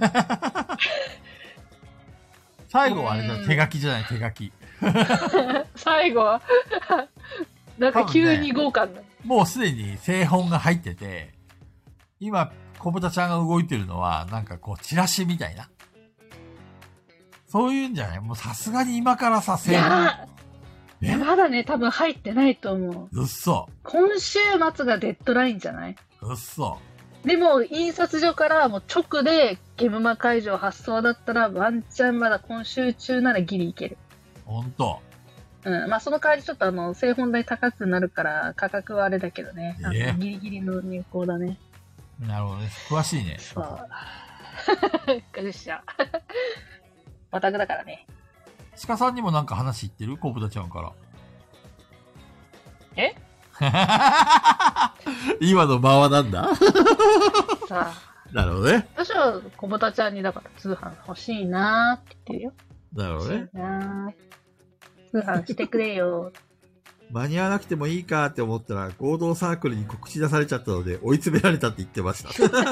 最後はあれだ、手書きじゃない、手書き。 最後は、なんか急に豪華な、ね。 もうすでに製本が入ってて、今、小豚ちゃんが動いてるのは、なんかこう、チラシみたいな。そういうんじゃないもうさすがに今からさ、製本。 いや、まだね、多分入ってないと思う。うっそ。 今週末がデッドラインじゃない？ うっそ。 でも、印刷所からもう直でゲームマ会場発送だったら、ワンチャンまだ今週中ならギリいける。 ほんと。 うん。まあ、その代わりちょっとあの、製本代高くなるから、価格はあれだけどね。あのギリギリの入稿だね。 なるほどね。詳しいね。 そう。よっしゃ。オタクだからね。 鹿さんにもなんか話言ってる？小豚ちゃんから。 え今の間はなんださあ。 なるほどね。 私は小豚ちゃんにだから通販欲しいなーって言ってるよ。 なるほどね。 欲しいなー。通販してくれよ。 間に合わなくてもいいかって思ったら合同サークルに告知出されちゃったので追い詰められたって言ってました。な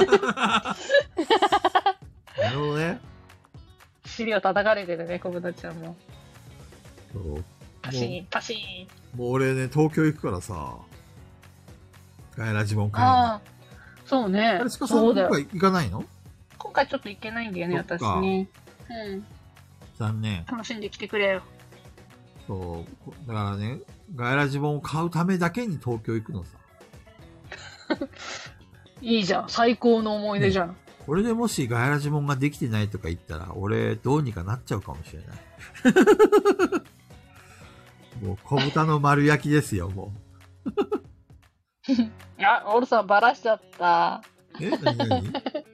るほどね。 尻を叩かれてるね、小豚ちゃんも。 そう。 パシーン、パシーン。もう俺ね、東京行くからさ、ガイラジモン会ああ、そうね。 あれ、鹿さん今回行かないの？ 今回ちょっと行けないんだよね、私ね。うん。 残念。 楽しんできてくれよ。 そう。だからね、ガイラジモンを買うためだけに東京行くのさ。 いいじゃん。最高の思い出じゃん。ね、 これでもしガイラジモンができてないとか言ったら、俺どうにかなっちゃうかもしれない。もう小豚の丸焼きですよ、もう。あ、オルさんバラしちゃった。 え、何何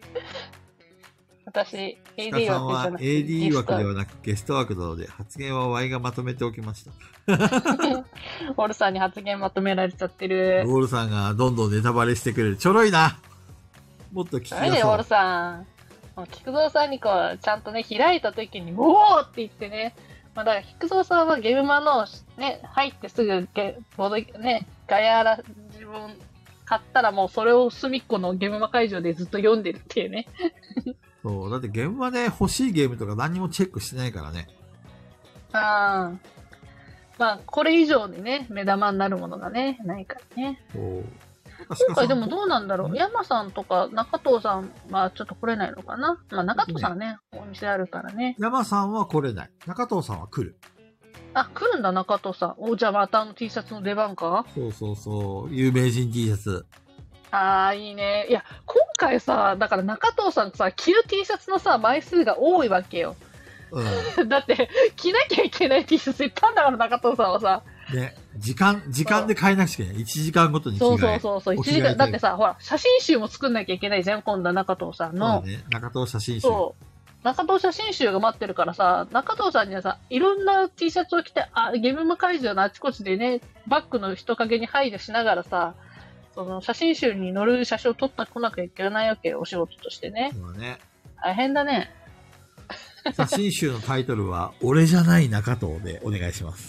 私、エーディーさんは枠じゃなくてエーディー 枠ではなくゲスト枠なので、発言は Y がまとめておきました。 オルさんに発言まとめられちゃってる。 オルさんがどんどんネタバレしてくれる。ちょろいな。もっと聞きなさい。 ダメだよ、オルさん。菊蔵さんにこう、ちゃんとね、開いた時に、おーって言ってね。まあ、だから、菊蔵さんはゲームマの、ね、入ってすぐゲ、ボード、ね、ガヤラ自分買ったらもうそれを隅っこのゲームマ会場でずっと読んでるっていうね。 そう、だってゲームマで欲しいゲームとか何にもチェックしてないからね。 ああ。まあ、これ以上にね、目玉になるものがね、ないからね。 そう今回でもどうなんだろう。山さんとか中藤さんはちょっと来れないのかな。まあ中藤さんはね、お店あるからね。 山さんは来れない。中藤さんは来る。 あ、来るんだ中藤さん。お、じゃあまたあの T シャツの出番か？ そうそうそう。有名人 T シャツ。 ああ、いいね。いや、今回さ、だから中藤さんさ、着る T シャツのさ、枚数が多いわけよ。うん。だって、着なきゃいけない T シャツいっぱいあんだから中藤さんはさ。 ね、時間、時間で変えなくちゃいけない。いちじかんごとに着替え。 そうそうそうそう。いちじかん、だってさ、ほら、写真集も作んなきゃいけないじゃん、今度は中藤さんの。 そうね。中藤写真集。 そう。中藤写真集が待ってるからさ、中藤さんにはさ、いろんな T シャツを着て、あ、ゲーム会場のあちこちでね、バックの人影に配慮しながらさ、その写真集に載る写真を撮ってこなきゃいけないわけよ、お仕事としてね。 そうね。 大変だね。 写真集のタイトルは、俺じゃない中藤でお願いします。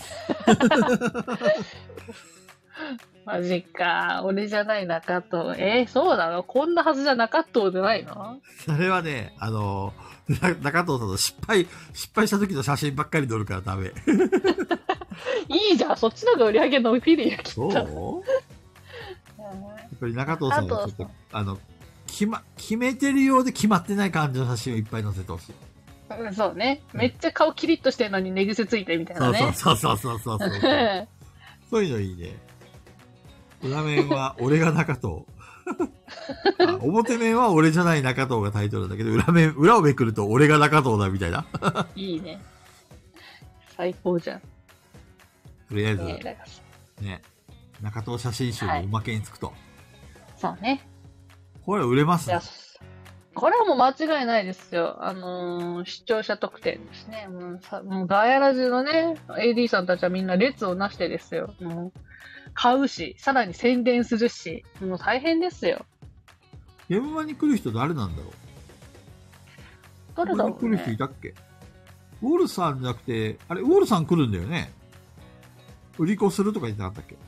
マジか。俺じゃない中藤。えー、そうなの？こんなはずじゃ中藤じゃないの？ それはね、あの、中藤さんの失敗、失敗した時の写真ばっかり載るからダメ。 いいじゃん。そっちの方が売り上げ伸びるよ、きっと。 そうやっぱり中藤さんはちょっと、あの、決ま、決めてるようで決まってない感じの写真をいっぱい載せてほしい。 そうね。めっちゃ顔キリッとしてるのに寝癖ついてみたいなね。 そうそうそうそうそうそう。そういうのいいね。裏面は俺が中藤。表面は俺じゃない中藤がタイトルだけど、裏面、裏をめくると俺が中藤だみたいな。 いいね。最高じゃん。 とりあえず、ね、ね中藤写真集のおまけにつくと。はい、 そうね。 これ売れますね。 これはもう間違いないですよ。あのー、視聴者特典ですね。もうさ、もうガヤラジのね、エーディー さんたちはみんな列をなしてですよ。もう、買うし、さらに宣伝するし、もう大変ですよ。 ゲームマに来る人誰なんだろう？ 誰だろう、ね、 来る人いたっけ？ウォルさんじゃなくて、あれ、ウォルさん来るんだよね。売り子するとか言ってなかったっけ？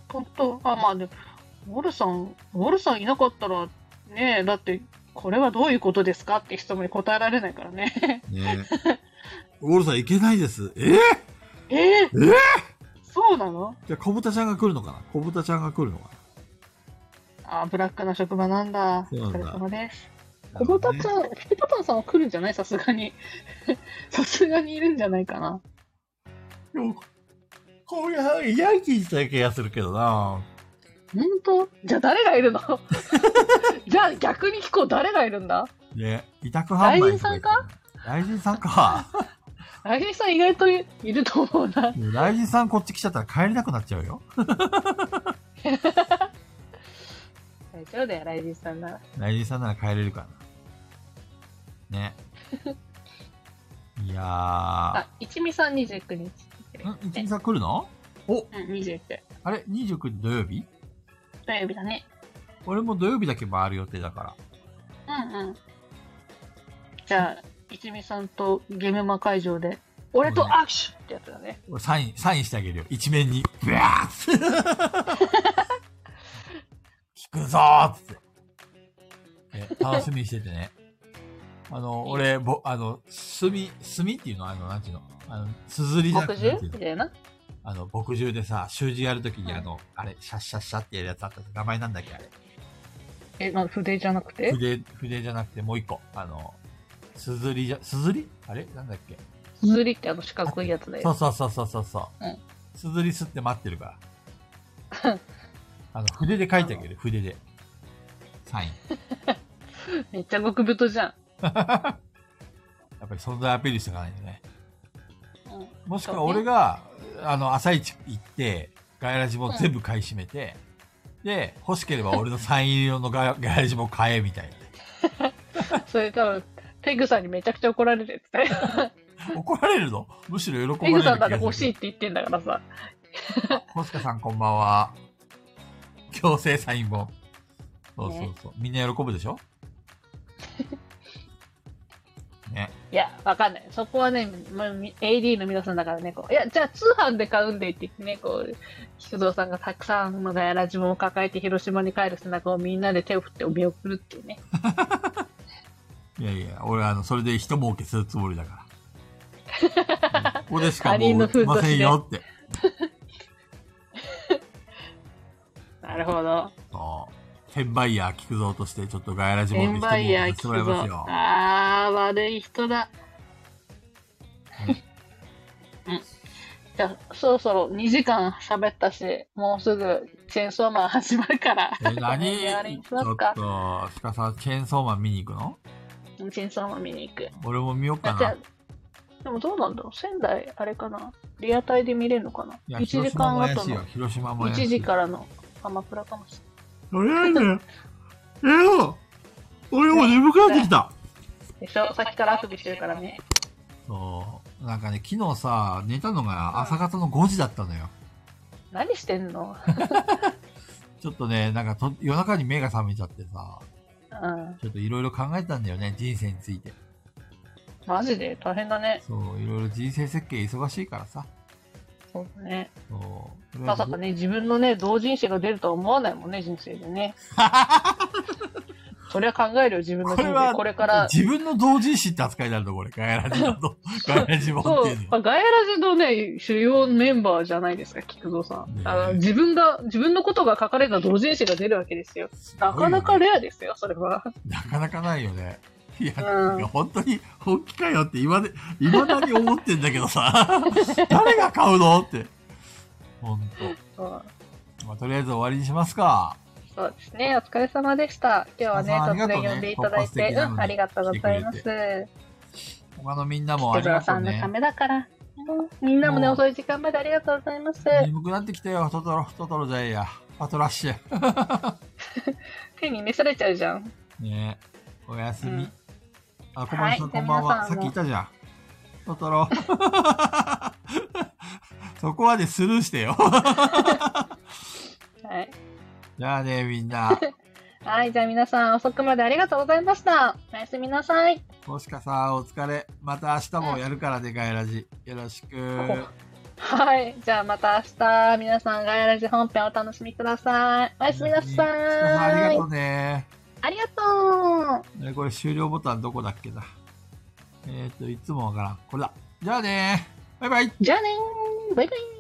本当あ、まあね、ウォルさん、ウォルさんいなかったら、ねえ、だって、これはどういうことですかって質問に答えられないからね。 ねウォルさんいけないです。えー、 えー、 えー、 そうなの？ じゃあ、小豚ちゃんが来るのかな小豚ちゃんが来るのかあ、ブラックな職場なんだ。おそうなんだ疲れ様です。 な。 小豚ちゃん、ピピタパンさんは来るんじゃない？さすがに。さすがにいるんじゃないかな。 でも、こういうヤンキーした気がするけどな。 本当？じゃあ誰がいるの？じゃあ逆に聞こう、誰がいるんだ？ ね、委託販売。 雷神さんか？ 雷神さんか。 雷神さん意外といると思うな。 雷神さんこっち来ちゃったら帰れなくなっちゃうよ。 大丈夫だよ、雷神さんなら。 雷神さんなら帰れるからな。ね。いやー。 あ、一味さんにじゅうくにち。 ん一味さん来るの？お、 うん、にじゅうく。 あれ ?にじゅうく 日土曜日？ 土曜日だね。 俺も土曜日だけ回る予定だから。 うんうん。じゃあ、一味さんとゲームマ会場で、俺と握手ってやつだね。 俺サイン、サインしてあげるよ。一面に。ブワーッ聞くぞーっつって。え、楽しみにしててね。あの、俺、ぼ、あの、墨、墨っていうのは、あの、なんていうのあの、すずりじゃなくて。 墨汁みたいな。 あの、墨汁でさ、習字やるときにあの、うん、あれ、シャッシャッシャってやるやつあった名前なんだっけあれ。 え、なん筆じゃなくて？ 筆、筆じゃなくてもう一個。あの、すずりじゃ、すずりあれなんだっけすずりってあの四角いやつだよ。 そうそうそうそうそう。うん。すずりすって待ってるから。あの、筆で書いてあげる、筆で。サイン。 めっちゃ極太じゃん。 やっぱり存在アピールしていかないとね。うん、もしくは俺が、ね、あの、朝一行って、ガヤラジも全部買い占めて、うん、で、欲しければ俺のサイン入り用のガヤガヤラジも買え、みたいな。それ多分、ペグさんにめちゃくちゃ怒られるやつだよ。 怒られるの？むしろ喜ばれる。 ペグさんだって欲しいって言ってんだからさ。 星香さんこんばんは。強制サイン本。そうそうそう。ね、みんな喜ぶでしょ？ね。 いや、わかんない。そこはね、エーディー の皆さんだからね、こう、いや、じゃあ通販で買うんでって言ってね、こう、菊蔵さんがたくさんのガヤラジモを抱えて広島に帰る背中をみんなで手を振ってお見送るっていうね。 いやいや、俺あの、それで一儲けするつもりだから。ここでしかもう売ってませんよって。 なるほど。 そう。転売ヤー菊蔵としてちょっとガヤラジモで一儲けさせてもらいますよ。 あー、悪い人だ。うん。うん。じゃあ、そろそろにじかん喋ったし、もうすぐチェーンソーマン始まるから。 え、何ちょっと、シカさん、チェーンソーマン見に行くの？ チェーンソーマン見に行く。 俺も見ようかな。 でもどうなんだろう仙台、あれかなリアタイで見れるのかないや、いちじかん後の広島もいちじからのアマプラかもしれない。早いね。ええよ俺もう眠くなってきた。 でしょさっきから遊びしてるからね。 そう。なんかね、昨日さ、寝たのが朝方のごじだったのよ。 何してんのちょっとね、なんかと夜中に目が覚めちゃってさ、 うん、 ちょっといろいろ考えたんだよね、人生について。 マジで大変だね。 そう、いろいろ人生設計忙しいからさ。 そうだね。 そう。 まさかね、自分のね、同人誌が出るとは思わないもんね、人生でね。そりゃ考えるよ、自分の人生。これから。 自分の同人誌って扱いになるのこれ。ガヤラジだと。ガヤラジもっていうの。 そう。ガヤラジのね、主要メンバーじゃないですか、菊蔵さん。ね、あの自分が、自分のことが書かれた同人誌が出るわけですよ。なかなかレアですよ、それは。 なかなかないよね。いや、うん、本当に本気かよって今で、未だに思ってんだけどさ。誰が買うのって。本当。まあ、とりあえず終わりにしますか。 そうですね。お疲れ様でした。今日はね、突然呼んでいただいて、うん、ありがとうございます。 他のみんなもありがとうね。 さんのためだから。みんなもね、遅い時間までありがとうございます。 眠くなってきたよ、トトロ、トトロじゃえや。パトラッシュ。 手に召されちゃうじゃん。 ねえ。おやすみ。うん、あ、小森さんこんばんは。さっき言ったじゃん。トトロ。そこまでスルーしてよ。 はい。 じゃあね、みんな。 はい、じゃあ皆さん遅くまでありがとうございました。おやすみなさい。 もしかさ、お疲れ。また明日もやるからね、ガヤラジ。よろしく。 はい。じゃあまた明日、皆さんガヤラジ本編お楽しみください。おやすみなさーい。 ありがとうね。 ありがとう。 えこれ終了ボタンどこだっけな。えっ、ー、と、いつもわからん。これだ。じゃあねー。バイバイ。 じゃあねー。バイバイ。